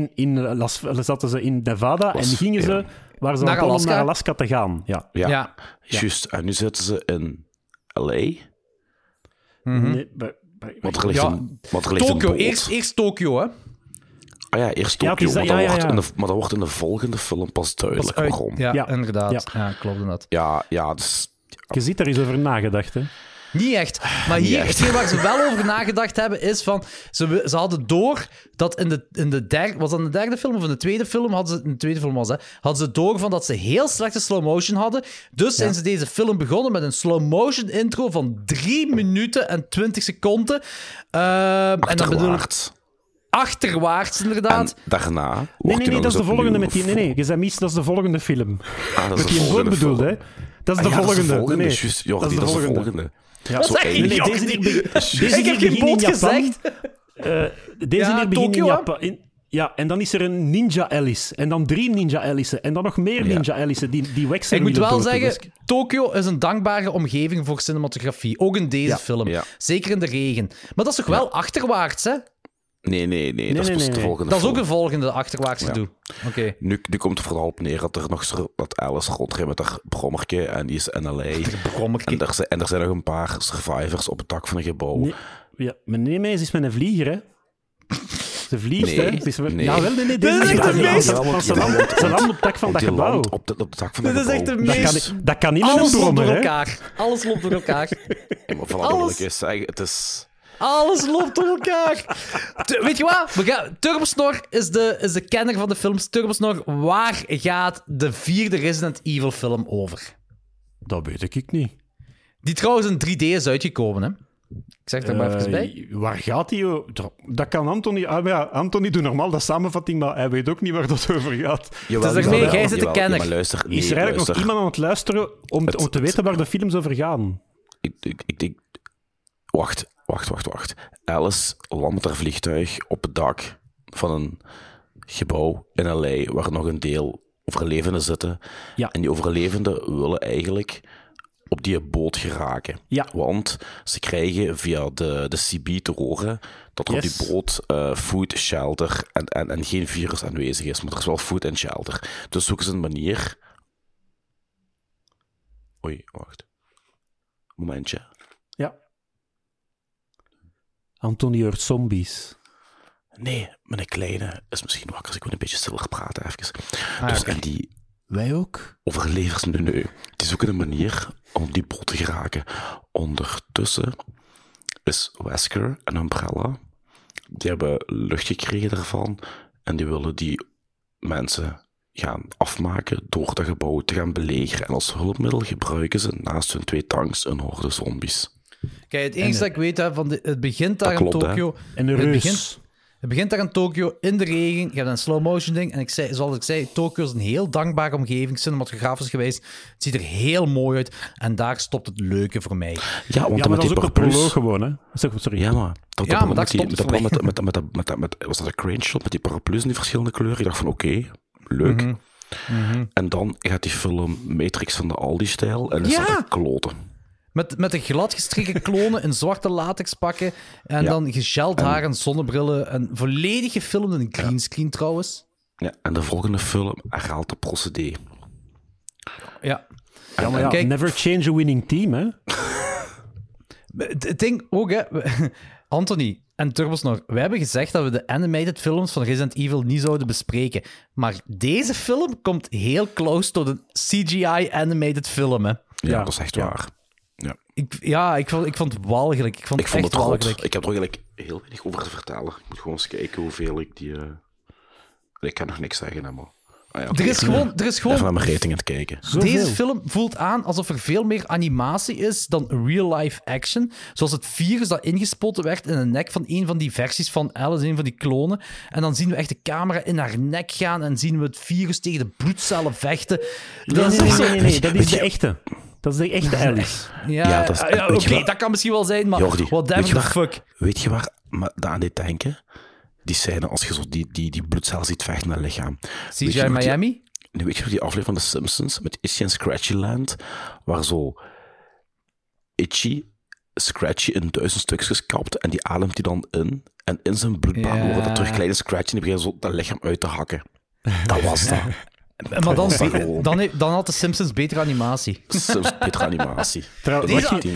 in Nevada en gingen ze waar ze Naar aan plan om Alaska. naar Alaska te gaan. Ja. Ja, juist. En nu zitten ze in L.A. Nee, Want er ligt Ja, een boot. Tokio, eerst Tokio, hè? Ah ja, eerst Ja, het Tokio. is dat- maar, ja, dat ja, wordt ja. maar dat wordt in de volgende film pas duidelijk Uit- waarom. Ja, Ja. inderdaad. Ja, klopt inderdaad. Ja, dus... Je ziet daar eens over nagedacht, hè? Niet echt. Maar hier, hetgeen waar ze wel over nagedacht hebben, is van... Ze hadden door dat in de derde... Was dat in de derde film of in de tweede film? In de tweede film was, hè. Hadden ze door van dat ze heel slechte slow motion hadden. Dus zijn ze deze film begonnen met een slow motion intro van 3 minuten en 20 seconden. En dan bedoel ik Achterwaarts. achterwaarts, inderdaad. En daarna... Nee, dat is de volgende met die... Nee, je zei mis, dat is de volgende film. dat is Die een boot bedoelde, hè? Dat is de volgende. Nee, Juist, Jordi, dat is de volgende. Ja. Zo zeg je eindigt- niet, Deze hier Ik heb geen begint in boot Japan. gezegd. Deze Ja, hier begint in Tokio, hè? Japan. Ja, en dan is er een Ninja Alice. En dan 3 Ninja Alice's. En dan nog meer Ninja Alice's. Die wexen Ik moet in de wel dood, zeggen, dus- Tokio is een dankbare omgeving voor cinematografie. Ook in deze film. Ja. Zeker in de regen. Maar dat is toch wel achterwaarts, hè? Nee, dat is pas de volgende Dat is ook film. een volgende achterwaartse gedoe. Oké. Nu komt er vooral op neer dat er nog dat Alice rondrijdt met haar brommerke en die is in L.A. Brommerke. En er zijn nog een paar survivors op het dak van een gebouw. Nee, ja, maar nee, ze is met een vlieger, hè? Ze vliegt, Nee, hè? Het is met- nee. Jawel, nee. Dit is echt de meest- Ze landt op het dak van dat Die gebouw. landt op het dak van dat Dit is gebouw. echt de Dat meest... kan niet met een Alles loopt brommer, door hè? elkaar. Alles loopt door elkaar. Ja, maar voilà, Alles. dat wil ik eens zeggen. Het is... Alles loopt door elkaar. Weet je wat? Turbosnor is de kenner van de films. Turbosnor, waar gaat de 4e Resident Evil film over? Dat weet ik niet. Die trouwens in 3D is uitgekomen, hè? Ik zeg er maar even bij. Waar gaat hij? Dat kan Anthony... Anthony doet normaal de samenvatting, maar hij weet ook niet waar dat over gaat. Jawel, Dus daarmee, jawel, jij zit de jawel, kenner. maar luister, nee, Is er eigenlijk luister. nog iemand aan het luisteren om te weten waar de films over gaan? Ik denk... Wacht. Alice landt met haar vliegtuig op het dak van een gebouw in L.A. waar nog een deel overlevenden zitten. Ja. En die overlevenden willen eigenlijk op die boot geraken. Ja. Want ze krijgen via de CB te horen dat er op Yes. die boot food, shelter en geen virus aanwezig is. Maar er is wel food en shelter. Dus zoeken ze een manier... Oei, wacht. Momentje. Ja. Anthony hoort zombies. Nee, mijn kleine is misschien wakker, dus ik wil een beetje stiller praten even. Dus, oké. en die Wij ook? overlevers, nee, die zoeken een manier om op die boot te geraken. Ondertussen is Wesker en Umbrella, die hebben lucht gekregen daarvan en die willen die mensen gaan afmaken door dat gebouw te gaan belegeren. En als hulpmiddel gebruiken ze naast hun 2 tanks een horde zombies. Kijk, het enige dat ik weet, hè, het begint daar Dat in klopt, hè. Tokio. En een reus. Het begint daar in Tokio, in de regen. Je hebt een slow-motion ding. En zoals ik zei, Tokio is een heel dankbare omgeving, cinematografisch geweest. Het ziet er heel mooi uit. En daar stopt het leuke voor mij. Ja, want Ja, dan maar met dat is die ook een paraplu's... proloog gewoon, hè? Sorry. Ja, maar... Ja, maar dat stopt het voor met was dat een crane shot met die paraplu's in die verschillende kleuren? Ik dacht van, oké, leuk. En dan gaat die film Matrix van de Aldi-stijl en is Ja! dat een kloten. Met de gladgestreken klonen in zwarte latex pakken. En Ja. dan gegeld haar en zonnebrillen. En volledig gefilmd in een greenscreen trouwens. Ja, en de volgende film herhaalt de procedé. Ja. Ja, maar ja, Kijk- never change a winning team, hè? Het ding ook, hè. Anthony en Turbosnor, wij hebben gezegd dat we de animated films van Resident Evil niet zouden bespreken. Maar deze film komt heel close tot een CGI animated film, hè. Ja, dat is echt waar. Ik vond het walgelijk. Ik vond Ik het vond echt het rot. walgelijk. Ik heb er eigenlijk heel weinig over te vertellen. Ik moet gewoon eens kijken hoeveel ik die... Ik kan nog niks zeggen, hè, maar... Er is gewoon Even naar mijn rating aan het kijken. Deze film voelt aan alsof er veel meer animatie is dan real-life action. Zoals het virus dat ingespoten werd in de nek van een van die versies van Alice, een van die klonen. En dan zien we echt de camera in haar nek gaan en zien we het virus tegen de bloedcellen vechten. Nee, dat is de echte. Dat is de echte Alice. Ja, weet je oké, wat- dat kan misschien wel zijn, maar Jordi, whatever weet je the waar- fuck. Weet je waar aan dit denken? Die scène als je zo die bloedcel ziet vechten naar het lichaam. CGI Weet je nog Miami? Weet je nog die aflevering van The Simpsons met Itchy en Scratchy Land, waar zo Itchy Scratchy in 1000 stukjes kapt en die ademt die dan in. En in zijn bloedbaan wordt dat terug kleine Scratchy en die begint zo dat lichaam uit te hakken. Dat was dat. Maar gewoon dan had de Simpsons betere animatie. Simpsons betere animatie. Trouwens,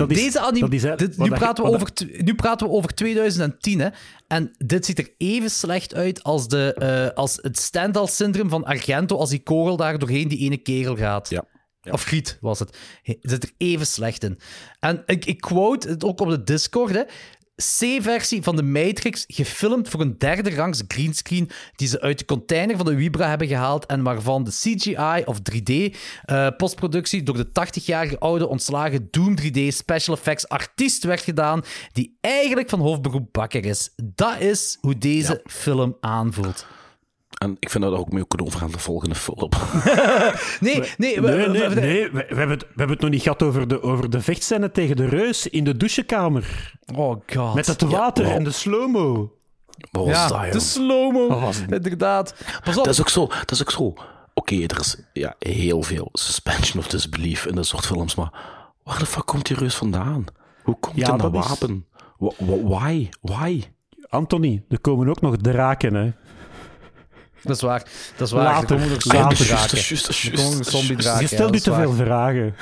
Nu praten we over 2010, hè. En dit ziet er even slecht uit als het Stendhal-syndroom van Argento, als die kogel daar doorheen die ene kegel gaat. Ja. Of Griet was het. Het zit er even slecht in. En ik quote het ook op de Discord, hè. C-versie van de Matrix, gefilmd voor een derde rangs greenscreen die ze uit de container van de Vibra hebben gehaald en waarvan de CGI of 3D-postproductie door de 80-jarige oude ontslagen Doom 3D Special Effects artiest werd gedaan, die eigenlijk van hoofdberoep bakker is. Dat is hoe deze film aanvoelt. En ik vind dat ook mee kunnen overgaan de volgende film. Nee, we hebben het nog niet gehad over de vechtscène tegen de reus in de douchekamer. Oh god. Met het water en de slow-mo. Wat was dat, de joh? slow-mo. Inderdaad. Pas op. Dat is ook zo. Oké, er is heel veel suspension of disbelief in dat soort films, maar waar de fuck komt die reus vandaan? Hoe komt hij naar wapen? Why? Anthony, er komen ook nog draken, hè. Dat is waar. Later. Er komen nog zombie-draken. Er komen nog zombie-draken. Je stelt ja, nu te dat is veel waar. vragen.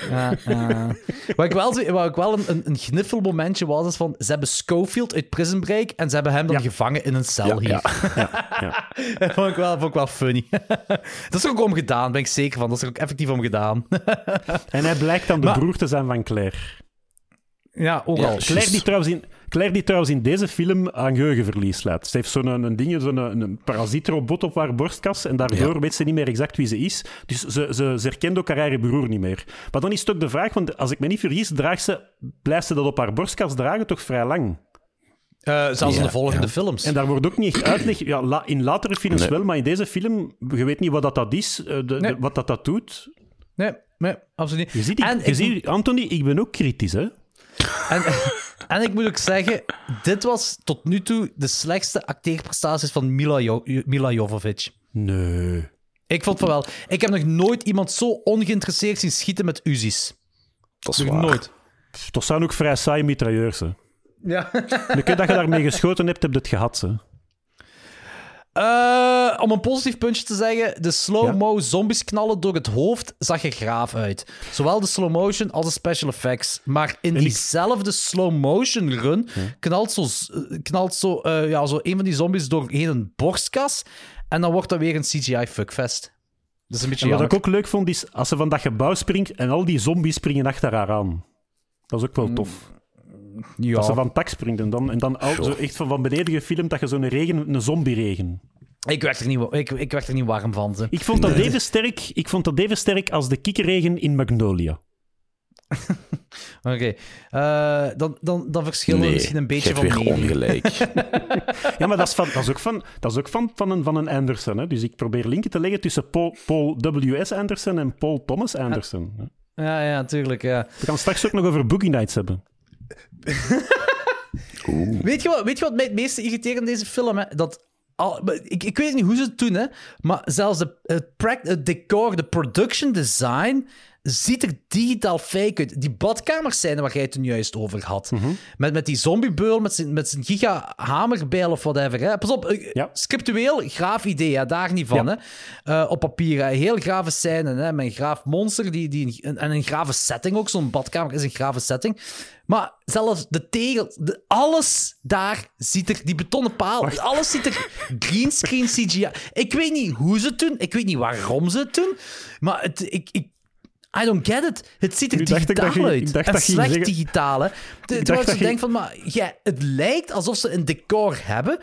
Wat ik wel een gniffelmomentje was, is van, ze hebben Schofield uit Prison Break en ze hebben hem dan gevangen in een cel hier. Dat vond ik wel funny. Dat is er ook om gedaan, ben ik zeker van. Dat is er ook effectief om gedaan. En hij blijkt dan de broer te zijn van Claire. Ja, ook al. Claire die trouwens in deze film aan geheugenverlies leidt. Ze heeft zo'n parasietrobot op haar borstkas en daardoor weet ze niet meer exact wie ze is. Dus ze herkent ook haar eigen broer niet meer. Maar dan is het ook de vraag, want als ik me niet vergis, blijft ze dat op haar borstkas dragen toch vrij lang? Zelfs in de volgende films. En daar wordt ook niet echt uitleg. Ja, in latere films wel, maar in deze film, je weet niet wat dat is, wat dat doet. Nee, absoluut niet. Je ziet, Anthony, ik ben ook kritisch, hè? En ik moet ook zeggen, dit was tot nu toe de slechtste acteerprestaties van Mila Jovovich. Nee. Ik vond van wel. Ik heb nog nooit iemand zo ongeïnteresseerd zien schieten met Uzi's. Dat is nog waar. nooit. Dat zijn ook vrij saaie mitrailleurs, hè. Ja. De keer dat je daarmee geschoten hebt, heb je het gehad, hè. Om een positief puntje te zeggen, de slow-mo zombies knallen door het hoofd zag er graaf uit. Zowel de slow-motion als de special effects. Maar in diezelfde slow-motion run knalt zo een van die zombies doorheen een borstkas en dan wordt dat weer een CGI-fuckfest. Dat is een beetje en wat jammer. ik ook leuk vond, is als ze van dat gebouw springt en al die zombies springen achter haar aan. Dat is ook wel tof. Ja. Als ze van tak springt en dan zo echt van beneden gefilmd dat je een zombie-regen. Ik werd er niet warm van. Ze. Ik vond dat even sterk als de kikkerregen in Magnolia. Oké. Dan verschillen we misschien een beetje van weer ongelijk. Ja, maar dat is ook van een Anderson. Hè? Dus ik probeer linken te leggen tussen Paul W.S. Anderson en Paul Thomas Anderson. Ja, tuurlijk, ja. We gaan straks ook nog over Boogie Nights hebben. Weet je wat mij het meeste irriteert in deze film? Hè? Ik weet niet hoe ze het doen, hè? Maar zelfs het decor, de production design, ziet er digitaal fake uit. Die badkamerscène waar jij het toen juist over had. Met die zombiebeul, met zijn giga-hamerbijl of whatever. Hè? Pas op, scriptueel, graaf idee, hè? Daar niet van. Hè? Op papier, hè? Heel grave scène, hè? Met een graaf monster en een grave setting ook. Zo'n badkamer is een grave setting. Maar zelfs de tegel, alles daar ziet er, die betonnen paal, alles ziet er greenscreen CGI. Ik weet niet hoe ze het doen, ik weet niet waarom ze het doen, maar I don't get it. Het ziet er digitaal uit. En slecht digitaal, hè. Terwijl ik denkt van, maar het lijkt alsof ze een decor hebben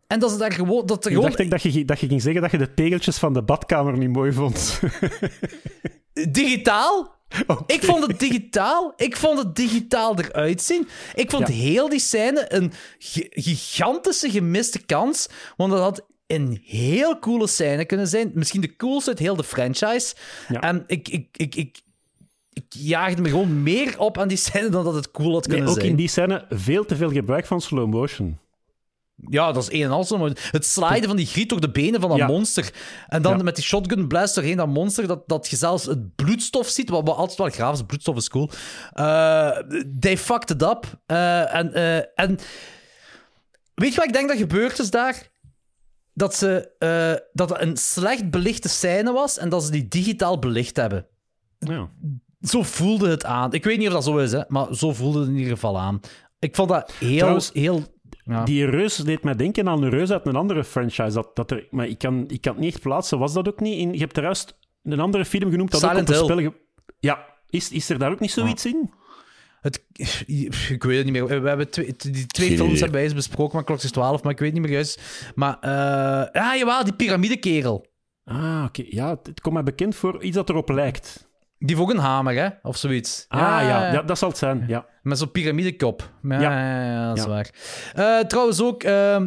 En dat ze daar gewoon... Dat er Ik gewoon dacht dat je ging zeggen dat je de tegeltjes van de badkamer niet mooi vond. digitaal... Okay. Ik vond het digitaal eruit zien. Ik vond heel die scène een gigantische gemiste kans. Want dat had een heel coole scène kunnen zijn. Misschien de coolste uit heel de franchise. Ja. En ik jaagde me gewoon meer op aan die scène dan dat het cool had kunnen ook zijn. in die scène veel te veel gebruik van slow motion. Ja, dat is één en al zo. Het sliden van die griet door de benen van dat monster. En dan met die shotgun blast doorheen dat monster, dat je zelfs het bloedstof ziet, wat altijd wel graaf is. Bloedstof is cool. They fucked it up. En weet je wat ik denk dat gebeurd is daar? Dat het een slecht belichte scène was en dat ze die digitaal belicht hebben. Ja. Zo voelde het aan. Ik weet niet of dat zo is, hè, maar zo voelde het in ieder geval aan. Ik vond dat Trouwens, heel... Ja. Die reus deed mij denken aan een reus uit een andere franchise. Maar ik kan het niet echt plaatsen. Was dat ook niet in... Je hebt er juist een andere film genoemd dat Silent ook op een Hill. spel... Ja, is er daar ook niet zoiets in? Ik weet het niet meer. We hebben die twee films hebben wij eens besproken, maar klok is 12, maar ik weet niet meer juist. Maar, jawel, die piramidekerel. Ah, oké. Ja, het komt mij bekend voor iets dat erop lijkt. Die heeft ook een hamer, hè? Of zoiets. Ja, dat zal het zijn, ja. Met zo'n piramidekop. Ja, dat is waar. Trouwens ook,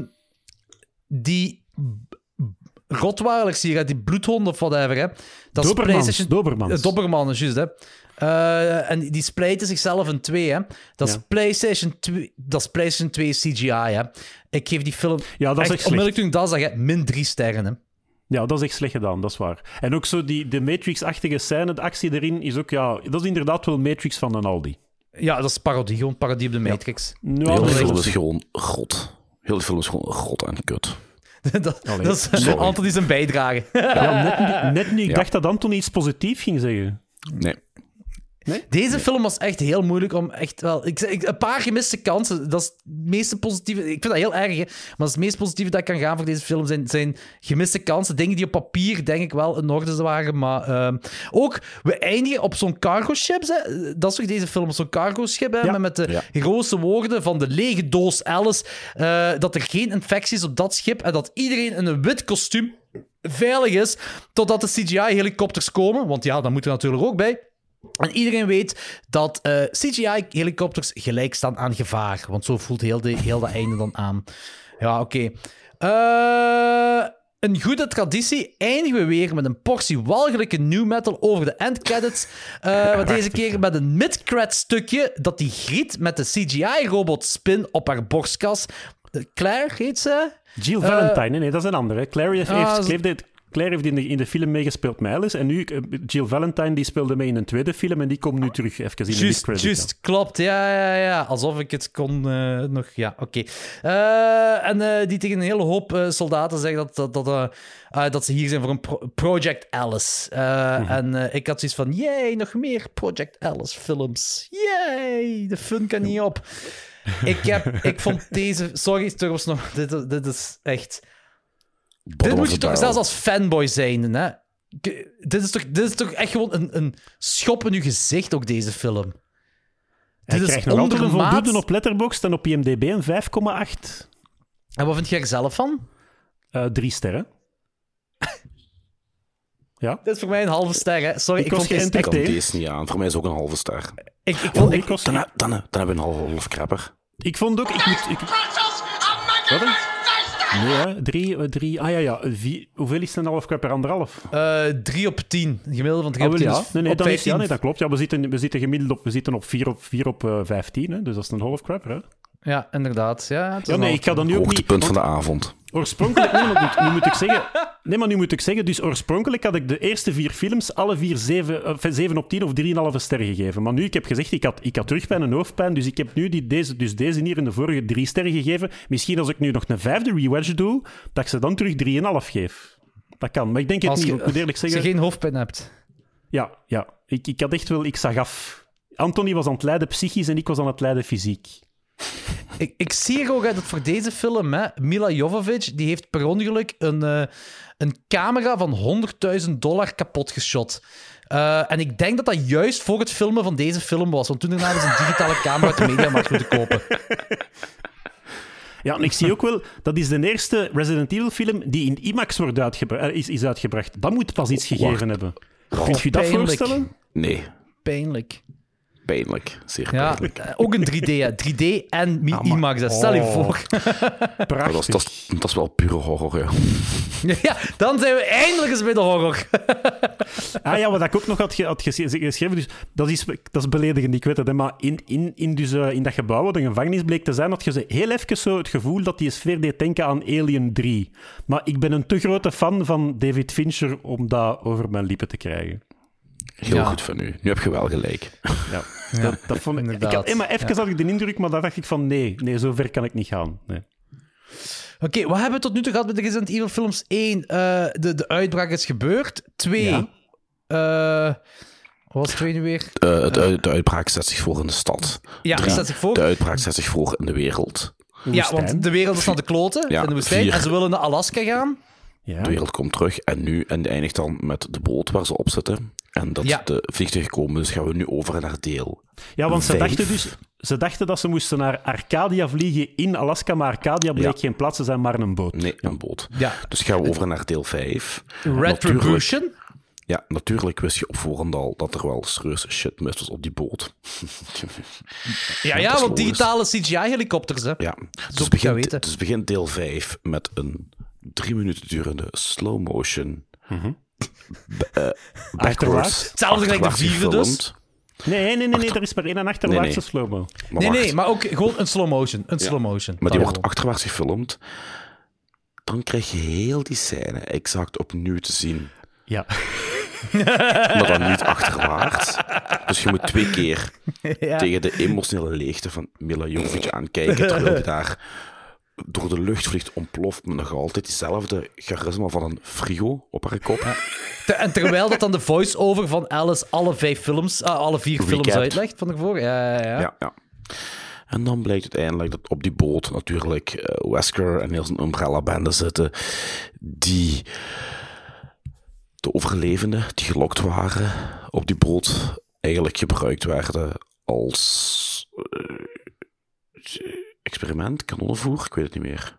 die Rottweilers hier, die bloedhonden of whatever, hè? Dat is PlayStation... Dobermans, juist, hè? En die splijten zichzelf in twee, hè? Dat is PlayStation 2 CGI, hè? Ik geef die film... Ja, dat is echt onmiddellijk toen ik dat zag, hè, -3 sterren, hè? Ja, dat is echt slecht gedaan, dat is waar. En ook zo de Matrix-achtige scène, de actie erin, is ook... Ja, dat is inderdaad wel Matrix van een Aldi. Ja, dat is parodie, gewoon parodie op de Matrix. Ja. Heel de film is gewoon god. Heel de film is gewoon god en kut. dat is Anthony zijn bijdrage. Ja, net niet. Ik dacht dat Anthony iets positiefs ging zeggen. Nee. Deze film was echt heel moeilijk om echt wel... een paar gemiste kansen, dat is het meeste positieve... Ik vind dat heel erg, hè, maar dat is het meest positieve dat ik kan gaan voor deze film zijn gemiste kansen. Dingen die op papier, denk ik, wel in orde waren, maar ook, we eindigen op zo'n cargo-ship, hè. Dat is toch deze film, zo'n cargo-schip, hè, met de grootste woorden van de lege doos Alice, dat er geen infectie is op dat schip en dat iedereen in een wit kostuum veilig is, totdat de CGI-helikopters komen, want ja, dat moet er natuurlijk ook bij. En iedereen weet dat CGI-helikopters gelijk staan aan gevaar. Want zo voelt heel dat einde dan aan. Ja, oké. Een goede traditie eindigen we weer met een portie walgelijke new metal over de end credits. Maar deze keer met een mid-cred stukje dat die griet met de CGI-robot Spin op haar borstkas. Claire heet ze? Jill Valentine, nee, dat is een andere. Claire heeft in de film meegespeeld met Alice. En nu, Jill Valentine, die speelde mee in een tweede film. En die komt nu terug even in de mid-credits. Juist, klopt. Ja. Alsof ik het kon nog... Ja, oké. En die tegen een hele hoop soldaten zeggen dat ze hier zijn voor een Project Alice. En ik had zoiets van... Yay, nog meer Project Alice films. Yay, de fun kan niet op. Ik vond deze... Sorry, trouwens nog... Dit is echt... Dit moet je toch zelfs als fanboy zijn, hè? Dit is toch echt gewoon een schop in je gezicht, ook deze film. Hij krijgt nog altijd een voldoende op Letterboxd en op IMDb een 5,8. En wat vind jij er zelf van? 3 sterren. Ja? Dit is voor mij een halve ster, hè? Sorry, ik vond Ik kan deze niet aan. Voor mij is ook een halve ster. Dan hebben we een halve krabber. Ik vond ook... Wat dan? Nee, hè? 3... Ah ja. Hoeveel is het een half per anderhalf? 3 op 10. Gemiddelde van 3 op 10. Ja. Nee, dat klopt. Ja, we zitten gemiddeld op 4 op 15. Hè? Dus dat is een half crap, hè? Ja, inderdaad. Ja, ik ga dan nu ook niet... Hoogtepunt van de avond. Oorspronkelijk... nu moet ik zeggen... Nee, maar nu moet ik zeggen... Dus oorspronkelijk had ik de eerste 4 films alle 4 7 op 10 of 3,5 sterren gegeven. Maar nu, ik heb gezegd, ik had rugpijn en hoofdpijn, dus ik heb nu deze hier in de vorige 3 sterren gegeven. Misschien als ik nu nog een 5e rewatch doe, dat ik ze dan terug 3,5 geef. Dat kan, maar ik denk het niet. Ik moet eerlijk zeggen... Als je geen hoofdpijn hebt. Ja. Ik had echt wel... Ik zag af. Anthony was aan het lijden psychisch en ik was aan het lijden fysiek. Ik zie er ook uit dat voor deze film, hè, Mila Jovovich, die heeft per ongeluk een camera van $100.000 kapot geschot. En ik denk dat dat juist voor het filmen van deze film was, want toen daarna was een digitale camera uit de mediamarkt moeten kopen. Ja, en ik zie ook wel, dat is de eerste Resident Evil film die in IMAX wordt is uitgebracht. Dat moet pas iets gegeven hebben. Kunt je dat pijnlijk. voorstellen? Nee, Pijnlijk. pijnlijk. Zeer Ja, pijnlijk. ook een 3D, hè. 3D en IMAX. hè. Stel je voor. Prachtig. Dat is wel pure horror, ja. Ja, dan zijn we eindelijk eens bij de horror. Ah ja, wat ik ook nog had geschreven, dus dat is beledigend, ik weet het, hè, maar in dat gebouw, wat een gevangenis bleek te zijn, had je zo heel even zo het gevoel dat die sfeer deed denken aan Alien 3. Maar ik ben een te grote fan van David Fincher om dat over mijn lippen te krijgen. Heel goed van u. Nu heb je wel gelijk. Ja, dat vond ik... Inderdaad. Maar even had ik de indruk, maar daar dacht ik van nee, zo ver kan ik niet gaan. Nee. Oké, wat hebben we tot nu toe gehad met de Resident Evil films? 1, de uitbraak is gebeurd. 2, Ja. wat was 2 nu weer? De uitbraak zet zich voor in de stad. Ja, 3, zet zich voor. de uitbraak zet zich voor in de wereld. Ja, want de wereld is aan de kloten Ja, in de woestijn 4. en ze willen naar Alaska gaan. Ja. De wereld komt terug en eindigt dan met de boot waar ze op zitten. En dat de vliegtuig komen, dus gaan we nu over naar deel. Ja, want 5. ze dachten dat ze moesten naar Arcadia vliegen in Alaska, maar Arcadia bleek geen plaats te zijn, maar een boot. Nee, een boot. Ja. Dus gaan we over naar deel 5. Retribution. Ja, natuurlijk wist je op voorhand al dat er wel serieuze shit mis was op die boot. Ja, Dat is want logisch. digitale CGI-helikopters, hè. Ja, Zo moet je dat weten. dus begint deel 5 met een 3 minuten durende slow motion. Achterwaarts? Hetzelfde gelijk de vierde dus. gefilmd. Nee, er is maar één achterwaartse Nee. slow-mo. Maar wacht, Maar ook gewoon een slow motion. Een Ja. slow motion. maar die Dat wordt gewoon. achterwaarts gefilmd. Dan krijg je heel die scène exact opnieuw te zien. Ja. Maar dan niet achterwaarts. Dus je moet 2 keer Ja. tegen de emotionele leegte van Mila Jovovich aankijken, terwijl hij daar door de lucht vliegt, ontploft met nog altijd diezelfde charisma van een frigo op haar kop. En terwijl dat dan de voice-over van Alice alle 4 films Recapped. uitlegt van ervoor. Ja. Ja. En dan blijkt uiteindelijk dat op die boot natuurlijk Wesker en heel zijn Umbrella-bende zitten, die de overlevenden die gelokt waren op die boot eigenlijk gebruikt werden als experiment, kanonnenvoer, ik weet het niet meer.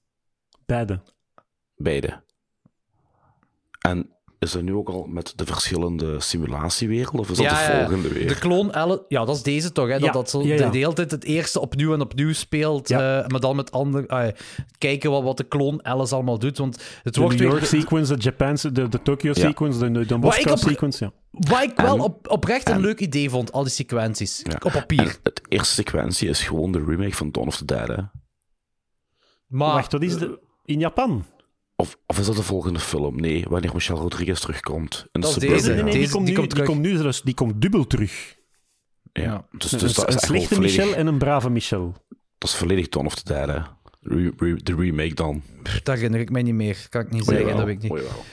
Beide. En is dat nu ook al met de verschillende simulatiewerelden, of is dat de volgende weer? De kloon Alice... Ja, dat is deze toch, hè? Ja, Dat zo ja. de hele tijd het eerste opnieuw en opnieuw speelt, maar dan met andere... kijken wat de kloon Alice allemaal doet, want het De wordt New York weer... sequence, de Japan, de Tokyo sequence, de Moskou sequence, ja. Wat ik wel oprecht een leuk idee vond, al die sequenties. Ja. Op papier. En het eerste sequentie is gewoon de remake van Dawn of the Dead, hè? Maar... Wacht, wat is de... In Japan? Of is dat de volgende film? Nee, wanneer Michelle Rodriguez terugkomt. In de Dat is Suburban. deze. Nee, Deze- die komt terug. die komt dubbel terug. Ja. Dus Een dat is echt wel slechte volledig, Michel en een brave Michel. dat is volledig Dawn of the Dead, hè? De remake dan. Dat herinner ik mij niet meer. Kan ik niet zeggen, dat weet ik niet. Oh, jawel.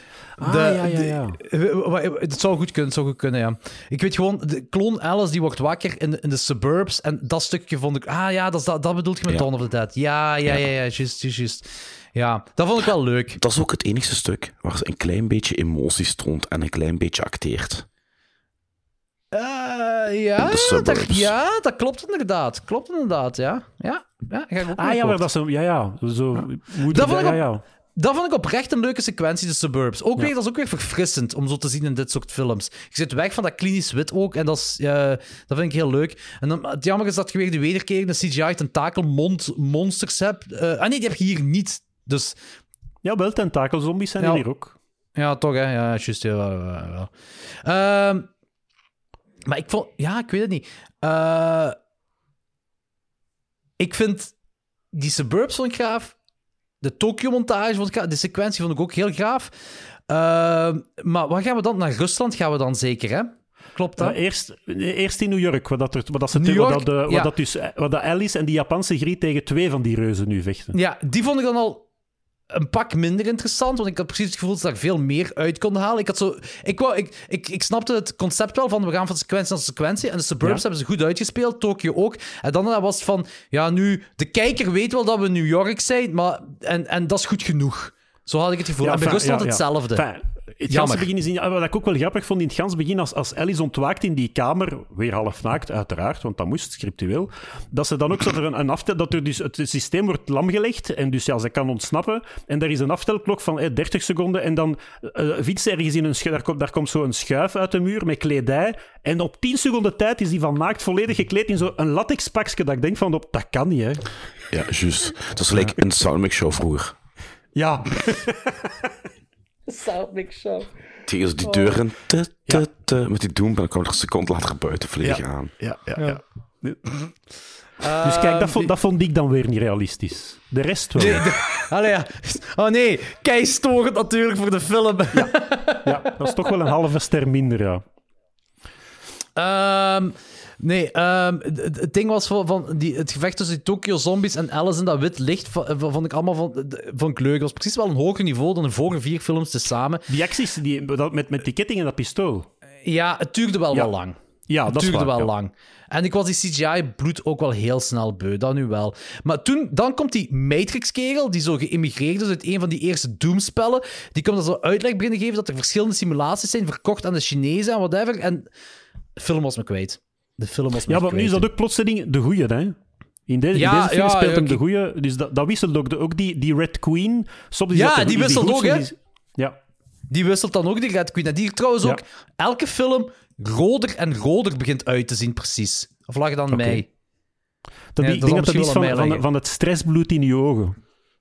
Het zou goed kunnen, ja. Ik weet gewoon, de kloon Alice die wordt wakker in de suburbs en dat stukje vond ik... dat bedoelt je met Ja. Dawn of the Dead. Ja, juist. Ja, dat vond ik wel leuk. Dat is ook het enigste stuk waar ze een klein beetje emotie toont en een klein beetje acteert. Ja, de suburbs. dat klopt inderdaad. Ja, ga ik ook mee Maar akkoord. dat is een... Zo... Dat vond ik ja. Dat vond ik oprecht een leuke sequentie, de suburbs. Dat is ook weer verfrissend om zo te zien in dit soort films. Je zit weg van dat klinisch wit ook, en dat vind ik heel leuk. En dan, het jammer is dat je weer de wederkerende CGI-tentakelmonsters hebt. Nee, die heb je hier niet. Dus Ja, wel, tentakelzombies zijn hier ook. ja, toch, hè. Ja, juist. Ja. Maar ik vond... Ja, ik weet het niet. Ik vind... Die suburbs vond ik gaaf. De Tokyo-montage vond ik gaaf. De sequentie vond ik ook heel gaaf. Maar wat gaan we dan? Naar Rusland gaan we dan zeker, hè? Klopt dat? Eerst in New York, wat dat Alice en die Japanse griet tegen 2 van die reuzen nu vechten. Ja, die vond ik dan al een pak minder interessant, want ik had precies het gevoel dat ze daar veel meer uit konden halen. Ik snapte het concept wel van we gaan van sequentie naar sequentie, en de suburbs hebben ze goed uitgespeeld, Tokyo ook. En dan was het van, ja, nu, de kijker weet wel dat we in New York zijn, maar, en dat is goed genoeg. Zo had ik het gevoel. En bij Rusland hetzelfde. Het Jammer. ganse begin is wat ik ook wel grappig vond in het ganse begin, als Alice ontwaakt in die kamer, weer half naakt, uiteraard, want dat moest, scriptueel, dat ze dan ook dat er een aftel, dat er dus het systeem wordt lamgelegd, en dus ja, ze kan ontsnappen, en er is een aftelklok van 30 seconden, en dan vindt ze ergens in een daar komt zo een schuif uit de muur met kledij, en op 10 seconden tijd is die van naakt volledig gekleed in zo'n latexpakje, dat ik denk van, dat kan niet, hè. Ja, juist. Dat is gelijk een Soundmix show vroeger. Ja. Soundmix show. Tegen zo die deuren, met die doem, en dan komt er een seconde later buiten vliegen aan. Ja. Dus kijk, dat vond ik dan weer niet realistisch. De rest wel. Allee, ja. Oh nee, keistorend natuurlijk voor de film. Ja, dat is toch wel een halve ster minder, ja. Het ding was het gevecht tussen die Tokyo Zombies en Alice in dat wit licht, vond ik allemaal van kleur. Dat was precies wel een hoger niveau dan de vorige 4 films tezamen. Die acties met die ketting en dat pistool. Ja, het duurde wel lang. Ja, dat is waar. Het duurde wel lang. En ik was die CGI-bloed ook wel heel snel beu, dat nu wel. Maar dan komt die Matrix-kerel, die zo geïmmigreerd is uit een van die eerste Doom-spellen, die komt dan zo uitleg beginnen geven dat er verschillende simulaties zijn, verkocht aan de Chinezen en whatever. En de film was me kwijt. Ja, want nu is dat ook plotseling de goeie, hè? In deze film speelt hem de goeie. Dus dat wisselt ook die Red Queen. Die wisselt ook, hè? Ja. Die wisselt dan ook, die Red Queen. En die trouwens ook elke film roder en roder begint uit te zien, precies. Of lag het aan mij? Ik denk dat is van het stressbloed in je ogen.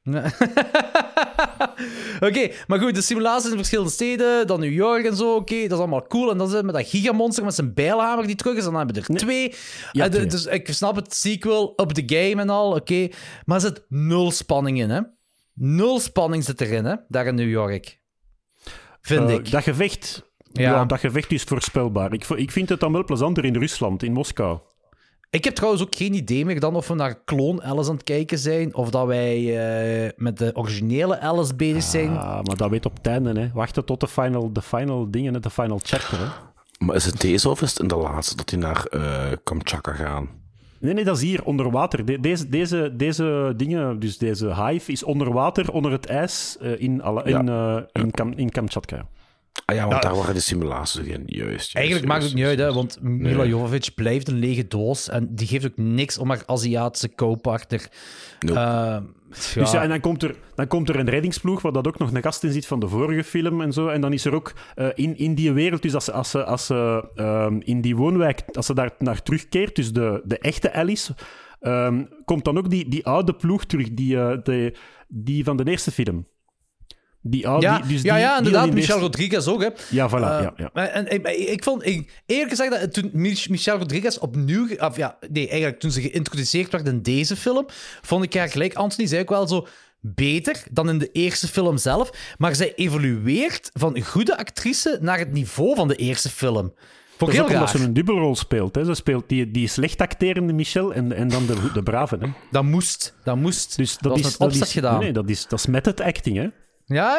Oké, maar goed, de simulaties in verschillende steden, dan New York en zo, oké, dat is allemaal cool. En dan zit met dat gigamonster met zijn bijlhamer die terug is, en dan hebben we er 2. Ja, dus ik snap het, sequel, up the game en al, oké. Maar er zit 0 spanning in, hè. 0 spanning zit erin, hè, daar in New York. Vind ik. Dat gevecht... Ja, dat gevecht is voorspelbaar. Ik vind het dan wel plezanter in Rusland, in Moskou. Ik heb trouwens ook geen idee meer dan of we naar Clone Alice aan het kijken zijn, of dat wij met de originele Alice bezig zijn. Maar dat weet op het einde, hè. Wachten tot de final dingen, de final chapter, hè. Maar is het deze of is het in de laatste dat die naar Kamchatka gaan? Nee, dat is hier, onder water. Deze dingen, dus deze hive, is onder water, onder het ijs, in Kamchatka. Ah ja, want daar waren de simulaties in. Juist. Eigenlijk maakt het niet uit, hè, want Mila Jovovich blijft een lege doos en die geeft ook niks om haar Aziatische co-partner. Nope. Dus en dan komt er een reddingsploeg, waar dat ook nog een gast in zit van de vorige film en zo. En dan is er ook in die wereld, dus als ze in die woonwijk, als ze daar naar terugkeert, dus de echte Alice, komt dan ook die oude ploeg terug, die van de eerste film. Inderdaad, Michelle Rodriguez ook, hè. Ja, voilà. En ik vond, eerlijk gezegd, dat toen Michelle Rodriguez opnieuw... eigenlijk toen ze geïntroduceerd werd in deze film, vond ik haar, gelijk Anthony zei ook wel zo, beter dan in de eerste film zelf. Maar zij evolueert van goede actrice naar het niveau van de eerste film. Dat is ook omdat ze een dubbelrol speelt. Hè. Ze speelt die slecht acterende Michelle en dan de brave. Hè. Dat moest. Dus dat is met opzet gedaan. Nee, dat is method acting, hè. Ja.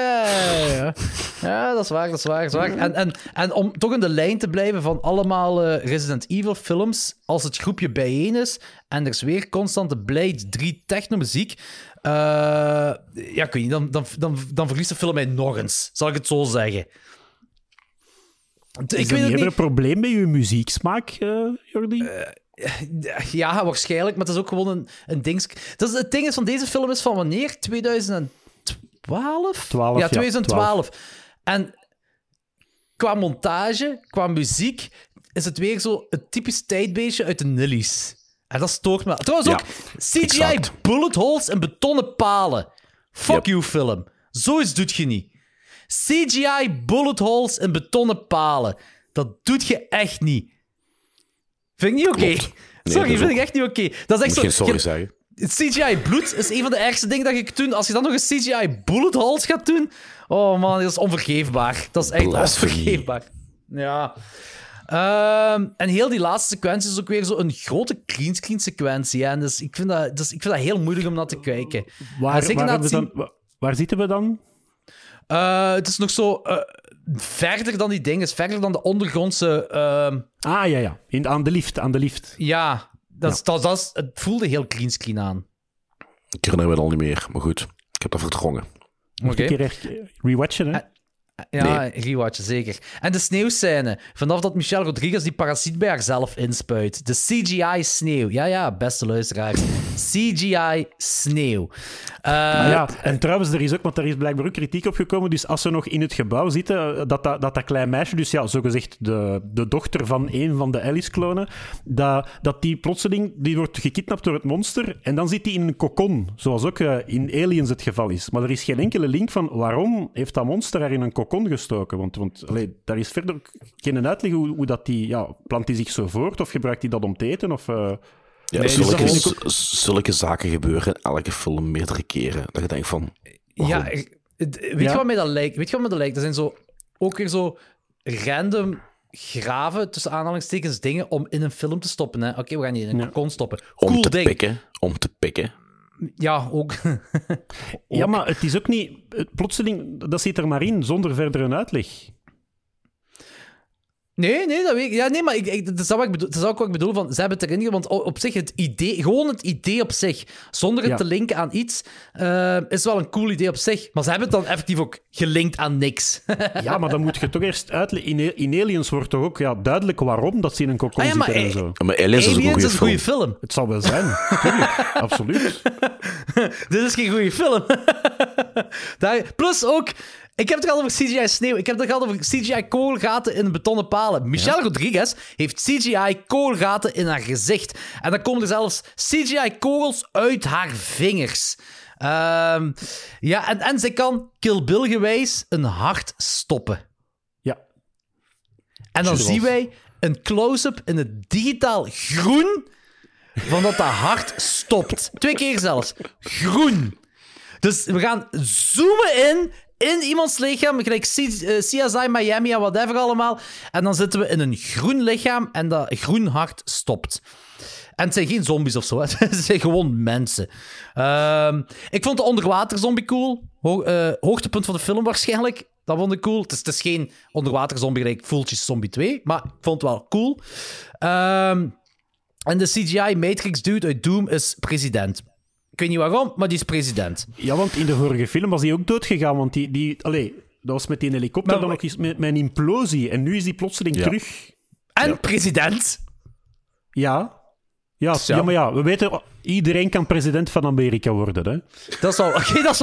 Ja, dat is waar. En om toch in de lijn te blijven van allemaal Resident Evil films, als het groepje bijeen is en er is weer constante Blade 3 technomuziek, ik weet niet, dan verliest de film mij nog eens, zal ik het zo zeggen. Is er niet een probleem met je muzieksmaak, Jordi? Ja, waarschijnlijk, maar het is ook gewoon een ding. Het ding is van deze film is van wanneer? 2012? 2012. En qua montage, qua muziek, is het weer zo het typisch tijdbeestje uit de Nillies. En dat stoort me. Trouwens ook CGI exact. Bullet holes en betonnen palen. Fuck you, film. Zoiets doet je niet. CGI bullet holes en betonnen palen. Dat doet je echt niet. Vind ik niet oké. Nee, sorry, vind ik echt niet oké. Dat is echt zo. Geen sorry zeggen. CGI bloed is een van de ergste dingen dat je kunt doen. Als je dan nog een CGI bullet holes gaat doen... Oh man, dat is onvergeefbaar. Dat is echt onvergeefbaar. Ja. En heel die laatste sequentie is ook weer zo een grote greenscreen sequentie. Hè? Dus ik vind dat heel moeilijk om naar te kijken. Waar zitten we dan? Het is nog zo verder dan die dingen. Verder dan de ondergrondse... Ja. Aan de lift. Ja. Het voelde heel greenscreen aan. Ik herinner me het al niet meer, maar goed. Ik heb dat verdrongen. Moet een keer echt rewatchen, hè? Ja, rewatchen, zeker. En de sneeuwscène. Vanaf dat Michelle Rodriguez die parasiet bij haarzelf inspuit. De CGI-sneeuw. Ja, beste luisteraars. CGI-sneeuw. En trouwens, er is ook, want daar is blijkbaar ook kritiek op gekomen, dus als ze nog in het gebouw zitten, dat klein meisje, dus ja, zogezegd de dochter van een van de Alice-klonen, dat die plotseling, die wordt gekidnapt door het monster, en dan zit die in een kokon, zoals ook in Aliens het geval is. Maar er is geen enkele link van waarom heeft dat monster haar in een kokon gestoken, want daar is verder geen uitleg hoe dat die, ja, plant die zich zo voort, of gebruikt die dat om te eten, of... Ja, zulke zaken gebeuren in elke film meerdere keren. Dat je denkt van... Ja, weet je wat mij dat lijkt? Dat zijn zo, ook weer zo random graven, tussen aanhalingstekens, dingen om in een film te stoppen. Hè? Oké, we gaan die in een kokon stoppen. Cool om te ding. pikken. Ja, ook. Ja, maar het is ook niet... Plotseling, dat zit er maar in, zonder verder een uitleg. Nee, dat weet ik. Ja, nee, maar dat is ook wat ik bedoel. Van, ze hebben het erin, want op zich het idee op zich, zonder het te linken aan iets, is wel een cool idee op zich. Maar ze hebben het dan effectief ook gelinkt aan niks. Ja, maar dan moet je toch eerst uitleggen. In Aliens wordt toch ook duidelijk waarom dat ze in een kokon zitten en zo. Maar Aliens is een goede film. Het zal wel zijn, natuurlijk. Absoluut. Dit is geen goede film. Plus ook... Ik heb het gehad over CGI sneeuw. Ik heb het gehad over CGI kogelgaten in betonnen palen. Michelle Rodriguez heeft CGI kogelgaten in haar gezicht. En dan komen er zelfs CGI kogels uit haar vingers. En zij kan Kill Bill gewijs een hart stoppen. Ja. En dan zien wij een close-up in het digitaal groen van dat hart stopt. 2 keer zelfs. Groen. Dus we gaan zoomen in iemands lichaam, gelijk CSI Miami en whatever allemaal. En dan zitten we in een groen lichaam en dat groen hart stopt. En het zijn geen zombies of zo, hè. Het zijn gewoon mensen. Ik vond de onderwaterzombie cool. Hoogtepunt van de film waarschijnlijk. Dat vond ik cool. Het is geen onderwaterzombie gelijk Voeltjes Zombie 2, maar ik vond het wel cool. En de CGI Matrix dude uit Doom is president. Ik weet niet waarom, maar die is president. Ja, want in de vorige film was hij ook doodgegaan, want dat was met die helikopter dan nog eens met een implosie. En nu is die plotseling terug. En president. Ja, maar ja, we weten, iedereen kan president van Amerika worden, hè. Dat is wel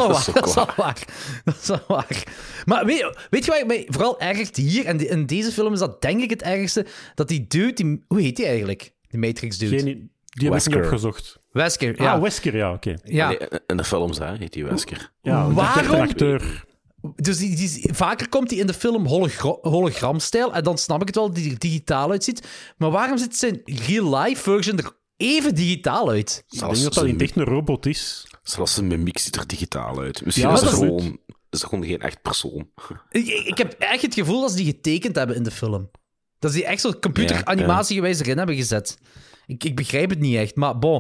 waar. Maar weet je wat ik mij vooral ergert hier, en in deze film is dat denk ik het ergste, dat die dude, hoe heet die eigenlijk? Die Matrix dude. Die heb ik niet opgezocht. Wesker, ja. Wesker, ja, oké. Ja. Nee, in de films heet die Wesker. Ja, waarom? Acteur. Dus vaker komt hij in de film hologramstijl, en dan snap ik het wel dat hij er digitaal uitziet. Maar waarom ziet zijn real-life version er even digitaal uit? Ik denk dat niet echt een robot is. Zelfs zijn mimiek ziet er digitaal uit. Misschien is het gewoon geen echt persoon. Ik heb echt het gevoel dat ze die getekend hebben in de film. Dat ze die echt zo'n computeranimatiegewijs erin hebben gezet. Ik begrijp het niet echt, maar bon.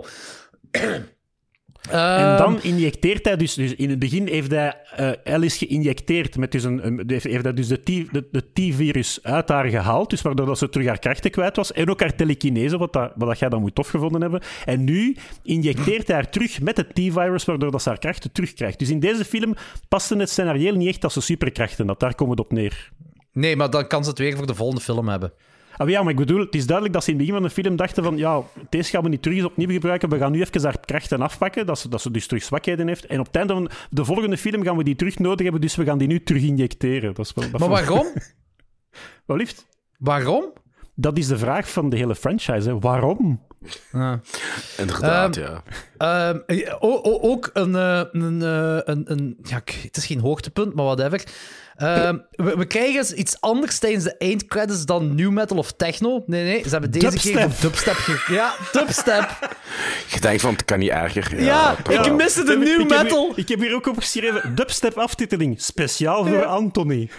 En dan injecteert hij dus in het begin heeft hij Alice geïnjecteerd met heeft hij dus de T-virus uit haar gehaald, dus waardoor dat ze terug haar krachten kwijt was, en ook haar telekinese, wat jij dan moet tof gevonden hebben. En nu injecteert hij haar terug met het T-virus, waardoor dat ze haar krachten terugkrijgt. Dus in deze film paste het scenario niet echt als ze superkrachten had. Daar komt het op neer. Nee, maar dan kan ze het weer voor de volgende film hebben. Ja, maar ik bedoel, het is duidelijk dat ze in het begin van de film dachten van ja, deze gaan we niet terug eens opnieuw gebruiken, we gaan nu even haar krachten afpakken, dat ze dus terug zwakheden heeft. En op het einde van de volgende film gaan we die terug nodig hebben, dus we gaan die nu terug injecteren. Dat is wel, maar waarom? Wat liefst? Waarom? Dat is de vraag van de hele franchise, hè. Waarom? Inderdaad, ja. Ook het is geen hoogtepunt, maar whatever. We krijgen iets anders tijdens de eindcredits dan new metal of techno. Nee, ze hebben deze keer dubstep. Ja, dubstep. Je denkt van, het kan niet erger. Ja, ik miste de new metal. Ik heb hier ook opgeschreven, dubstep aftiteling, speciaal voor Anthony.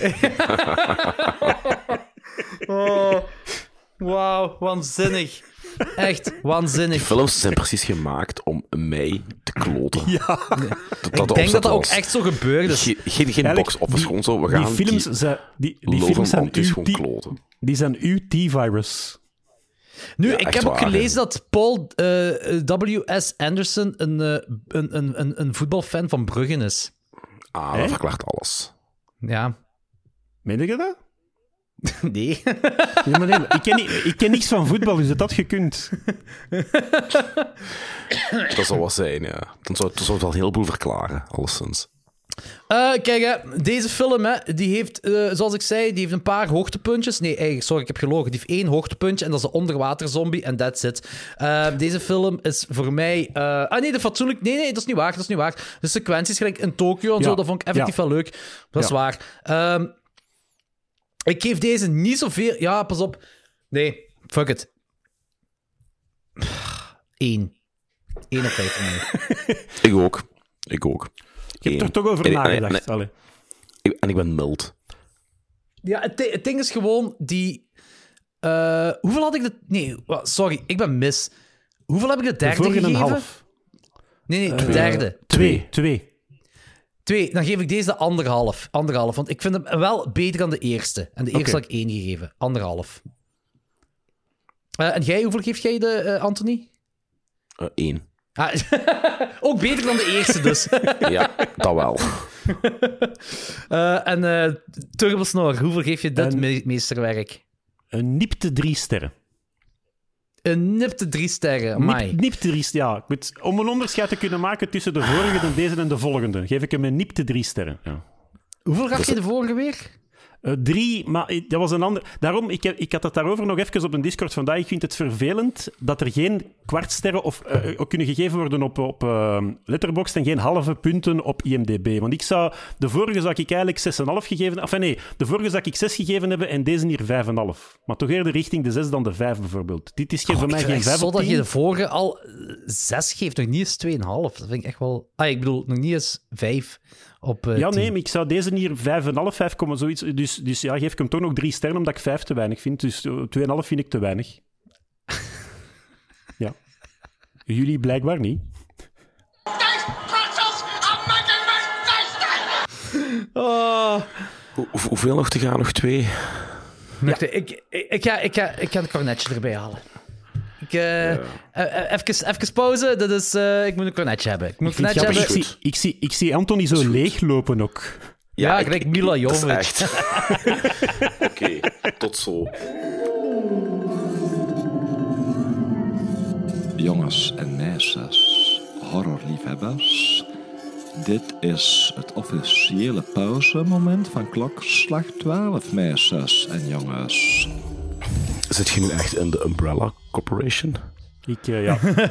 Wauw, waanzinnig. Echt waanzinnig. Die films zijn precies gemaakt om mij te kloten. Ja. Ik denk dat dat ook echt zo gebeurde. Geen box-office, gewoon zo. We gaan die films zijn kloten. Die zijn uw T-virus. Nu, ik heb ook gelezen dat Paul W.S. Anderson een voetbalfan van Brugge is. Dat verklaart alles. Ja. Meen je dat? Nee. Ja, maar nee, ik ken niks van voetbal, dus dat had gekund. Dat zou wat zijn, ja. Dan zou het wel een heleboel verklaren, alleszins. Kijk, hè, deze film, hè, die heeft, zoals ik zei, die heeft een paar hoogtepuntjes. Nee, eigenlijk, sorry, ik heb gelogen. Die heeft 1 hoogtepuntje en dat is de onderwaterzombie en that's it. Deze film is voor mij... nee, de fatsoenlijk... Nee, dat is niet waar. De sequenties, gelijk in Tokio en zo, dat vond ik effectief wel leuk. Dat is waar. Ik geef deze niet zoveel... Ja, pas op. Nee, fuck it. 1. 1 op 5 voor mij. Ik ook. Je hebt er toch over nagedacht. En ik ben mild. Ja, het ding is gewoon die... hoeveel had ik de... Nee, sorry, ik ben mis. Hoeveel heb ik de derde gegeven? 4,5. Nee, de derde. 2. Dan geef ik deze de anderhalf. Want ik vind hem wel beter dan de eerste. En de eerste had ik 1 gegeven. 1,5. En jij, hoeveel geef jij de, Anthony? 1. Ook beter dan de eerste, dus. Ja, dat wel. En Turbosnor, hoeveel geef je dit meesterwerk? Een nipte 3 sterren. Een nipte 3 sterren, amai. Nipte 3 sterren, ja. Om een onderscheid te kunnen maken tussen de vorige, deze en de volgende, geef ik hem een nipte 3 sterren. Ja. Hoeveel gaf je de vorige weer? 3, maar dat was een ander... Daarom, ik had het daarover nog even op een Discord vandaag. Ik vind het vervelend dat er geen kwartsterren kunnen gegeven worden op Letterboxd en geen halve punten op IMDb. Want de vorige zou ik eigenlijk 6,5 gegeven... Enfin nee, de vorige zou ik 6 gegeven hebben en deze hier 5,5. Maar toch eerder richting de 6 dan de 5 bijvoorbeeld. Dit is voor mij geen 5 op 10. Dat je de vorige al 6 geeft, nog niet eens 2,5. Dat vind ik echt wel... ik bedoel, nog niet eens 5 op 10. Nee, maar ik zou deze hier 5,5, 5, zoiets... Dus ja, geef ik hem toch nog 3 sterren, omdat ik 5 te weinig vind. Dus 2,5 vind ik te weinig. Ja. Jullie blijkbaar niet. Hoeveel nog te gaan? Nog 2? Ja. Ik ga het cornetje erbij halen. Even pauze. Dat is, ik moet een cornetje hebben. Ik zie Anthony zo leeglopen ook. Ja, gelijk Mila Jovovich. Oké, tot zo. Jongens en meisjes, horrorliefhebbers. Dit is het officiële pauzemoment van klokslag 12, meisjes en jongens. Zit je nu echt in de Umbrella Corporation? Ja.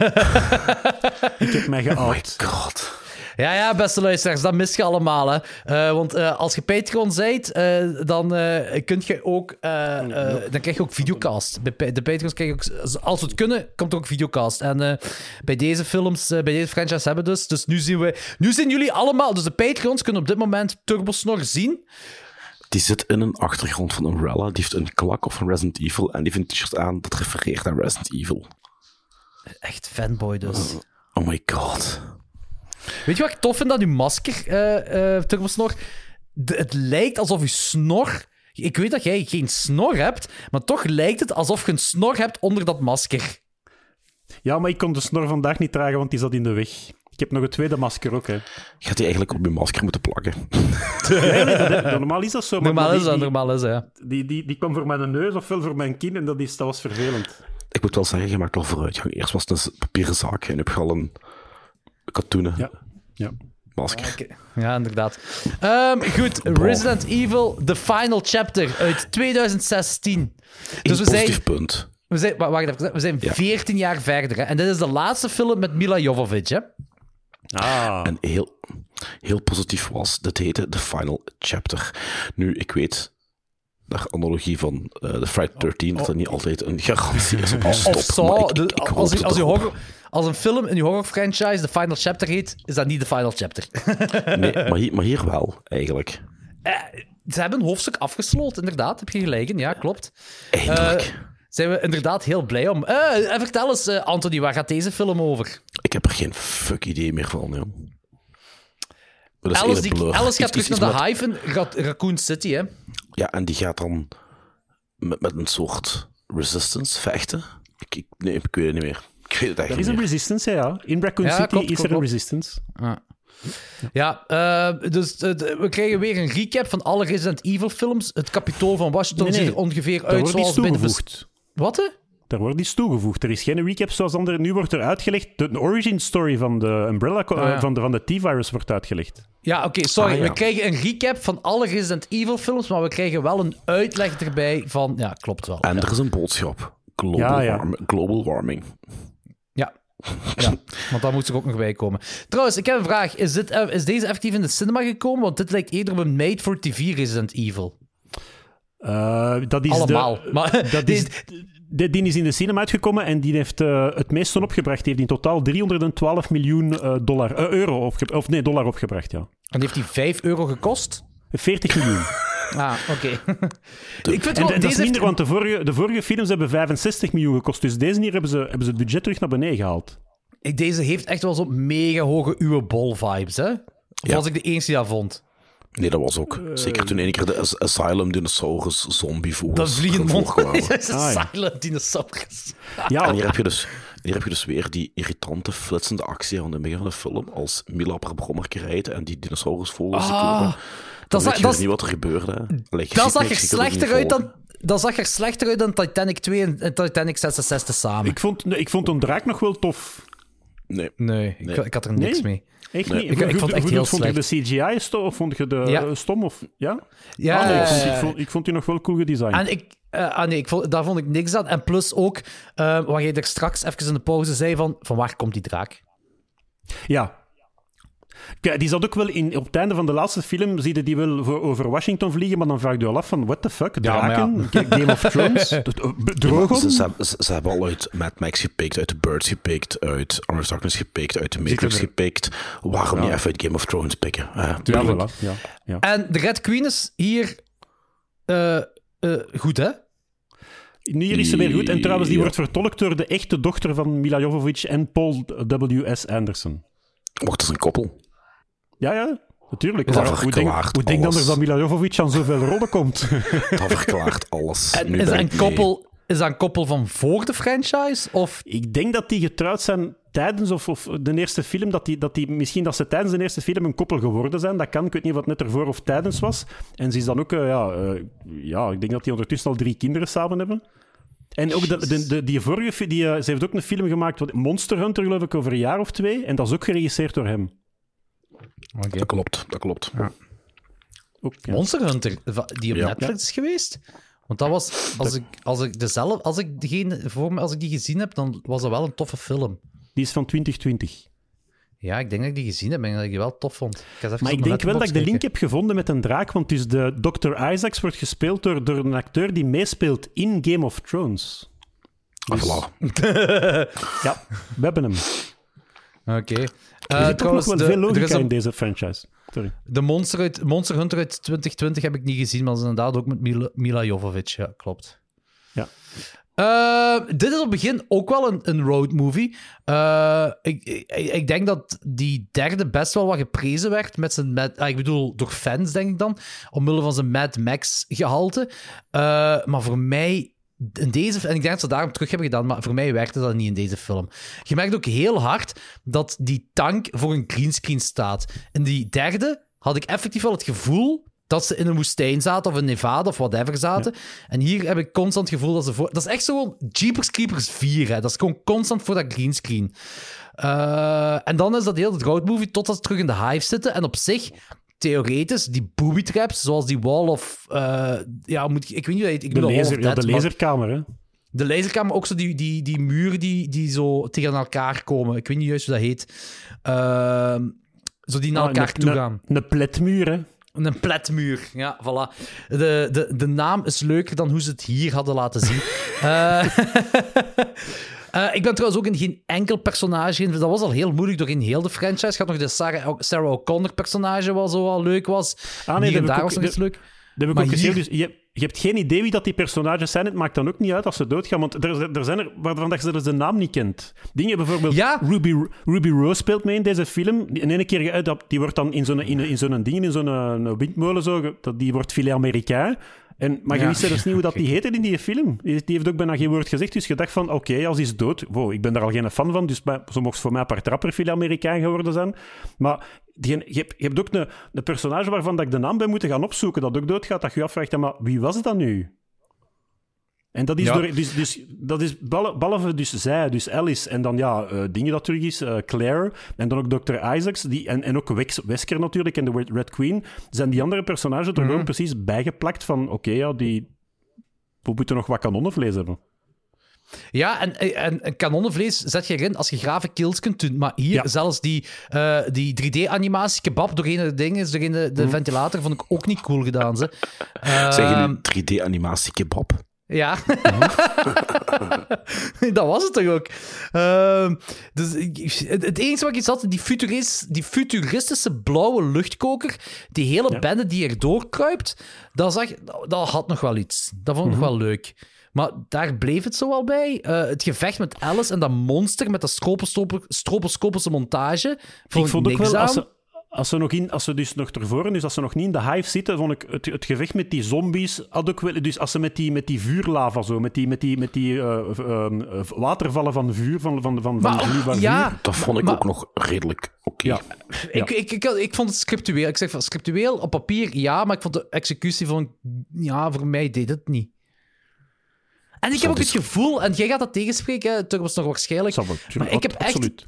Ik heb mij geout. Oh my god. Ja, beste luisteraars, dat mis je allemaal. Hè. Want als je Patreon bent, dan kun je ook... dan krijg je ook videocast. Bij de Patreons krijg je ook... Als we het kunnen, komt er ook videocast. En bij deze films, bij deze franchise hebben we dus... Dus nu zien jullie allemaal... Dus de Patreons kunnen op dit moment Turbosnor zien. Die zit in een achtergrond van Umbrella. Die heeft een klak of een Resident Evil. En die heeft een t-shirt aan dat refereert aan Resident Evil. Echt fanboy dus. Oh my god. Weet je wat ik tof vind aan uw masker, Turbosnor? Het lijkt alsof uw snor... Ik weet dat jij geen snor hebt, maar toch lijkt het alsof je een snor hebt onder dat masker. Ja, maar ik kon de snor vandaag niet dragen, want die zat in de weg. Ik heb nog een tweede masker ook, hè. Je had die eigenlijk op je masker moeten plakken. Nee, normaal is dat zo. Normaal is dat, ja. Die kwam voor mijn neus ofwel voor mijn kin en dat was vervelend. Ik moet wel zeggen, je maakt wel vooruitgang. Eerst was het een papieren zaak en nu heb je al een katoenen masker. Okay. Ja, inderdaad. Goed, Resident Evil The Final Chapter uit 2016. Dus positief punt. Wacht even, we zijn 14 jaar verder. Hè? En dit is de laatste film met Mila Jovovich, hè? En heel positief was, dit heette The Final Chapter. Nu, ik weet, naar analogie van The Friday 13, dat er niet altijd een garantie is op een stop. Als een film in je horror-franchise The Final Chapter heet, is dat niet The Final Chapter. Nee, maar hier wel, eigenlijk. Ze hebben een hoofdstuk afgesloten, inderdaad. Heb je gelijk in, ja, klopt. Eindelijk. Zijn we inderdaad heel blij om. Vertel eens, Anthony, waar gaat deze film over? Ik heb er geen fuck idee meer van, joh. Alice gaat terug naar de Hive in Raccoon City, hè? Ja, en die gaat dan met een soort resistance vechten. Ik weet het niet meer. Ik weet het echt Er is een resistance, ja. In Raccoon City is er een resistance. Ja, dus we krijgen weer een recap van alle Resident Evil films. Het kapitool van Washington ziet er ongeveer Daar uit wordt iets zoals bij de... toegevoegd. Wat, hè? Daar wordt iets toegevoegd. Er is geen recap zoals andere. Nu wordt er uitgelegd. De origin story van de Umbrella... van de T-virus wordt uitgelegd. Ja, oké, sorry. Ah, ja. We krijgen een recap van alle Resident Evil films, maar we krijgen wel een uitleg erbij van... Ja, klopt wel. En ja. er is een boodschap. Global warming. Ja, want daar moet ik ook nog bij komen. Trouwens, ik heb een vraag. Is deze effectief in de cinema gekomen? Want dit lijkt eerder op een made-for-TV Resident Evil. Dat is Allemaal. Die is in de cinema uitgekomen en die heeft het meeste opgebracht. Die heeft in totaal $312 miljoen dollar opgebracht, ja. En heeft die €5 gekost? 40 miljoen. Ah, oké. Ik vind En wel, dat is minder, want de vorige films hebben 65 miljoen gekost. Dus deze hier hebben ze het budget terug naar beneden gehaald. Deze heeft echt wel zo'n mega hoge uwe bol vibes, hè? Of was ik de enige die dat vond? Nee, dat was ook. Zeker toen een keer de Asylum Dinosaurus zombie vogels Dat vliegend mond. kwamen. Silent dinosaurus. Ja, En hier heb je dus weer die irritante, flitsende actie aan het begin van de film, als Mila per brommerke rijdt en die dinosaurusvogels komen. Dan weet je niet wat er gebeurde. Dat zag er slechter uit dan Titanic 2 en Titanic 66 samen. Ik vond een draak nog wel tof. Nee. Ik had er niks mee. Echt Nee. niet? Ik vond het echt heel Vond je de slecht. CGI stom? Vond je stom? Of, ja? Ja, Ik vond die nog wel cool gedesigned. En daar vond ik niks aan. En plus ook, wat jij er straks even in de pauze zei, van waar komt die draak? Ja. Kijk, die zat ook wel op het einde van de laatste film, zie je die wel over Washington vliegen, maar dan vraag je je al af van, what the fuck, draken? Game of Thrones? Drogon? Ze hebben al uit Mad Max gepikt, uit The Birds gepikt, uit Army of Darkness gepikt, uit The Matrix gepikt. Waarom niet even uit Game of Thrones pikken? Ja. En de Red Queen is hier goed, hè? Hier is ze weer goed. En trouwens, die wordt vertolkt door de echte dochter van Mila Jovovich en Paul W.S. Anderson. Wordt het een koppel? Ja, natuurlijk. Dat Hoe denk verklaart dan alles. dat Mila Jovovich aan zoveel rollen komt? Dat verklaart alles. En Nu is ben dat ik een mee. koppel... Is dat een koppel van voor de franchise? Of... Ik denk dat die getrouwd zijn tijdens of de eerste film, misschien dat ze tijdens de eerste film een koppel geworden zijn. Dat kan, ik weet niet wat net ervoor of tijdens was. En ze is dan ook, ik denk dat die ondertussen al 3 kinderen samen hebben. En ook die vorige, ze heeft ook een film gemaakt, Monster Hunter geloof ik, over een jaar of 2. En dat is ook geregisseerd door hem. Dat klopt. Ja. Ook, ja. Monster Hunter, die op Ja. Netflix is geweest? Want dat was... Als ik die gezien heb, dan was dat wel een toffe film. Die is van 2020. Ja, ik denk dat ik die gezien heb en dat ik die wel tof vond. Maar ik denk wel dat ik de link heb gevonden met een draak, want dus de Dr. Isaacs wordt gespeeld door een acteur die meespeelt in Game of Thrones. Dus... Voilà. Ja, we hebben hem. Oké. Er zit toch nog wel veel logica in een, deze franchise. Sorry. de Monster Hunter uit 2020 heb ik niet gezien, maar dat is inderdaad ook met Mila Jovovich. Ja, klopt. Ja. Dit is op het begin ook wel een road movie. Ik denk dat die derde best wel wat geprezen werd ik bedoel, door fans, denk ik dan, omwille van zijn Mad Max gehalte. Maar voor mij, in deze, en ik denk dat ze daarom terug hebben gedaan, maar voor mij werkte dat niet in deze film. Je merkt ook heel hard dat die tank voor een greenscreen staat. In die derde had ik effectief wel het gevoel dat ze in een woestijn zaten, of in Nevada, of whatever zaten. Ja. En hier heb ik constant het gevoel dat ze voor... Dat is echt zo gewoon Jeepers Creepers 4, hè. Dat is gewoon constant voor dat greenscreen. En dan is dat heel de roadmovie, totdat ze terug in de hive zitten. En op zich, theoretisch, die booby traps, zoals die wall of... ik weet niet hoe dat heet. De laserkamer, hè? De laserkamer, ook zo die muren die zo tegen elkaar komen. Ik weet niet juist hoe dat heet. Zo die naar elkaar toe gaan. Een pletmuur, hè? Een pletmuur, ja, voilà. De naam is leuker dan hoe ze het hier hadden laten zien. Ik ben trouwens ook in geen enkel personage in. Dat was al heel moeilijk doorheen heel de franchise. Ik had nog de Sarah O'Connor-personage, wat zo wel leuk was. Hier en daar was nog iets leuk. Dat heb ik ook gezien. Dus je hebt geen idee wie dat die personages zijn. Het maakt dan ook niet uit als ze doodgaan. Want er zijn er waarvan dat je dus de naam niet kent. Dingen bijvoorbeeld... Ja? Ruby Rose speelt mee in deze film. In ene keer, die wordt dan in zo'n ding, in zo'n windmolen, die wordt filet américain. Maar je wist zelfs niet hoe dat die heette in die film. Die heeft ook bijna geen woord gezegd, dus je dacht van, oké, als hij is dood... Wow, ik ben daar al geen fan van, dus zo mocht voor mij een paar trapper veel Amerikaan geworden zijn. Maar je hebt ook een personage waarvan dat ik de naam ben moeten gaan opzoeken, dat ook doodgaat, dat je je afvraagt, maar wie was dat nu? En dat is, dat is behalve dus zij, dus Alice, en dan dingen dat terug is, Claire, en dan ook Dr. Isaacs, en ook Wesker natuurlijk, en de Red Queen, zijn die andere personages er gewoon precies bijgeplakt van, oké, we moeten nog wat kanonnenvlees hebben. Ja, en kanonnenvlees zet je erin als je grave kills kunt doen. Maar hier, zelfs die 3D-animatie kebab doorheen de dingen, doorheen de ventilator, vond ik ook niet cool gedaan. Zeg je nu 3D-animatie kebab? Ja. Dat was het toch ook. Dus het enige wat ik iets had, die futuristische blauwe luchtkoker, die hele bende die erdoor kruipt, dat had nog wel iets. Dat vond ik nog wel leuk. Maar daar bleef het zo al bij. Het gevecht met Alice en dat monster met dat stroboscopische montage. Ik vond ook wel, als ze dus nog ervoor, dus als ze nog niet in de hive zitten, vond ik het gevecht met die zombies had ook wel, dus als ze met die vuurlava zo, met die watervallen van vuur, van vuur. Dat vond ik ook nog redelijk oké. Ja. Ik vond het scriptueel. Ik zeg van scriptueel op papier, ja, maar ik vond de executie voor mij deed het niet. En ik heb ook het gevoel, en jij gaat dat tegenspreken, toch was het nog waarschijnlijk, maar ik heb echt... Absoluut.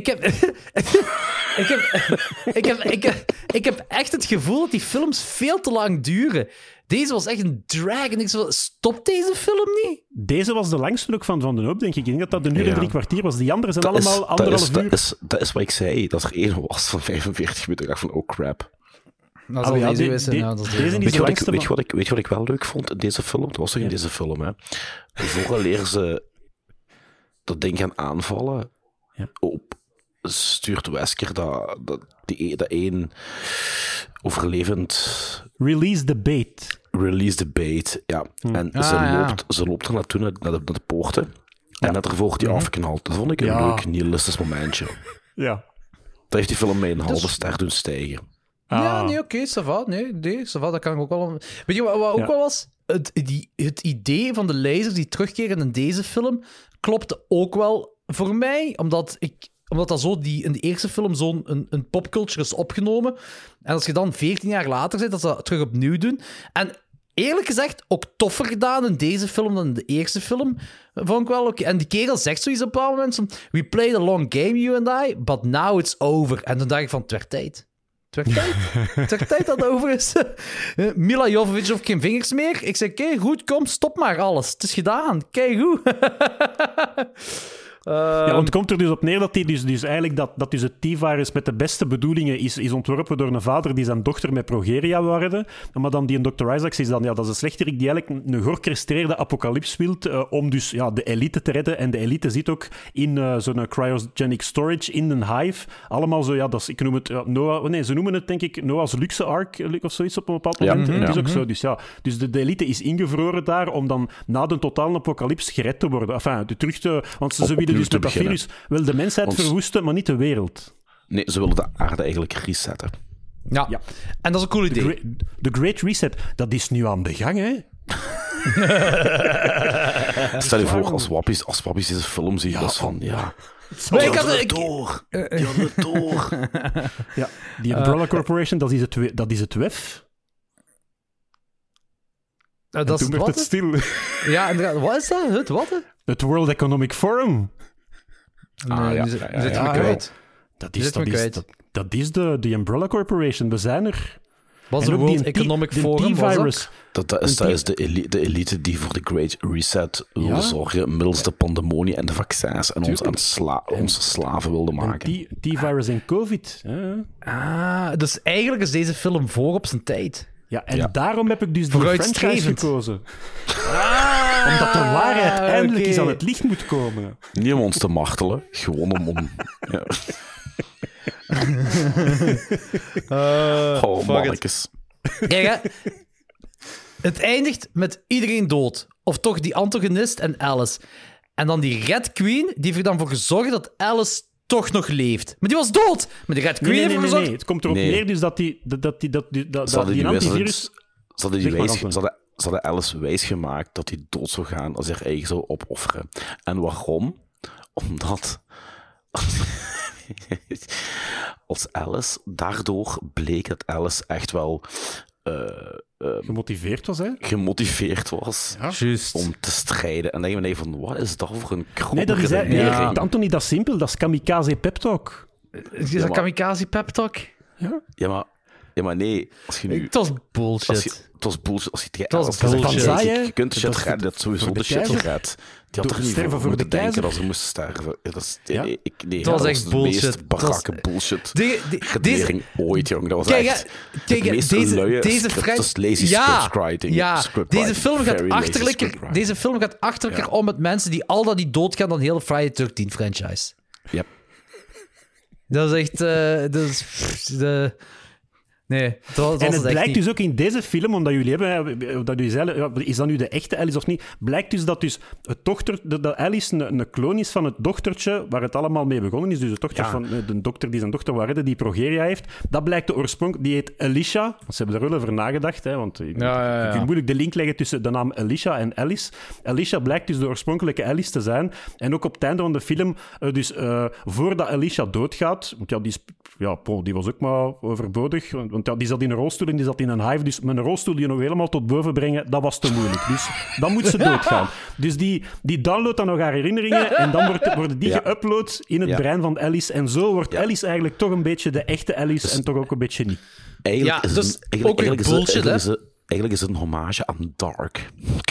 Ik heb echt het gevoel dat die films veel te lang duren. Deze was echt een drag. En ik zo, stopt deze film niet? Deze was de langste ook van de hoop, denk ik. Ik denk dat een uur en 3 kwartier was. Die anderen zijn allemaal anderhalf uur. Dat is wat ik zei, dat er één was van 45 minuten. Ik dacht van, oh crap. Dat zal deze wezen. Weet je wat ik wel leuk vond in deze film? Dat was toch in deze film, hè? Vooraleer ze dat ding gaan aanvallen, stuurt Wesker dat één overlevend... Release the bait, ja. En ze loopt er naartoe naar de poorten. En net ervoor die afknalt. Dat vond ik een leuk nihilistisch momentje. Ja. Dat heeft die film mij een halve ster doen stijgen. Ja, nee, oké, ça va. Nee, ça va, dat kan ik ook wel... Weet je wat ook wel was? Het idee van de lasers die terugkeren in deze film klopte ook wel voor mij, omdat dat zo in de eerste film zo'n een popculture is opgenomen. En als je dan 14 jaar later zit, dat ze dat terug opnieuw doen. En eerlijk gezegd, ook toffer gedaan in deze film dan in de eerste film. Vond ik wel oké. En die kerel zegt zoiets op een bepaald moment van, we played a long game, you and I, but now it's over. En toen dacht ik van, het werd tijd. Het werd tijd dat het over is. Mila Jovovich of geen vingers meer. Ik zei, oké, goed, kom, stop maar alles. Het is gedaan. Kijk goed. Want het komt er dus op neer dat dus eigenlijk dat dus het T-virus met de beste bedoelingen is ontworpen door een vader die zijn dochter met progeria wou redden. Maar dan die Dr. Isaacs is dan, dat is een slechterik die eigenlijk een georchestreerde apocalyps wil om dus de elite te redden. En de elite zit ook in zo'n cryogenic storage in een hive. Allemaal zo, ik noem het ze noemen het denk ik Noah's Luxe Ark of zoiets op een bepaald moment. Het is ook zo, dus de elite is ingevroren daar om dan na de totale apocalyps gered te worden. Enfin, want ze willen dus met dat virus wel de mensheid verwoesten, maar niet de wereld. Nee, ze willen de aarde eigenlijk resetten. Ja. En dat is een cool idee. De Great Reset, dat is nu aan de gang, hè? Stel je voor, als wappies deze film zien, dat is van, ja... Maar ik had het door. Ja, die Umbrella Corporation, dat is het WEF. Dat toen werd het stil. Ja, inderdaad. Wat is dat? Het World Economic Forum. Nee, zit me kwijt. Dat is de Umbrella Corporation. We zijn er. Was er World Economic Forum? Dat is de elite die voor de Great Reset wilde zorgen, middels de pandemonie en de vaccins en onze slaven wilde maken. T-virus en COVID. Dus eigenlijk is deze film voor op zijn tijd. Ja, en daarom heb ik dus die franchise gekozen. Omdat de waarheid eindelijk eens aan het licht moet komen. Niet om ons te martelen, gewoon om... Ja. Mannetjes. Kijk, het eindigt met iedereen dood. Of toch die antagonist en Alice. En dan die Red Queen, die heeft er dan voor gezorgd dat Alice toch nog leeft. Maar die was dood! Maar die Red Queen heeft ervoor gezorgd... Nee, het komt erop neer dus dat die antivirus... Ze ze hadden Alice wijsgemaakt dat hij dood zou gaan als hij haar eigen zou opofferen. En waarom? Omdat... als Alice, daardoor bleek dat Alice echt wel... Gemotiveerd was, hè? gemotiveerd was Juist. om te strijden. En dan denk je van, wat is dat voor een kromme Nee, dat is redenering? Anthony, dat is simpel. Dat is kamikaze pep talk. Is dat kamikaze pep talk? Ja, maar nee. Als je nu... Het was bullshit. Het was bullshit. Als je tegen Het was Alice zegt, bullshit. ja, Van Zaaien, je kunt de shit dat is redden, dat sowieso voor de de shit keizer. gered. Die had er niet sterven voor voor de moeten denken keizer. dat ze moesten sterven. Ja, dat is, Ja? nee, Het was echt de bullshit. meest Het was- barakke bullshit Deze, redenering ooit, jong. Dat was Kijk, echt kijk, het meest deze luie Fran- dat is lazy Ja, scriptwriting. ja. Scriptwriting. Deze film gaat Very lazy achterlijker, scriptwriting. deze film gaat achterlijker om met mensen die al dat niet doodgaan dan de hele Friday 13 franchise. Yep. Dat is echt... dat is, nee, dat En was het echt blijkt niet. dus ook in deze film, omdat jullie hebben, dat jullie zeiden, ja, is dat nu de echte Alice of niet? Blijkt dus dat dat Alice een kloon is van het dochtertje waar het allemaal mee begonnen is. Dus de dochter van de dokter die zijn dochter wou redden, die progeria heeft. Dat blijkt de oorsprong, die heet Alicia. Want ze hebben er wel over nagedacht, hè, want je kunt moeilijk de link leggen tussen de naam Alicia en Alice. Alicia blijkt dus de oorspronkelijke Alice te zijn. En ook op het einde van de film, voordat Alicia doodgaat, want die was ook maar overbodig, want die zat in een rolstoel en die zat in een hive, dus met een rolstoel die nog helemaal tot boven brengen, dat was te moeilijk. Dus dan moet ze doodgaan. Dus die downloadt dan nog haar herinneringen en dan worden die geüpload in het brein van Alice. En zo wordt Alice eigenlijk toch een beetje de echte Alice en toch ook een beetje niet. Eigenlijk Ja, is dus het eigenlijk, ook weer bullshit, hè? eigenlijk is het een hommage aan Dark.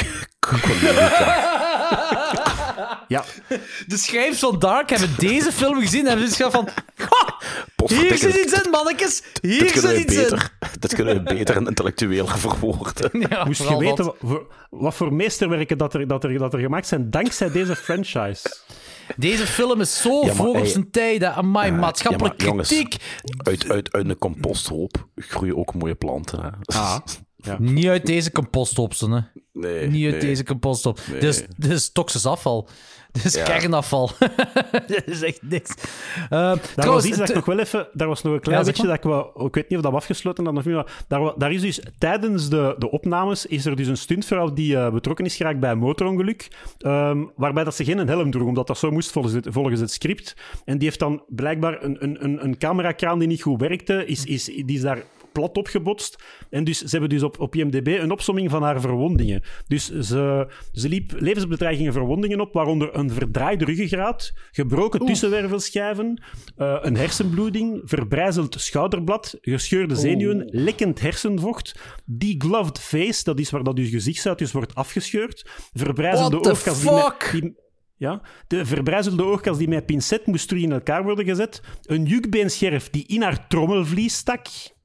Ja, De schrijvers van Dark hebben deze film gezien en hebben dus gedacht van... Hier zit iets in, mannetjes! Hier zit iets in! Dit kunnen we beter en intellectueler verwoorden. Ja, moest je vooral weten dat. wat voor meesterwerken dat er gemaakt zijn dankzij deze franchise. Deze film is zo Ja, maar, voor op hey, zijn tijd. Amai, maatschappelijke jongens, kritiek. Uit een composthoop groeien ook mooie planten. Hè. Niet uit deze compostopsen, hè. Nee, Niet uit deze compostop. Nee. Dit is toxisch afval. Dit is kernafval. Dit is echt niks. Daar was iets dat ik nog wel even... Daar was nog een klein Ja, zeg beetje dat ik weet niet of dat we afgesloten hadden of niet. Daar is dus tijdens de opnames is er dus een stuntvrouw die betrokken is geraakt bij een motorongeluk. Waarbij dat ze geen helm droeg, omdat dat zo moest volgens het script. En die heeft dan blijkbaar een camerakraan die niet goed werkte. Die is daar plat opgebotst. En dus ze hebben dus op IMDb een opsomming van haar verwondingen. Dus ze liep levensbedreigende verwondingen op, waaronder een verdraaide ruggengraat, gebroken tussenwervelschijven, een hersenbloeding, verbrijzeld schouderblad, gescheurde zenuwen, lekkend hersenvocht, degloved face, dat is waar dat uw gezichtshuid dus wordt afgescheurd, verbrijzelde What the oorkas fuck? de verbrijzelde oorkas die met pincet moest terug in elkaar worden gezet, een jukbeenscherf die in haar trommelvlies stak,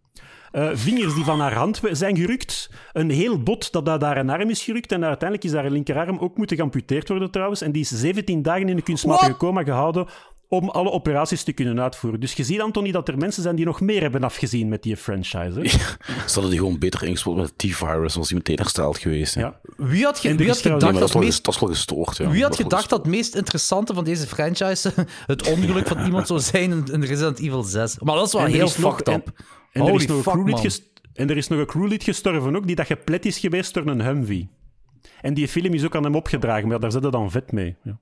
vingers die van haar hand zijn gerukt, een heel bot dat uit haar arm is gerukt en uiteindelijk is haar linkerarm ook moeten geamputeerd worden trouwens en die is 17 dagen in een kunstmatige coma gehouden om alle operaties te kunnen uitvoeren. Dus je ziet, Anthony, dat er mensen zijn die nog meer hebben afgezien met die franchise. Hè? Ze hadden die gewoon beter ingespeeld met het T-virus, was die meteen hersteld geweest. Hè. Ja. Wie had En er is gedacht trouwens- Dat is wel gestoord. Ja. Wie had Dat is wel gedacht dat het meest interessante van deze franchise het ongeluk van iemand zou zijn in Resident Evil 6? Maar dat is wel En er heel is nog- fucked up. En er Holy is nog een fuck, crewlid man. en er is nog een crewlid gestorven ook, die dat geplet is geweest door een Humvee. En die film is ook aan hem opgedragen, maar daar zit er dan vet mee. Ja.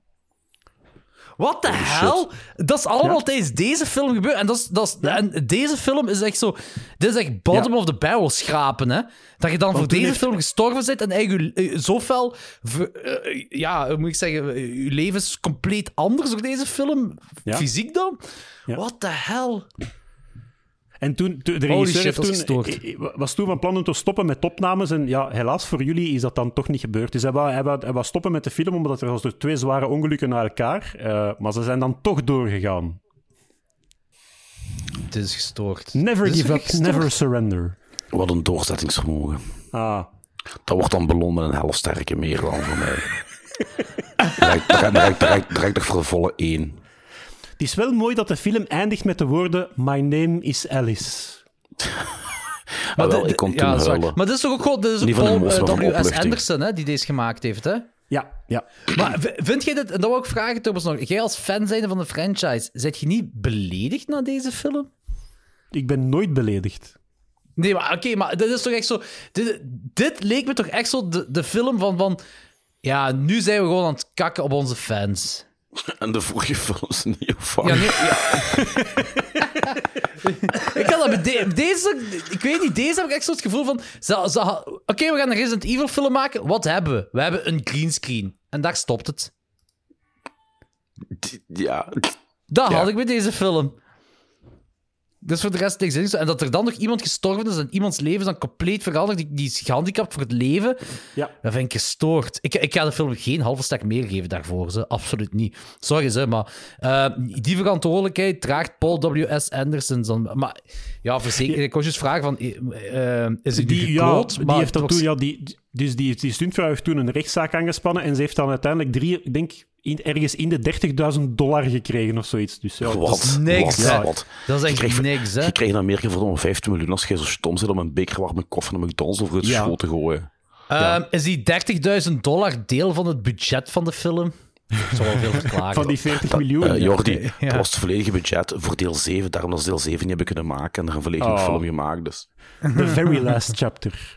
What the hell? Dat is allemaal Ja. tijdens deze film gebeurd. En deze film is echt zo... Dit is echt bottom of the barrel schrapen, hè? Dat je dan voor toen deze heeft- film gestorven bent en eigenlijk zo fel... hoe moet ik zeggen? Je leven is compleet anders door deze film. Ja. Fysiek dan? Ja. What the hell? En toen, de Holy regisseur shit, dat is heeft toen, gestoord. was toen van plan om te stoppen met opnames. En ja, helaas voor jullie is dat dan toch niet gebeurd. Dus hij wou stoppen met de film, omdat er was 2 zware ongelukken na elkaar. Maar ze zijn dan toch doorgegaan. Het is gestoord. Never Dit is give up, gestoord. never surrender. Wat een doorzettingsvermogen. Ah. Dat wordt dan beloond met een helftsterke meer dan voor mij. Dat reikt toch voor de volle 1. Het is wel mooi dat de film eindigt met de woorden My name is Alice. Ik kon toen dat is waar. huilen. Maar dit is toch ook gewoon... Dit is Niet ook van Paul emotie, maar van W.S. opluchting. Anderson, hè, die deze gemaakt heeft, hè? Ja. Maar vind jij dit... En dat wil ik vragen, Thomas, nog. Jij als fan zijnde van de franchise, zit je niet beledigd na deze film? Ik ben nooit beledigd. Nee, maar oké, maar dit is toch echt zo... Dit leek me toch echt zo de film van... Ja, nu zijn we gewoon aan het kakken op onze fans. En de vorige films niet of Ja, nee, ja. Ik had dat bij deze... Ik weet niet, deze heb ik echt zo het gevoel van... Oké, we gaan een Resident Evil film maken. Wat hebben we? We hebben een greenscreen. En daar stopt het. Ja. Dat had ik bij deze film. Dus voor de rest niks in. En dat er dan nog iemand gestorven is en iemands leven is dan compleet veranderd. Die is gehandicapt voor het leven. Ja. Dat vind ik gestoord. Ik ga de film geen halve ster meer geven daarvoor. Ze. Absoluut niet. Sorry, ze, maar die verantwoordelijkheid draagt Paul W.S. Anderson. Maar ja, verzekerd. Ik was dus vragen van... is hij die gekloot? Ja, die heeft dat toen... Ja, die stuntvrouw heeft toen een rechtszaak aangespannen en ze heeft dan uiteindelijk ergens in de $30.000 gekregen of zoiets. Dus ja, dat is niks. Wat? Dat is echt niks, hè? Je krijgt in Amerika voor 15 miljoen als je zo stom zit om een beker warme koffie naar McDonald's over het schoot te gooien. Is die $30.000 deel van het budget van de film? Dat zou wel veel verklaren. Van die 40 miljoen. Jordi, dat was het volledige budget voor deel 7. Daarom dat ze deel 7 niet hebben kunnen maken en er een volledige film gemaakt. Dus. The very last chapter.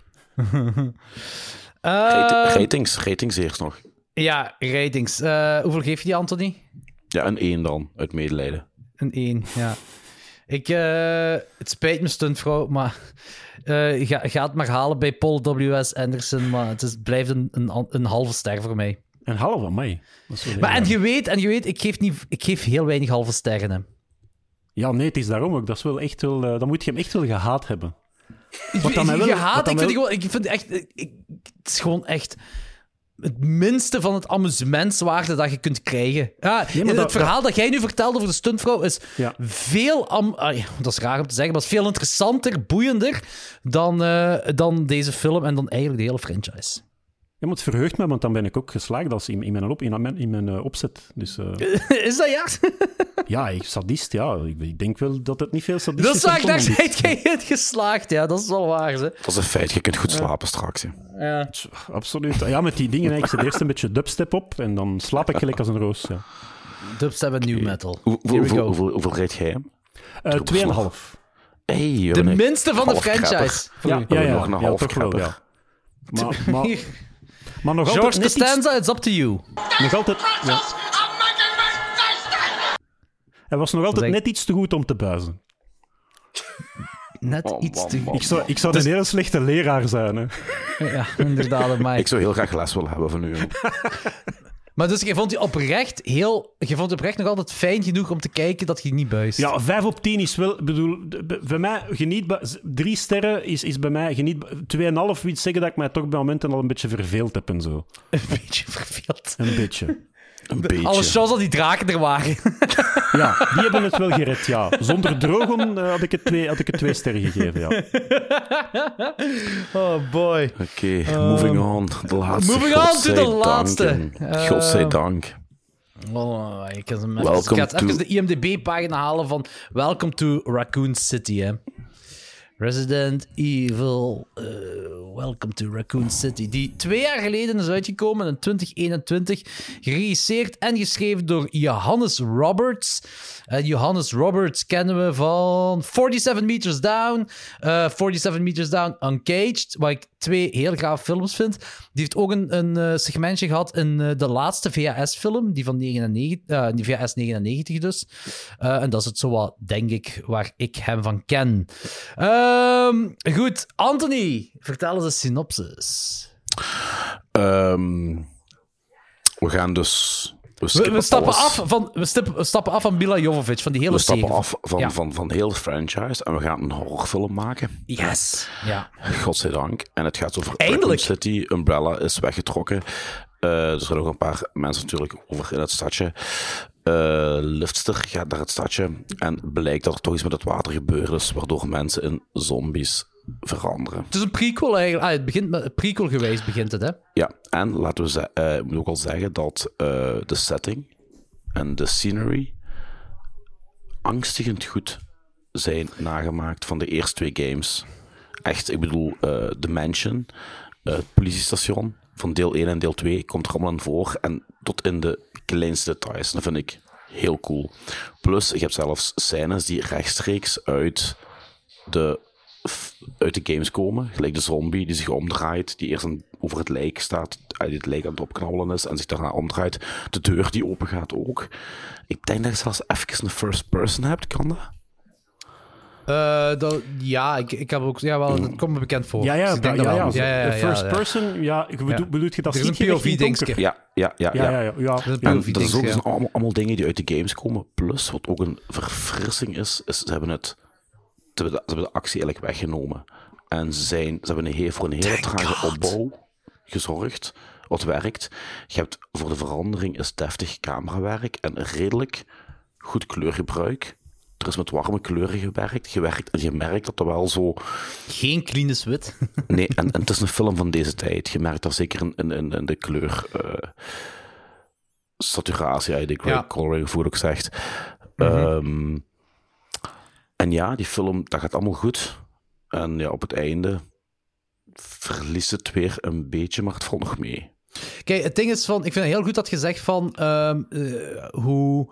Ratings eerst nog. Ja, ratings. Hoeveel geef je die, Anthony? Ja, een 1 dan, uit medelijden. Een 1, ja. Het spijt me, stuntvrouw, maar ga het maar halen bij Paul W.S. Anderson, maar blijft een halve ster voor mij. Een halve, amai. Maar en je weet, ik geef heel weinig halve sterren hem. Ja, nee, het is daarom ook. Dat is wel echt wel... dan moet je hem echt wel gehaat hebben. Ik vind echt... Het is gewoon echt... Het minste van het amusementswaarde dat je kunt krijgen. Het verhaal dat jij nu vertelde over de stuntvrouw is veel... dat is raar om te zeggen, maar is veel interessanter, boeiender dan deze film en dan eigenlijk de hele franchise. Ja, maar het verheugt me, want dan ben ik ook geslaagd als in mijn opzet. Dus, is dat ja? Ja, sadist, ja. Ik denk wel dat het niet veel sadistisch is. Daar zijt jij het geslaagd, ja. Dat is wel waar, hè. Dat is een feit. Je kunt goed slapen straks, hè. Ja. Absoluut. Ja, met die dingen, ik zet eerst een beetje dubstep op en dan slaap ik gelijk als een roos, ja. Dubstep en new metal. Hoeveel rijd jij hem? 2,5. Hey, de minste van de franchise. Ja, nog een half krapper. Ja. Maar nog George altijd Costanza, it's up to you. Nog altijd... Ja. Hij was nog altijd net iets te goed om te buizen. Net iets te goed. Ik zou een hele slechte leraar zijn, hè. Ja, inderdaad, Mike. Ik zou heel graag les willen hebben van u. Maar dus je vond die oprecht nog altijd fijn genoeg om te kijken dat je niet buist. Ja, 5 op 10 is wel... bedoel, bij mij geniet... 3 sterren is bij mij geniet... 2,5 wil zeggen dat ik mij toch bij momenten al een beetje verveeld heb en zo. Een beetje verveeld. Een beetje. Alle shows al die draken er waren. Ja, die hebben het wel gered, ja. Zonder Drogon had ik het 2 sterren gegeven, ja. Oh boy. Oké, moving on. De laatste. Moving on to de laatste. Godzijdank. Ik ga even de IMDb-pagina halen van Welcome to Raccoon City, hè. Resident Evil, Welcome to Raccoon City, die 2 jaar geleden is uitgekomen in 2021, geregisseerd en geschreven door Johannes Roberts. Johannes Roberts kennen we van 47 Meters Down, 47 Meters Down Uncaged, wat ik 2 heel gaaf films vind. Die heeft ook een segmentje gehad in de laatste VHS-film, die van die VHS 99 dus. En dat is het zo wat, denk ik, waar ik hem van ken. Goed, Anthony, vertel eens een synopsis. We gaan dus... We stappen af van Mila Jovovich, van die hele serie. We stappen af van heel de franchise en we gaan een horrorfilm maken. Yes. Ja. Godzijdank. En het gaat over Eindelijk. Raccoon City. Umbrella is weggetrokken. Er zijn nog een paar mensen natuurlijk over in het stadje. Liftster gaat naar het stadje en blijkt dat er toch iets met het water gebeurd is, waardoor mensen in zombies veranderen. Het is een prequel eigenlijk. Het begint met prequel-gewijs begint het, hè? Ja, en laten we moet ook al zeggen dat de setting en de scenery angstigend goed zijn nagemaakt van de eerste 2 games. Echt, ik bedoel, The Mansion, het politiestation van deel 1 en deel 2 komt er allemaal in voor en tot in de kleinste details. Dat vind ik heel cool. Plus, je hebt zelfs scènes die rechtstreeks uit de uit de games komen. Gelijk de zombie die zich omdraait, die eerst over het lijk staat, die het lijk aan het opknabbelen is en zich daarna omdraait. De deur die open gaat ook. Ik denk dat je zelfs even een first person hebt, kan dat? Ik heb ook... Ja, wel, dat komt me bekend voor. Ja, Dus ik denk dat wel. First person, bedoelt je dat Er is een schietgevecht in POV-dingetje. donker? Ja. En En dat is ook allemaal dingen die uit de games komen. Plus, wat ook een verfrissing is ze hebben de actie eigenlijk weggenomen. En ze hebben voor een hele trage opbouw gezorgd, wat werkt. Je hebt voor de verandering is deftig camerawerk en redelijk goed kleurgebruik. Er is met warme kleuren gewerkt en je merkt dat er wel zo... Geen clean is wit. Nee, en het is een film van deze tijd. Je merkt dat zeker in de kleur... saturatie, de coloring, hoe je ook zegt. En ja, die film, dat gaat allemaal goed. En ja, op het einde verliest het weer een beetje, maar het valt nog mee. Kijk, het ding is van... Ik vind het heel goed dat je zegt van... hoe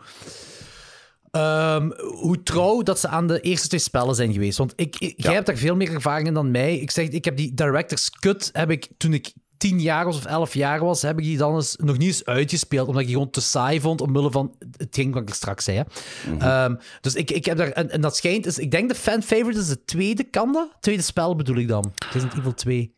trouw dat ze aan de eerste 2 spellen zijn geweest. Want jij hebt daar veel meer ervaring in dan mij. Ik heb die Director's Cut, toen ik 10 jaar was of 11 jaar was, heb ik die dan nog niet eens uitgespeeld, omdat ik die gewoon te saai vond, omwille van hetgeen wat ik straks zei. Hè. Dus ik heb daar... En dat schijnt... Dus ik denk de fan-favorite is de tweede, kan dat? Tweede spel bedoel ik dan. Resident Evil 2.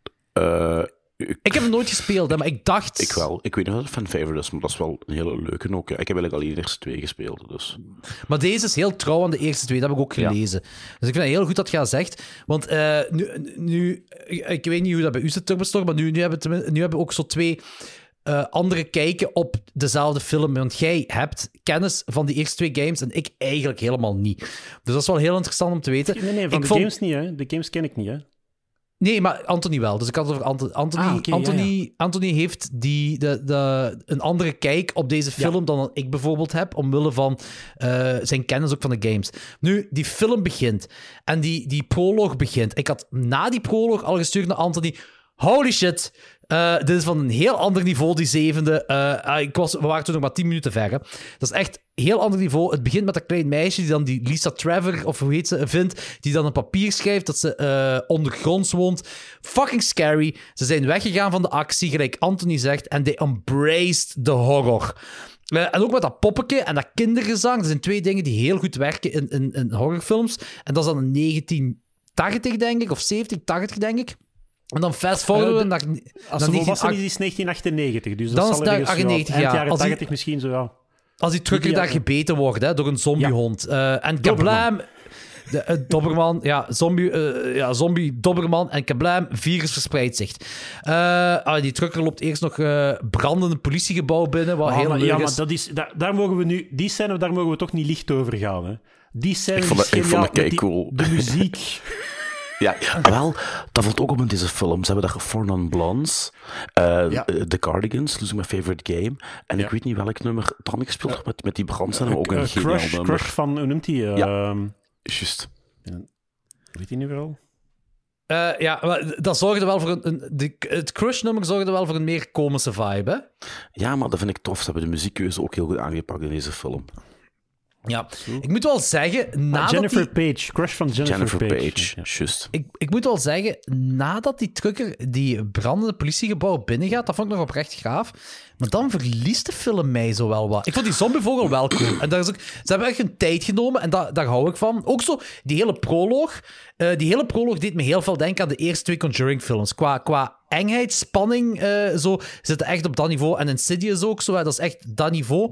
Ik heb hem nooit gespeeld, hè, maar ik dacht... Ik wel. Ik weet niet of het een fan-favorite is, maar dat is wel een hele leuke ook. Ik heb eigenlijk al de eerste 2 gespeeld, dus... Maar deze is heel trouw aan de eerste 2, dat heb ik ook gelezen. Dus ik vind het heel goed dat je dat zegt. Want nu ik weet niet hoe dat bij u zit, Turbostorm, maar nu hebben we ook zo 2... andere kijken op dezelfde film. Want jij hebt kennis van die eerste 2 games en ik eigenlijk helemaal niet. Dus dat is wel heel interessant om te weten. Nee, van games niet, hè. De games ken ik niet, hè. Nee, maar Anthony wel. Dus ik had het over Anthony. Anthony heeft een andere kijk op deze film dan ik bijvoorbeeld heb, omwille van zijn kennis ook van de games. Nu, die film begint en die proloog begint. Ik had na die proloog al gestuurd naar Anthony. Holy shit, dit is van een heel ander niveau, die 7e. We waren toen nog maar 10 minuten ver. Hè. Dat is echt een heel ander niveau. Het begint met een klein meisje die dan die Lisa Trevor, of hoe heet ze, vindt, die dan een papier schrijft dat ze ondergronds woont. Fucking scary. Ze zijn weggegaan van de actie, gelijk Anthony zegt, en they embraced the horror. En ook met dat poppetje en dat kindergezang. Dat zijn 2 dingen die heel goed werken in horrorfilms. En dat is dan in 1980, denk ik, of 70, 80, denk ik. En dan fast-forwarden naar... Als ze volwassen is 1998. Dus dat dan zal is het 98, eind jaren 80 misschien zo, ja. Als die trucker daar gebeten wordt, hè, door een zombiehond. En kablam... Dobberman, zombie Dobberman en kablam, virus verspreidt zich. Die trucker loopt eerst nog brandende politiegebouw binnen, wat heel leuk is. Maar daar mogen we nu... Die scène, daar mogen we toch niet licht over gaan, hè. Die scène ik vond het kei cool. De muziek... Ja, wel, dat valt ook op in deze film. Ze hebben daar Four Non-Blondes, The Cardigans, Losing My Favorite Game. En ik weet niet welk nummer dan ik gespeeld heb met die brandscène, maar ook een geniaal nummer. Crush van, hoe noemt die? Juist. Weet je niet wel? Maar dat zorgde wel voor het Crush-nummer zorgde wel voor een meer komische vibe, hè? Ja, maar dat vind ik tof. Ze hebben de muziekkeuze ook heel goed aangepakt in deze film. Ja, ik moet wel zeggen... Jennifer Page, Crush van Jennifer Page. Juist. Ik moet wel zeggen, nadat die trucker die brandende politiegebouw binnengaat, dat vond ik nog oprecht gaaf. Maar dan verliest de film mij zo wel wat. Ik vond die zombievogel wel cool. En daar is ook, ze hebben echt een tijd genomen en daar hou ik van. Ook zo, die hele proloog. Die hele proloog deed me heel veel denken aan de eerste 2 Conjuring-films. Qua engheid, spanning, zo, zitten echt op dat niveau. En Insidious ook zo, dat is echt dat niveau.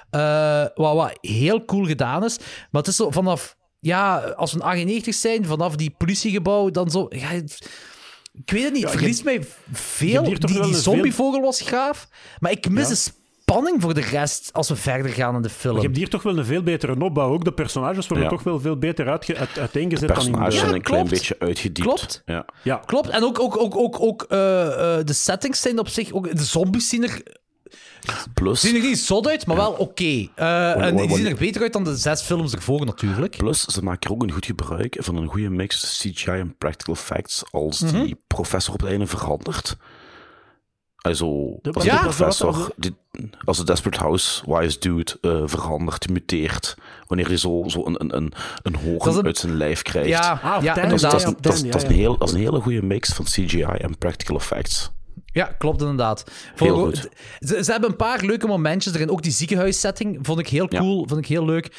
Wat heel cool gedaan is. Maar het is zo vanaf... Ja, als we een 98 zijn, vanaf die politiegebouw, dan zo... Ja, ik weet het niet, het verliest mij veel. Die zombievogel was gaaf, maar ik mis de spanning voor de rest als we verder gaan in de film. Je hebt hier toch wel een veel betere opbouw. Ook de personages worden toch wel veel beter uiteengezet dan in de... personages zijn een klein beetje uitgediept. Klopt. Ja. Klopt. En ook de settings zijn op zich... Ook, de zombies zien er... Plus, zien er niet zot uit, maar wel oké. En die zien er beter uit dan de 6 films ervoor, natuurlijk. Plus, ze maken er ook een goed gebruik van een goede mix CGI en practical effects als die professor op het einde verandert. Also, De- als Ja. de professor, als de Desperate Housewives dude verandert, muteert, wanneer hij zo een hoorn uit zijn lijf krijgt. Ja, Dat inderdaad. is een hele goede mix van CGI en practical effects. Ja, klopt inderdaad. Heel goed. Ze hebben een paar leuke momentjes erin. Ook die ziekenhuissetting vond ik heel cool, vond ik heel leuk.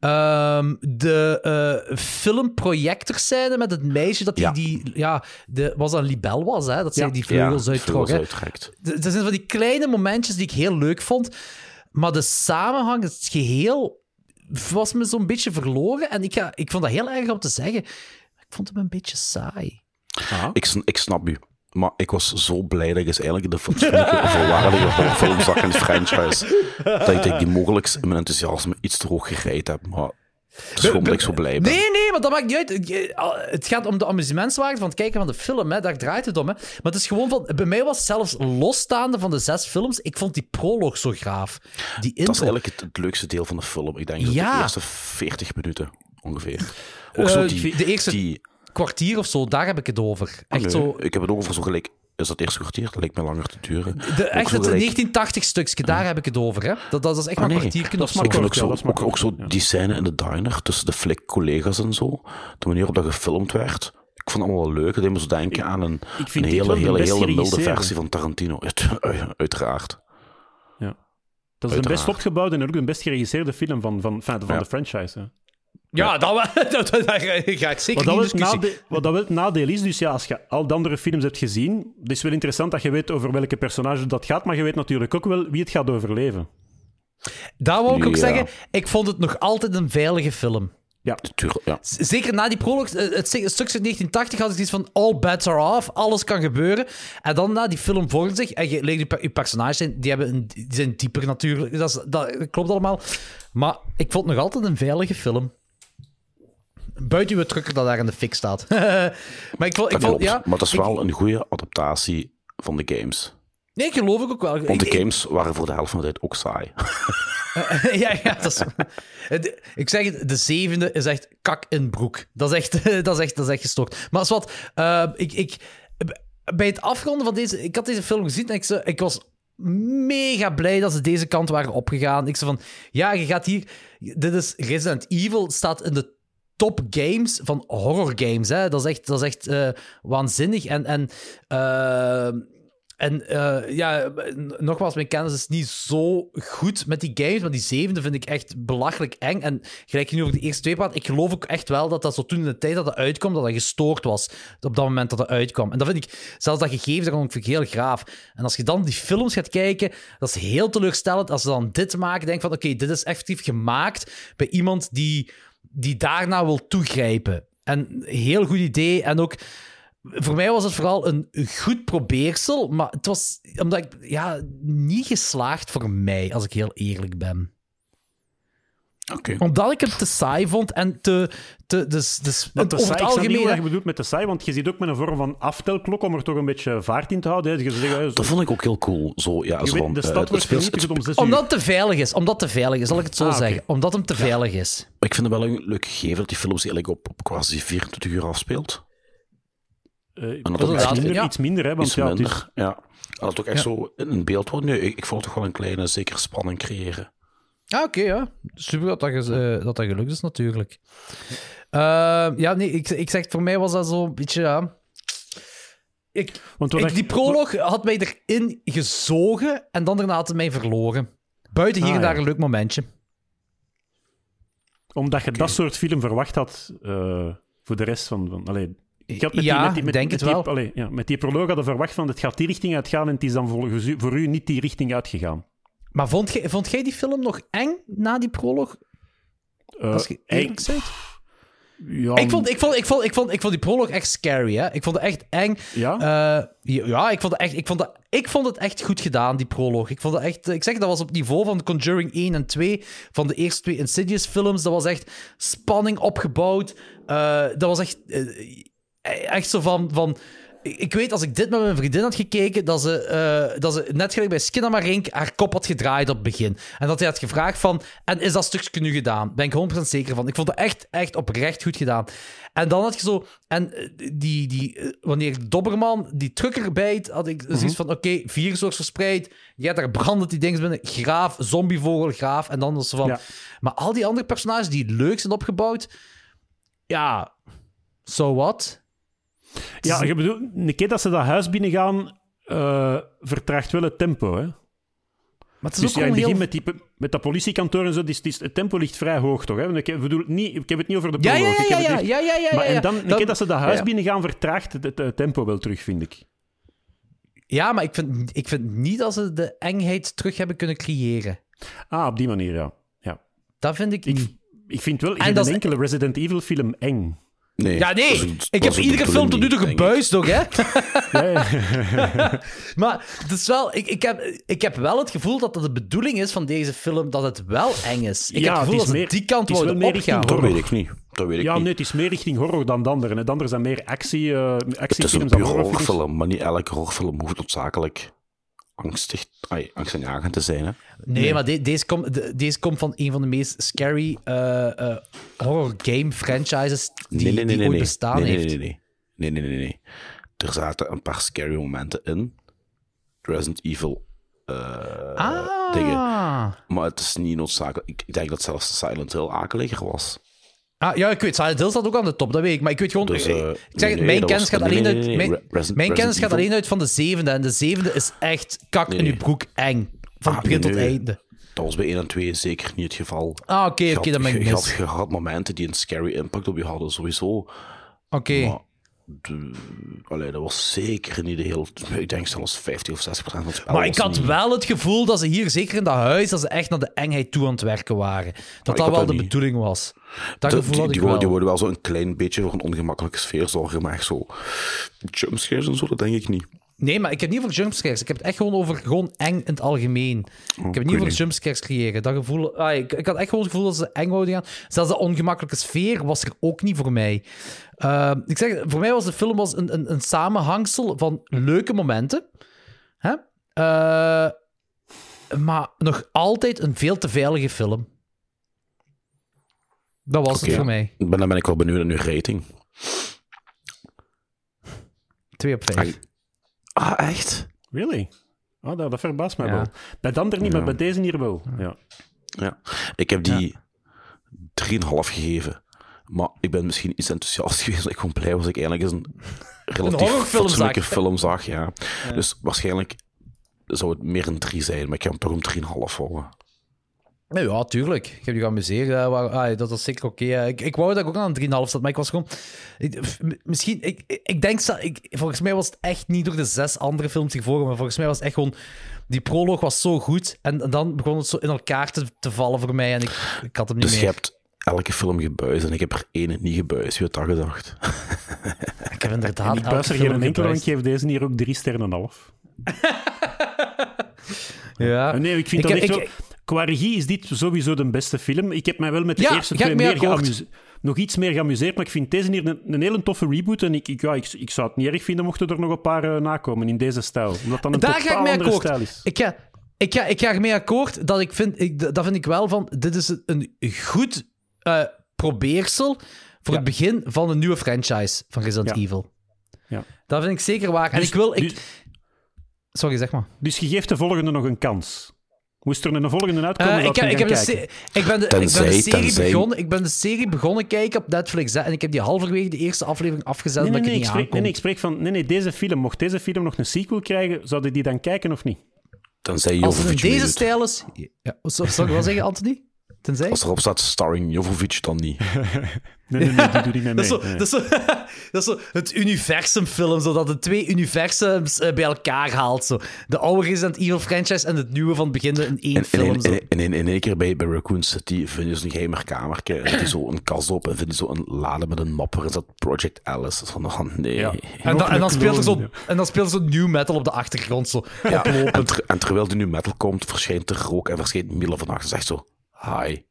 De filmprojectorscène met het meisje dat was dat Libel was, hè? Dat zij die vleugels uittrok. Hè? Er zijn van die kleine momentjes die ik heel leuk vond. Maar de samenhang, het geheel, was me zo'n beetje verloren. En ik vond dat heel erg om te zeggen. Ik vond hem een beetje saai. Ik snap u. Maar ik was zo blij dat ik eindelijk de fatsoenlijke, volwaardige horrorfilm zag in de franchise. Dat ik die mogelijk in mijn enthousiasme iets te hoog gereid heb. Maar het is gewoon dat ik zo blij ben. Nee, maar dat maakt niet uit. Het gaat om de amusementswaarde van het kijken van de film. Hè. Daar draait het om. Hè. Maar het is gewoon van... Bij mij was het zelfs losstaande van de 6 films. Ik vond die proloog zo gaaf. Die intro. Dat is eigenlijk het leukste deel van de film. Ik denk dat de eerste 40 minuten ongeveer. Ook zo de eerste kwartier of zo, daar heb ik het over. Echt zo... Ik heb het over zo gelijk... Is dat eerste kwartier? Dat lijkt me langer te duren. Echt het 1980-stukje, daar heb ik het over. Hè? Dat is echt maar een kwartiertje of zo. Ik vind ook zo die scène in de diner tussen de flik-collega's en zo. De manier waarop dat gefilmd werd. Ik vond het allemaal wel leuk. Dat deed me zo denken aan een hele milde versie van Tarantino. Uiteraard. Ja. Dat is de best opgebouwde en ook de best geregisseerde film van de franchise. Hè. Ja, daar ga ik zeker niet in discussie. Wat dat wel het nadeel is, dus ja, als je al de andere films hebt gezien, het is wel interessant dat je weet over welke personage dat gaat, maar je weet natuurlijk ook wel wie het gaat overleven. Daar wil ik ook zeggen, ik vond het nog altijd een veilige film. Ja, natuurlijk. Ja. Zeker na die proloog, het stukje 1980 had ik iets van all bets are off, alles kan gebeuren. En dan na die film volgt zich, en je leert je personages zijn, die zijn dieper natuurlijk, dat klopt allemaal. Maar ik vond het nog altijd een veilige film. Buiten uw trucker dat daar in de fik staat. Maar maar het is wel een goede adaptatie van de games. Nee, geloof ik ook wel. Want de games waren voor de helft van de tijd ook saai. Ja, dat is... Ik zeg het, de 7e is echt kak in broek. Dat is echt gestoord. Maar als wat... bij het afronden van deze... Ik had deze film gezien en ik was mega blij dat ze deze kant waren opgegaan. Ik zei van... Ja, je gaat hier... Dit is Resident Evil, staat in de top games van horror games. Hè. Dat is echt waanzinnig. Nogmaals, mijn kennis is niet zo goed met die games, maar die 7e vind ik echt belachelijk eng. En gelijk je nu over de eerste 2 praat, ik geloof ook echt wel dat zo toen in de tijd dat het uitkwam, dat gestoord was op dat moment dat het uitkwam. En dat vind ik, zelfs dat gegeven, dat vind ik heel graaf. En als je dan die films gaat kijken, dat is heel teleurstellend als ze dan dit maken, denk van oké, dit is effectief gemaakt bij iemand die daarna wil toegrijpen. En heel goed idee. En ook, voor mij was het vooral een goed probeersel, maar het was omdat ik, niet geslaagd voor mij, als ik heel eerlijk ben. Okay. Omdat ik het te saai vond en te over het algemeen... Wat je bedoelt met te saai, want je ziet ook met een vorm van aftelklok om er toch een beetje vaart in te houden. Hè. Dat vond ik ook heel cool. Zo, ja, de stad wordt vernietigd om 6 uur. Omdat het te veilig is, zal ik het zo zeggen. Okay. Omdat hem te veilig is. Maar ik vind het wel een leuk gegeven dat die films eigenlijk op quasi 24 uur afspeelt. En dat iets minder, hè? Want iets minder, ja. Dat het ook echt zo in een beeld wordt. Nee, ik vond het toch wel een kleine, zekere spanning creëren. Oké. Super dat gelukt is, natuurlijk. Ik zeg, voor mij was dat zo'n beetje... die proloog had mij erin gezogen en dan daarna had het mij verloren. Buiten hier en daar een leuk momentje. Omdat je dat soort film verwacht had voor de rest van ik had met die proloog hadden verwacht van het gaat die richting uitgaan en het is dan voor u niet die richting uitgegaan. Maar vond jij die film nog eng na die proloog? Als je eerlijk bent? Ja, ik vond die proloog echt scary, hè. Ik vond het echt eng. Ja? Ik vond het echt goed gedaan, die proloog. Ik vond het echt... Ik zeg, dat was op het niveau van The Conjuring 1 en 2, van de eerste 2 Insidious films. Dat was echt spanning opgebouwd. Dat was echt zo van... Ik weet, als ik dit met mijn vriendin had gekeken, dat ze net gelijk bij Skinamarink haar kop had gedraaid op het begin. En dat hij had gevraagd van, en is dat stukje nu gedaan? Ben ik 100% zeker van. Ik vond het echt oprecht goed gedaan. En dan had je zo... En wanneer Dobberman die trucker bijt, had ik zoiets van, oké, virus wordt verspreid, ja, daar brandt die dingen binnen, graaf, zombievogel, graaf, en dan was ze van... Ja. Maar al die andere personages die leuk zijn opgebouwd, ja, so what? Ja, je bedoelt, een keer dat ze dat huis binnengaan, vertraagt wel het tempo, hè? Maar het is dus ook in het begin met dat politiekantoor en zo, het tempo ligt vrij hoog, toch? Hè? Ik heb het niet over de proloog. Ja. En dan, een keer dat ze dat huis binnengaan, vertraagt het tempo wel terug, vind ik. Ja, maar ik vind niet dat ze de engheid terug hebben kunnen creëren. Ah, op die manier, ja. Dat vind ik niet. Ik vind wel, geen enkele Resident Evil film eng. Nee. Ja, nee. Ik heb iedere film tot nu toe gebuist ook, hè. Maar het is wel... Ik heb wel het gevoel dat het de bedoeling is van deze film dat het wel eng is. Ik heb het gevoel dat ze die kant worden opgaan. Dat weet ik niet. Nee, het is meer richting horror dan de andere. De andere zijn meer actiefilms. Het is een puur horrorfilm, maar niet elke horrorfilm hoeft noodzakelijk angstaanjagend te zijn. Hè? Nee, maar deze komt van een van de meest scary horror game franchises die ooit bestaan heeft. Nee. Er zaten een paar scary momenten in. Resident Evil dingen. Maar het is niet noodzakelijk. Ik denk dat zelfs Silent Hill akeliger was. Ja, ik weet. Silent Hill staat ook aan de top, dat weet ik. Maar ik weet gewoon... Dus, ik zeg het, mijn kennis gaat alleen uit... Mijn kennis gaat alleen uit van de 7e. En de 7e is echt kak in uw broek eng. Van begin tot einde. Dat was bij 1 en 2 zeker niet het geval. Oké, dat ben ik mis. Je had momenten die een scary impact op je hadden, sowieso. Oké. Dat was zeker niet de hele... Ik denk zelfs 50 of 60% van het spel. Maar ik had wel het gevoel dat ze hier, zeker in dat huis, dat ze echt naar de engheid toe aan het werken waren. Dat wel de bedoeling was. Dat gevoel had ik wel. Die worden wel zo een klein beetje voor een ongemakkelijke sfeer zorgen, maar echt zo jumpscares en zo, dat denk ik niet. Nee, maar ik heb niet over jumpscares. Ik heb het echt gewoon over eng in het algemeen. Ik heb het niet over jumpscares creëren. Dat gevoel... Ik had echt gewoon het gevoel dat ze eng wouden gaan. Zelfs de ongemakkelijke sfeer was er ook niet voor mij. Ik zeg, voor mij was de film een samenhangsel van leuke momenten. Hè? Maar nog altijd een veel te veilige film. Dat was het voor mij. Dan ben ik wel benieuwd naar uw rating. 2 op 5. Echt? Really? Dat verbaast mij wel. Bij de ander niet, maar bij deze hier wel. Ja. Ik heb die 3,5 gegeven. Maar ik ben misschien iets enthousiast geweest. Ik gewoon blij was ik eigenlijk eens een relatief fatsoenlijke film zag. Ja. Dus waarschijnlijk zou het meer een 3 zijn, maar ik heb hem toch om 3,5 volgen. Ja, tuurlijk. Ik heb je geamuseerd. Dat was zeker oké. Ik wou dat ik ook aan een 3,5 zat, maar ik was gewoon... Ik denk... Volgens mij was het echt niet door de 6 andere films hiervoor, maar volgens mij was het echt gewoon... Die proloog was zo goed en dan begon het zo in elkaar te vallen voor mij en ik had hem niet meer. Dus je hebt elke film gebuist en ik heb er 1 niet gebuist. Wie had dat gedacht? Ik heb inderdaad... Ik buis er geen enkel, want ik geef deze hier ook 3 sterren .5. Ja. Nee, ik vind dat echt wel... Qua regie is dit sowieso de beste film. Ik heb mij wel met de eerste 2 nog iets meer geamuseerd, maar ik vind deze hier een hele toffe reboot en ik zou het niet erg vinden mochten er nog een paar nakomen in deze stijl. Omdat dan een totaal andere stijl is. Ik ga ermee akkoord dat dat vind ik wel van... Dit is een goed probeersel voor het begin van een nieuwe franchise van Resident Evil. Ja. Dat vind ik zeker waar. En sorry, zeg maar. Dus je geeft de volgende nog een kans. Moest er een volgende uitkomen? Ik ben de serie begonnen kijken op Netflix. Hè, en ik heb die halverwege de eerste aflevering afgezet omdat ik niet aankom. Ik spreek van... deze film. Mocht deze film nog een sequel krijgen, zouden die dan kijken of niet? Tenzij Als het in Jovovich deze stijl is... Ja, sorry, wat zeg je, Anthony? Tenzij? Als erop staat starring Jovovich, dan niet. Nee, die doe ik niet mee. Dat is zo het universumfilm, zodat de 2 universums bij elkaar haalt. Zo. De oude Resident Evil franchise en het nieuwe van het begin in 1 film. In één keer bij Raccoon City vind je zo'n geheimer kamertje en die zo een kast op en vind je zo een lade met een mapper en dat Project Alice. Van nee. Ja. En dan speelt er zo new metal op de achtergrond. Zo, ja. En terwijl die new metal komt, verschijnt er rook en verschijnt Mila van achter. Zegt zo... Hi.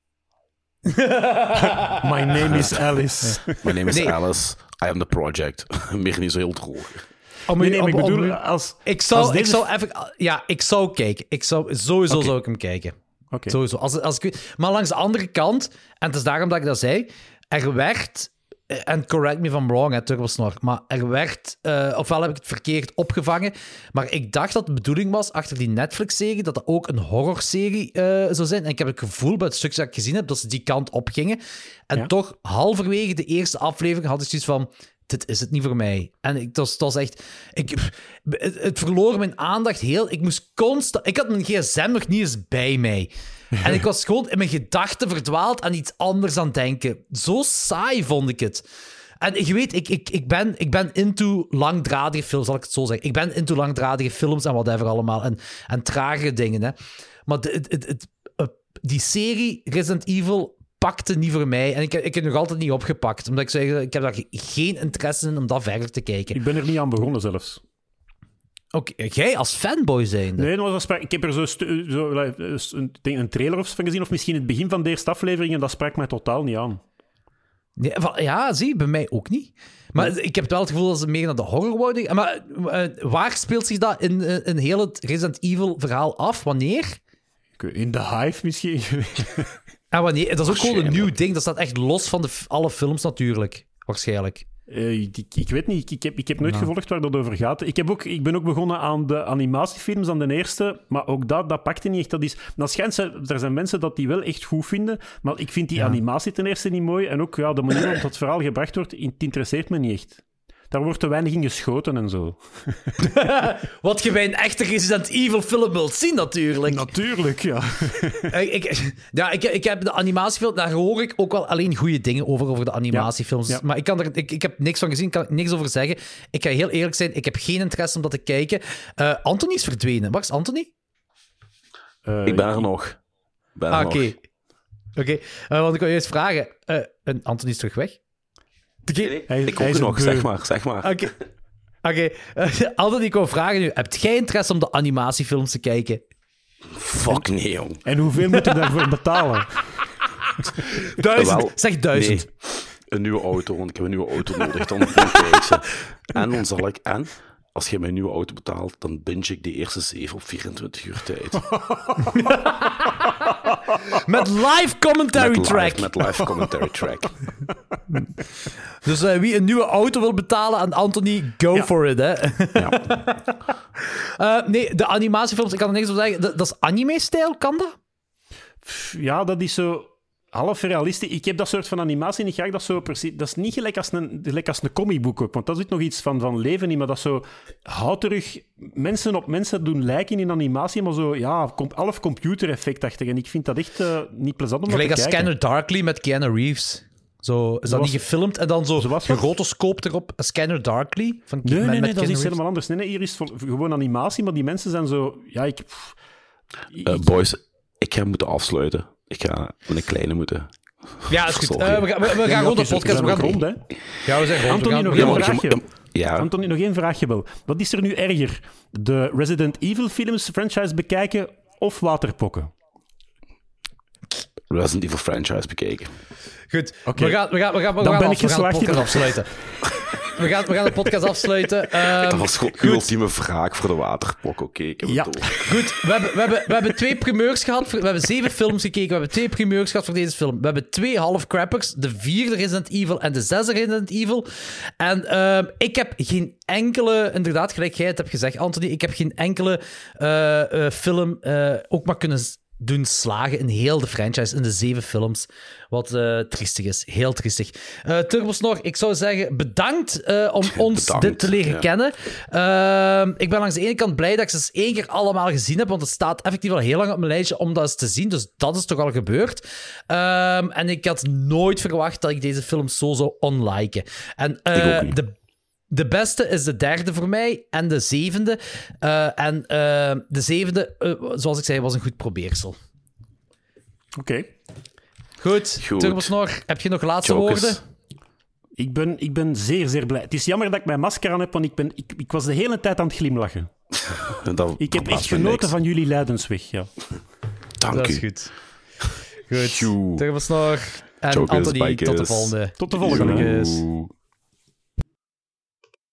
My name is Alice. My name is Alice. I am the project. Meer niet zo heel droog. ik bedoel, als Ik zou kijken. Zou ik hem kijken. Oké. Sowieso. Maar langs de andere kant, en het is daarom dat ik dat zei, er werd, en correct me if I'm wrong, Turbosnor, maar er werd, ofwel heb ik het verkeerd opgevangen, maar ik dacht dat de bedoeling was, achter die Netflix-serie, dat ook een horrorserie zou zijn. En ik heb het gevoel bij het stukje dat ik gezien heb, dat ze die kant op gingen. En toch, halverwege de eerste aflevering had ik zoiets van, dit is het niet voor mij. En het was echt... Het verloor mijn aandacht heel... Ik moest constant... Ik had mijn gsm nog niet eens bij mij. En ik was gewoon in mijn gedachten verdwaald aan iets anders aan het denken. Zo saai vond ik het. En je weet, ik ben into langdradige films, zal ik het zo zeggen. Ik ben into langdradige films en whatever allemaal. En tragere dingen, hè. Maar die serie Resident Evil pakte niet voor mij. En ik heb het nog altijd niet opgepakt. Omdat ik zeg, ik heb daar geen interesse in om dat verder te kijken. Ik ben er niet aan begonnen zelfs. Oké, jij als fanboy zijnde? Nee, ik heb er een trailer of van gezien, of misschien het begin van de eerste aflevering, en dat sprak mij totaal niet aan. Nee, ja, zie, bij mij ook niet. Maar ik heb wel het gevoel dat ze meer naar de horror worden. Maar waar speelt zich dat in heel het Resident Evil verhaal af? Wanneer? In de Hive misschien. En wanneer? Dat is ook gewoon een nieuw ding. Dat staat echt los van alle films natuurlijk. Waarschijnlijk. Ik weet niet. Ik heb nooit gevolgd waar dat over gaat. Ik ben ook begonnen aan de animatiefilms, aan de eerste. Maar ook dat pakte niet echt. Er zijn mensen dat die wel echt goed vinden. Maar ik vind die animatie ten eerste niet mooi. En ook de manier waarop dat verhaal gebracht wordt, het interesseert me niet echt. Daar wordt te weinig in geschoten en zo. Wat je bij een echte Resident Evil film wilt zien, natuurlijk. Natuurlijk, ja. Ik heb de animatiefilm, daar hoor ik ook wel alleen goede dingen over de animatiefilms. Ja. Maar ik heb niks van gezien, kan ik niks over zeggen. Ik ga heel eerlijk zijn, ik heb geen interesse om dat te kijken. Anthony is verdwenen. Waar is Anthony? Ik ben er nog. Oké. Want ik wil je eens vragen. Anthony is terug weg? Ik ook nog, zeg maar. Oké. Anthony, ik wil vragen nu. Heb jij interesse om de animatiefilms te kijken? Fuck nee, jong. En hoeveel moet je daarvoor betalen? 1000. Zeg 1000. Nee. Een nieuwe auto, want ik heb een nieuwe auto nodig. Dan en dan als je mijn nieuwe auto betaalt, dan binge ik die eerste 7 op 24 uur tijd. Met live commentary track. Met live commentary track. Dus wie een nieuwe auto wil betalen aan Anthony, go for it, hè. Nee, de animatiefilms, ik kan er niks over zeggen. Dat is anime-stijl, kan dat? Ja, dat is zo half realistisch. Ik heb dat soort van animatie niet graag. Dat is niet gelijk als een comicboek ook, want dat zit nog iets van leven in, maar dat is zo houterig mensen op mensen doen lijken in animatie, maar zo, half computer-effectachtig. En ik vind dat echt niet plezant om te kijken. Gelijk als Scanner Darkly met Keanu Reeves. Zo, is dat niet gefilmd en dan zo gerotoscoop erop? Scanner Darkly? Nee, dat is helemaal anders. Nee, hier is gewoon animatie, maar die mensen zijn zo... Boys, ik ga moeten afsluiten. Ik ga een kleine moeten... Ja, is goed. We gaan rond de podcast. We gaan rond, hè? Ja, we zijn rond. Anthony, nog één vraagje. Ja. Anthony, nog één vraagje wel. Wat is er nu erger? De Resident Evil films franchise bekijken of waterpokken? Resident Evil franchise bekijken. Goed, okay. we gaan de podcast afsluiten. We gaan de podcast afsluiten. Dat was gewoon de ultieme vraag voor de waterpok. Oké, ik heb het door. Goed, we hebben 2 primeurs gehad. We hebben 7 films gekeken. We hebben 2 primeurs gehad voor deze film. We hebben 2 half-crappers. De 4e Resident Evil en de 6e Resident Evil. En ik heb geen enkele... Inderdaad, gelijk jij het hebt gezegd, Anthony. Ik heb geen enkele film ook maar kunnen doen slagen in heel de franchise, in de 7 films. Wat triestig is. Heel triestig. Turbosnor, ik zou zeggen, bedankt om ons dit te leren kennen. Ik ben langs de ene kant blij dat ik ze eens 1 keer allemaal gezien heb, want het staat effectief al heel lang op mijn lijstje om dat eens te zien, dus dat is toch al gebeurd. En ik had nooit verwacht dat ik deze film zo zou onliken. En de beste is de 3e voor mij en de 7e. En de 7e, zoals ik zei, was een goed probeersel. Oké. Goed. Turbosnor, heb je nog laatste woorden? Ik ben zeer, zeer blij. Het is jammer dat ik mijn masker aan heb, want ik was de hele tijd aan het glimlachen. Ik heb echt genoten van jullie lijdensweg. Ja. Dank u. Dat is goed. Goed. Turbosnor en Anthony, tot de volgende. Tot de volgende.